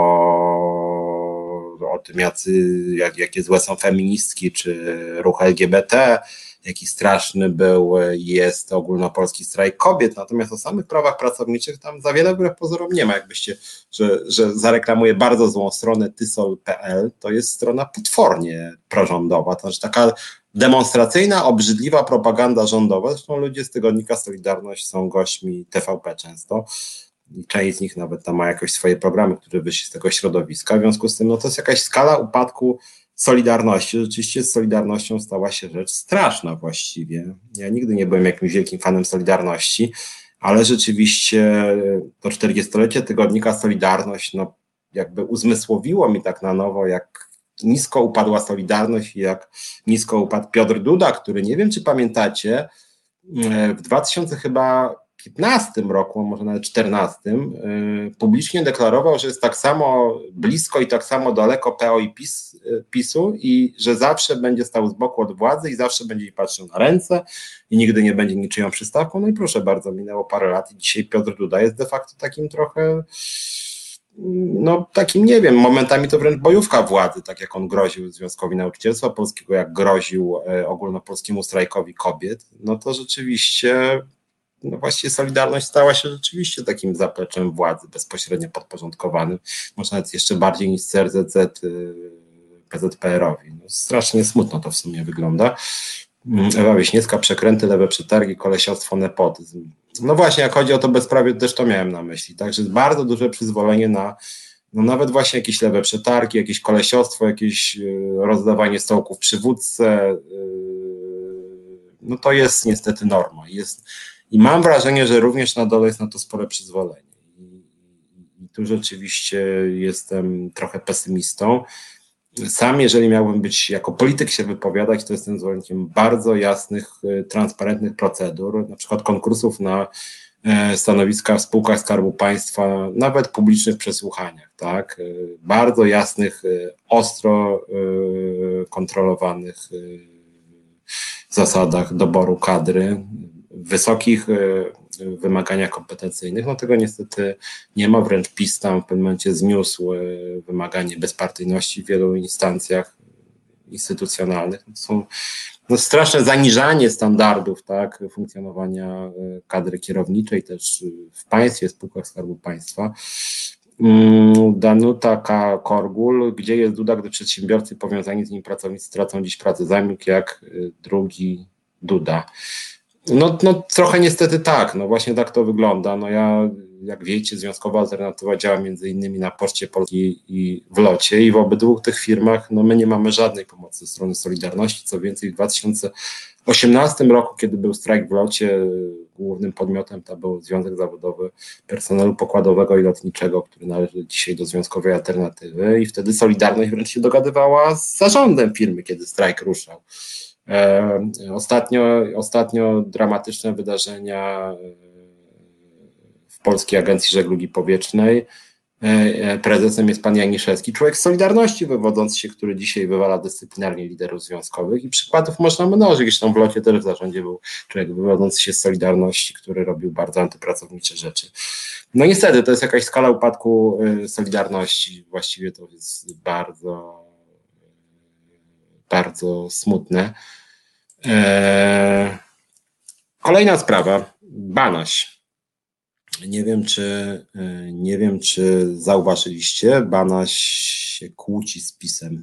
o tym, jakie złe są feministki, czy ruch LGBT, jaki straszny był, jest ogólnopolski strajk kobiet, natomiast o samych prawach pracowniczych tam za wiele wbrew pozorom nie ma. Jakbyście, że zareklamuję bardzo złą stronę tysol.pl, to jest strona potwornie prorządowa, to znaczy taka demonstracyjna, obrzydliwa propaganda rządowa. Zresztą ludzie z tygodnika Solidarność są gośćmi TVP często. I część z nich nawet tam ma jakoś swoje programy, które wyszły z tego środowiska. W związku z tym, no to jest jakaś skala upadku Solidarności. Rzeczywiście z Solidarnością stała się rzecz straszna właściwie. Ja nigdy nie byłem jakimś wielkim fanem Solidarności, ale rzeczywiście to 40-lecie tygodnika Solidarność, no jakby uzmysłowiło mi tak na nowo, jak nisko upadła Solidarność i jak nisko upadł Piotr Duda, który, nie wiem czy pamiętacie, w 2015 roku, może nawet 2014, publicznie deklarował, że jest tak samo blisko i tak samo daleko PO i PiS-u i że zawsze będzie stał z boku od władzy i zawsze będzie patrzył na ręce i nigdy nie będzie niczyją przystawką. No i proszę bardzo, minęło parę lat i dzisiaj Piotr Duda jest de facto takim trochę, no takim, nie wiem, momentami to wręcz bojówka władzy, tak jak on groził Związkowi Nauczycielstwa Polskiego, jak groził ogólnopolskiemu strajkowi kobiet, no to rzeczywiście no właściwie Solidarność stała się rzeczywiście takim zapleczem władzy bezpośrednio podporządkowanym, może nawet jeszcze bardziej niż CRZZ PZPR-owi. No, strasznie smutno to w sumie wygląda. Ewa Wiśniewska, przekręty, lewe przetargi, kolesiostwo, nepotyzm. No właśnie, jak chodzi o to bezprawie, też to miałem na myśli. Także jest bardzo duże przyzwolenie na no nawet właśnie jakieś lewe przetargi, jakieś kolesiostwo, jakieś rozdawanie stołków przywódcę. No to jest niestety norma. I mam wrażenie, że również na dole jest na to spore przyzwolenie. I tu rzeczywiście jestem trochę pesymistą. Sam, jeżeli miałbym być jako polityk się wypowiadać, to jestem zwolennikiem bardzo jasnych, transparentnych procedur, na przykład konkursów na stanowiska w spółkach Skarbu Państwa, nawet publicznych przesłuchaniach, tak? Bardzo jasnych, ostro kontrolowanych zasadach doboru kadry, wysokich wymaganiach kompetencyjnych. No tego niestety nie ma, wręcz PiS tam w pewnym momencie zniósł wymaganie bezpartyjności w wielu instancjach instytucjonalnych. To są straszne zaniżanie standardów, tak, funkcjonowania kadry kierowniczej też w państwie, w spółkach Skarbu Państwa. Danuta Korgul, gdzie jest Duda, gdy przedsiębiorcy powiązani z nim pracownicy tracą dziś pracę? Zamilkł jak drugi Duda. No trochę niestety tak, no właśnie tak to wygląda. No ja, jak wiecie, Związkowa Alternatywa działa między innymi na Poczcie Polskiej i w Locie i w obydwu tych firmach no my nie mamy żadnej pomocy ze strony Solidarności. Co więcej, w 2018 roku, kiedy był strajk w Locie, głównym podmiotem to był Związek Zawodowy Personelu Pokładowego i Lotniczego, który należy dzisiaj do Związkowej Alternatywy i wtedy Solidarność wręcz się dogadywała z zarządem firmy, kiedy strajk ruszał. Ostatnio dramatyczne wydarzenia w Polskiej Agencji Żeglugi Powietrznej. Prezesem jest pan Janiszewski, człowiek z Solidarności wywodzący się, który dzisiaj wywala dyscyplinarnie liderów związkowych i przykładów można mnożyć. Zresztą w Locie też w zarządzie był człowiek wywodzący się z Solidarności, który robił bardzo antypracownicze rzeczy. No niestety to jest jakaś skala upadku Solidarności. Właściwie to jest bardzo, bardzo smutne. Kolejna sprawa, Banaś. Nie wiem, czy zauważyliście, Banaś się kłóci z PiS-em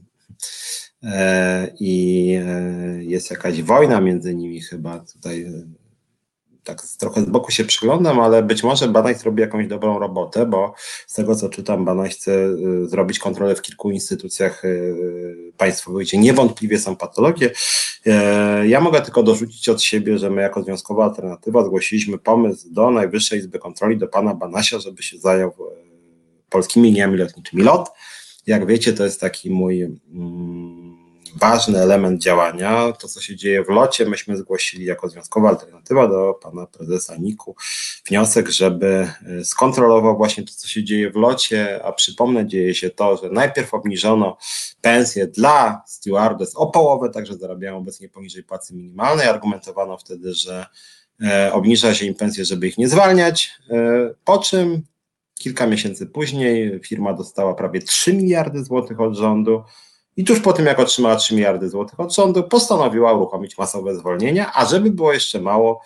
i jest jakaś wojna między nimi chyba. Tutaj tak trochę z boku się przyglądam, ale być może Banaś zrobi jakąś dobrą robotę, bo z tego co czytam, Banaś chce zrobić kontrolę w kilku instytucjach państwowych, gdzie niewątpliwie są patologie. Ja mogę tylko dorzucić od siebie, że my jako Związkowa Alternatywa zgłosiliśmy pomysł do Najwyższej Izby Kontroli, do pana Banasia, żeby się zajął polskimi liniami lotniczymi. LOT, jak wiecie, to jest taki mój ważny element działania. To, co się dzieje w locie, myśmy zgłosili jako Związkowa Alternatywa do pana prezesa NIK-u wniosek, żeby skontrolował właśnie to, co się dzieje w locie, a przypomnę, dzieje się to, że najpierw obniżono pensje dla stewardess o połowę, także zarabiają obecnie poniżej płacy minimalnej. Argumentowano wtedy, że obniża się im pensje, żeby ich nie zwalniać, po czym kilka miesięcy później firma dostała prawie 3 miliardy złotych od rządu i tuż po tym, jak otrzymała 3 miliardy złotych od rządu, postanowiła uruchomić masowe zwolnienia, a żeby było jeszcze mało,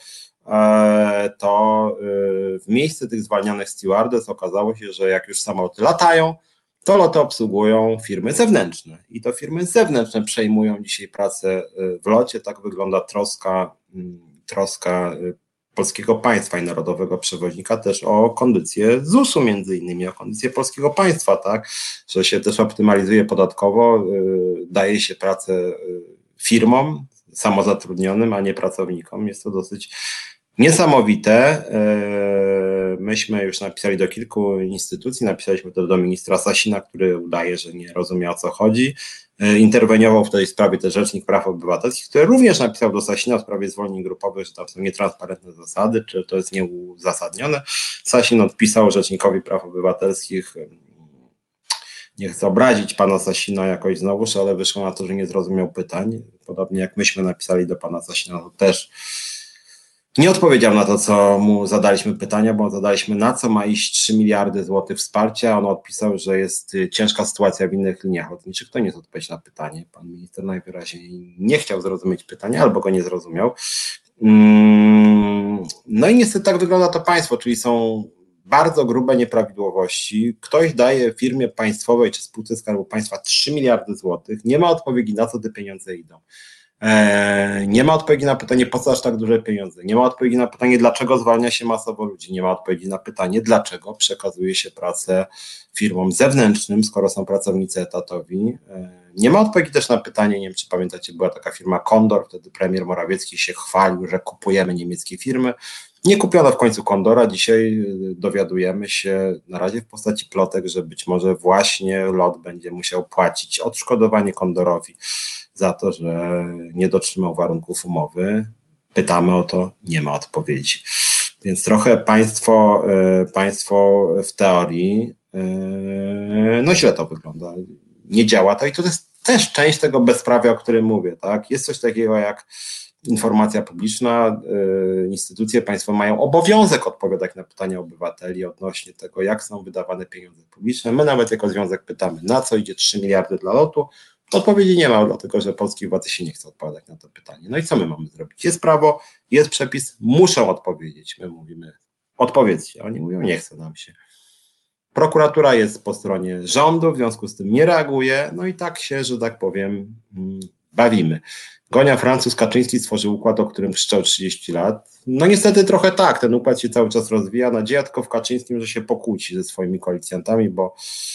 to w miejsce tych zwalnianych stewardess okazało się, że jak już samoloty latają, to loty obsługują firmy zewnętrzne i to firmy zewnętrzne przejmują dzisiaj pracę w locie. Tak wygląda troska polskiego państwa i narodowego przewoźnika też o kondycję ZUS-u między innymi, o kondycję polskiego państwa, tak, że się też optymalizuje podatkowo, daje się pracę firmom samozatrudnionym, a nie pracownikom. Jest to dosyć niesamowite. Myśmy już napisali do kilku instytucji, napisaliśmy to do ministra Sasina, który udaje, że nie rozumie, o co chodzi. Interweniował w tej sprawie też Rzecznik Praw Obywatelskich, który również napisał do Sasina w sprawie zwolnień grupowych, że tam są nietransparentne zasady, czy to jest nieuzasadnione. Sasin odpisał Rzecznikowi Praw Obywatelskich, nie chcę obrazić pana Sasina jakoś znowuż, ale wyszło na to, że nie zrozumiał pytań. Podobnie jak myśmy napisali do pana Sasina, to też nie odpowiedział na to, co mu zadaliśmy pytania, bo zadaliśmy, na co ma iść 3 miliardy złotych wsparcia, a on odpisał, że jest ciężka sytuacja w innych liniach lotniczych. To nie jest odpowiedź na pytanie. Pan minister najwyraźniej nie chciał zrozumieć pytania, albo go nie zrozumiał. No i niestety tak wygląda to państwo, czyli są bardzo grube nieprawidłowości. Ktoś daje firmie państwowej czy spółce Skarbu Państwa 3 miliardy złotych, nie ma odpowiedzi, na co te pieniądze idą. Nie ma odpowiedzi na pytanie, po co aż tak duże pieniądze. Nie ma odpowiedzi na pytanie, dlaczego zwalnia się masowo ludzi. Nie ma odpowiedzi na pytanie, dlaczego przekazuje się pracę firmom zewnętrznym, skoro są pracownicy etatowi. Nie ma odpowiedzi też na pytanie, nie wiem, czy pamiętacie, była taka firma Condor, wtedy premier Morawiecki się chwalił, że kupujemy niemieckie firmy. Nie kupiono w końcu Condora. Dzisiaj dowiadujemy się, na razie w postaci plotek, że być może właśnie LOT będzie musiał płacić odszkodowanie Condorowi za to, że nie dotrzymał warunków umowy. Pytamy o to, nie ma odpowiedzi. Więc trochę państwo w teorii, no źle to wygląda. Nie działa to i to jest też część tego bezprawia, o którym mówię. Tak? Jest coś takiego jak informacja publiczna, instytucje państwowe mają obowiązek odpowiadać na pytania obywateli odnośnie tego, jak są wydawane pieniądze publiczne. My nawet jako związek pytamy, na co idzie 3 miliardy dla lotu. Odpowiedzi nie ma, dlatego że polskie władze się nie chcą odpowiadać na to pytanie. No i co my mamy zrobić? Jest prawo, jest przepis, muszą odpowiedzieć. My mówimy, odpowiedzcie. Oni mówią, nie chce nam się. Prokuratura jest po stronie rządu, w związku z tym nie reaguje, no i tak się, że tak powiem, bawimy. Gonia Francuz Kaczyński stworzył układ, o którym krzyczał 30 lat. No niestety trochę tak, ten układ się cały czas rozwija. Nadzieja tylko w Kaczyńskim, że się pokłóci ze swoimi koalicjantami, bo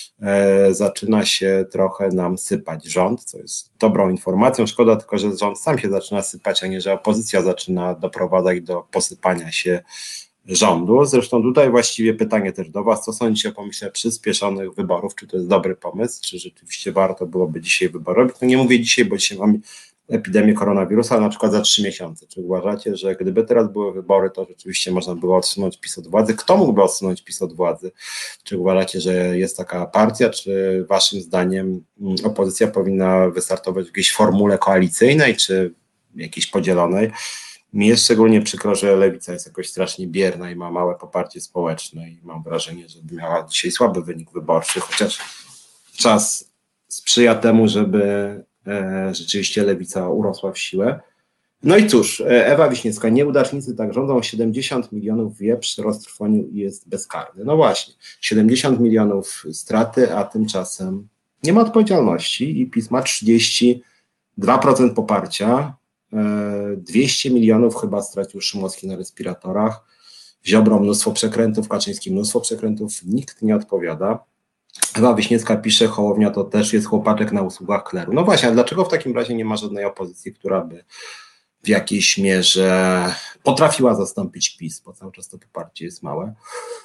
zaczyna się trochę nam sypać rząd, co jest dobrą informacją. Szkoda tylko, że rząd sam się zaczyna sypać, a nie, że opozycja zaczyna doprowadzać do posypania się rządu. Zresztą tutaj właściwie pytanie też do was, co sądzicie o pomyśle przyspieszonych wyborów, czy to jest dobry pomysł, czy rzeczywiście warto byłoby dzisiaj wybory robić? No nie mówię dzisiaj, bo dzisiaj mamy epidemię koronawirusa, ale na przykład za 3 miesiące. Czy uważacie, że gdyby teraz były wybory, to rzeczywiście można było odsunąć PiS od władzy? Kto mógłby odsunąć PiS od władzy? Czy uważacie, że jest taka partia, czy waszym zdaniem opozycja powinna wystartować w jakiejś formule koalicyjnej, czy jakiejś podzielonej? Mi jest szczególnie przykro, że Lewica jest jakoś strasznie bierna i ma małe poparcie społeczne i mam wrażenie, że miała dzisiaj słaby wynik wyborczy, chociaż czas sprzyja temu, żeby rzeczywiście Lewica urosła w siłę. No i cóż, Ewa Wiśniewska, nieudacznicy tak rządzą, 70 milionów wieprz roztrwonił i jest bezkarny. No właśnie, 70 milionów straty, a tymczasem nie ma odpowiedzialności i PiS ma 32% poparcia, 200 milionów chyba stracił Szumowski na respiratorach, Ziobro mnóstwo przekrętów, Kaczyński mnóstwo przekrętów, nikt nie odpowiada. Ewa Wiśniewska pisze, Hołownia to też jest chłopaczek na usługach kleru. No właśnie, a dlaczego w takim razie nie ma żadnej opozycji, która by w jakiejś mierze potrafiła zastąpić PiS, bo cały czas to poparcie jest małe.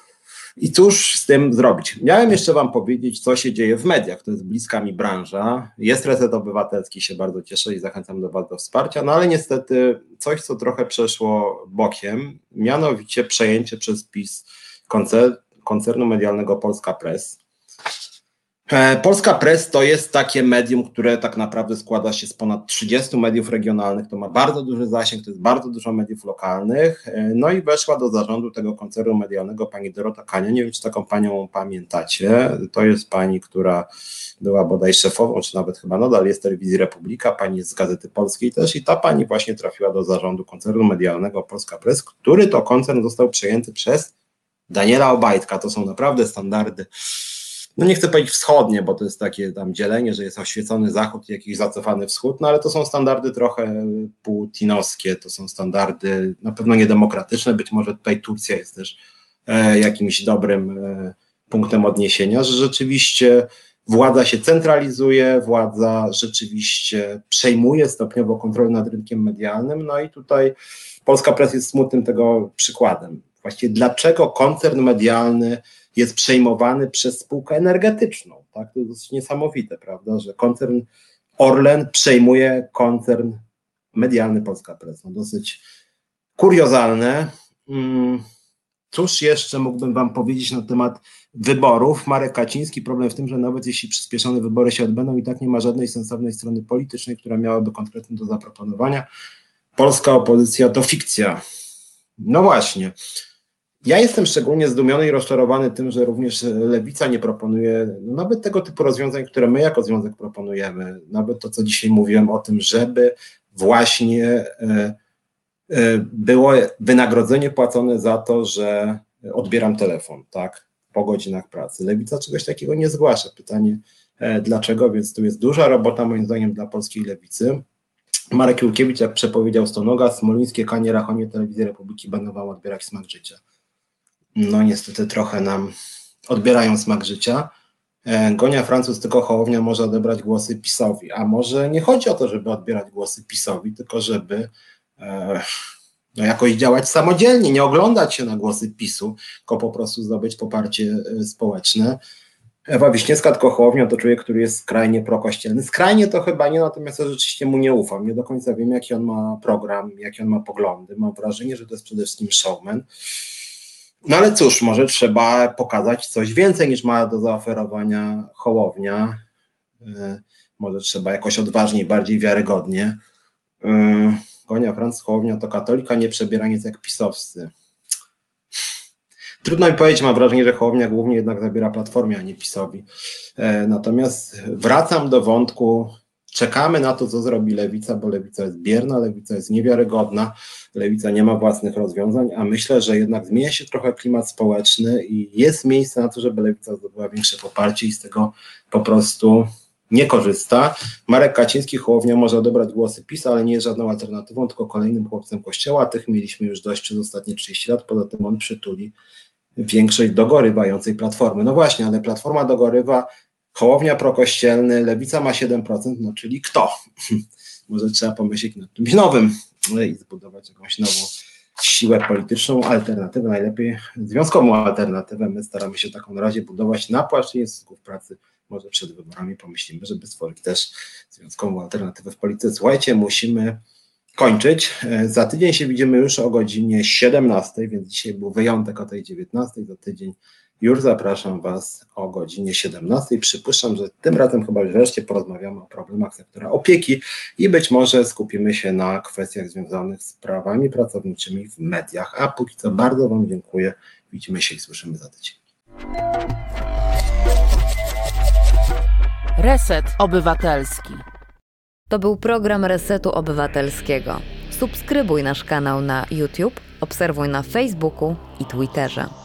I cóż z tym zrobić? Miałem jeszcze wam powiedzieć, co się dzieje w mediach. To jest bliska mi branża. Jest Reset Obywatelski, się bardzo cieszę i zachęcam do was do wsparcia, no ale niestety coś, co trochę przeszło bokiem, mianowicie przejęcie przez PiS koncernu medialnego Polska Press. Polska Press to jest takie medium, które tak naprawdę składa się z ponad 30 mediów regionalnych, to ma bardzo duży zasięg, to jest bardzo dużo mediów lokalnych, no i weszła do zarządu tego koncernu medialnego pani Dorota Kania, nie wiem, czy taką panią pamiętacie, to jest pani, która była bodaj szefową, czy nawet chyba nadal jest Telewizji Republika, pani jest z Gazety Polskiej też i ta pani właśnie trafiła do zarządu koncernu medialnego Polska Press, który to koncern został przejęty przez Daniela Obajtka, to są naprawdę standardy, no nie chcę powiedzieć wschodnie, bo to jest takie tam dzielenie, że jest oświecony zachód i jakiś zacofany wschód, no ale to są standardy trochę putinowskie, to są standardy na pewno niedemokratyczne, być może tutaj Turcja jest też jakimś dobrym punktem odniesienia, że rzeczywiście władza się centralizuje, władza rzeczywiście przejmuje stopniowo kontrolę nad rynkiem medialnym, no i tutaj Polska Press jest smutnym tego przykładem. Właściwie dlaczego koncern medialny jest przejmowany przez spółkę energetyczną, tak? To jest dosyć niesamowite, prawda, że koncern Orlen przejmuje koncern medialny Polska Press. No dosyć kuriozalne. Cóż jeszcze mógłbym wam powiedzieć na temat wyborów? Marek Kaczyński, problem w tym, że nawet jeśli przyspieszone wybory się odbędą, i tak nie ma żadnej sensownej strony politycznej, która miałaby konkretnie do zaproponowania. Polska opozycja to fikcja. No właśnie. Ja jestem szczególnie zdumiony i rozczarowany tym, że również Lewica nie proponuje nawet tego typu rozwiązań, które my jako związek proponujemy. Nawet to, co dzisiaj mówiłem o tym, żeby właśnie było wynagrodzenie płacone za to, że odbieram telefon, tak, po godzinach pracy. Lewica czegoś takiego nie zgłasza. Pytanie dlaczego, więc tu jest duża robota moim zdaniem dla polskiej lewicy. Marek Jurkiewicz, jak przepowiedział Stonoga, Smolińskie, Kanie, Rachonie, Telewizji Republiki będą wam odbierać smak życia. No niestety trochę nam odbierają smak życia. Gonia Francuz, tylko Hołownia może odebrać głosy PiS-owi, a może nie chodzi o to, żeby odbierać głosy PiS-owi, tylko żeby jakoś działać samodzielnie, nie oglądać się na głosy PiS-u, tylko po prostu zdobyć poparcie społeczne. Ewa Wiśniewska, tylko Hołownia to człowiek, który jest skrajnie prokościelny. Skrajnie to chyba nie, natomiast ja rzeczywiście mu nie ufam. Nie do końca wiem, jaki on ma program, jakie on ma poglądy. Mam wrażenie, że to jest przede wszystkim showman. No ale cóż, może trzeba pokazać coś więcej niż ma do zaoferowania Hołownia. Może trzeba jakoś odważniej, bardziej wiarygodnie. Gonia Franc, Hołownia to katolika, nie przebieraniec jak pisowscy. Trudno mi powiedzieć, mam wrażenie, że Hołownia głównie jednak zabiera Platformie, a nie PiS-owi. Natomiast wracam do wątku, czekamy na to, co zrobi Lewica, bo Lewica jest bierna, Lewica jest niewiarygodna, Lewica nie ma własnych rozwiązań, a myślę, że jednak zmienia się trochę klimat społeczny i jest miejsce na to, żeby Lewica zdobyła większe poparcie i z tego po prostu nie korzysta. Marek Kaczyński, Hołownia może odebrać głosy PiS, ale nie jest żadną alternatywą, tylko kolejnym chłopcem Kościoła. Tych mieliśmy już dość przez ostatnie 30 lat, poza tym on przytuli większość dogorywającej Platformy. No właśnie, ale Platforma dogorywa, Hołownia prokościelny, Lewica ma 7%, no czyli kto? Może trzeba pomyśleć nad czymś nowym i zbudować jakąś nową siłę polityczną, alternatywę, najlepiej związkową alternatywę. My staramy się taką na razie budować na płaszczyźnie stosunków pracy. Może przed wyborami pomyślimy, żeby stworzyć też związkową alternatywę w polityce. Słuchajcie, musimy kończyć. Za tydzień się widzimy już o godzinie 17, więc dzisiaj był wyjątek o tej 19, za tydzień już zapraszam Was o godzinie 17. Przypuszczam, że tym razem chyba już wreszcie porozmawiamy o problemach sektora opieki i być może skupimy się na kwestiach związanych z prawami pracowniczymi w mediach. A póki co bardzo Wam dziękuję. Widzimy się i słyszymy za tydzień. Reset Obywatelski. To był program Resetu Obywatelskiego. Subskrybuj nasz kanał na YouTube, obserwuj na Facebooku i Twitterze.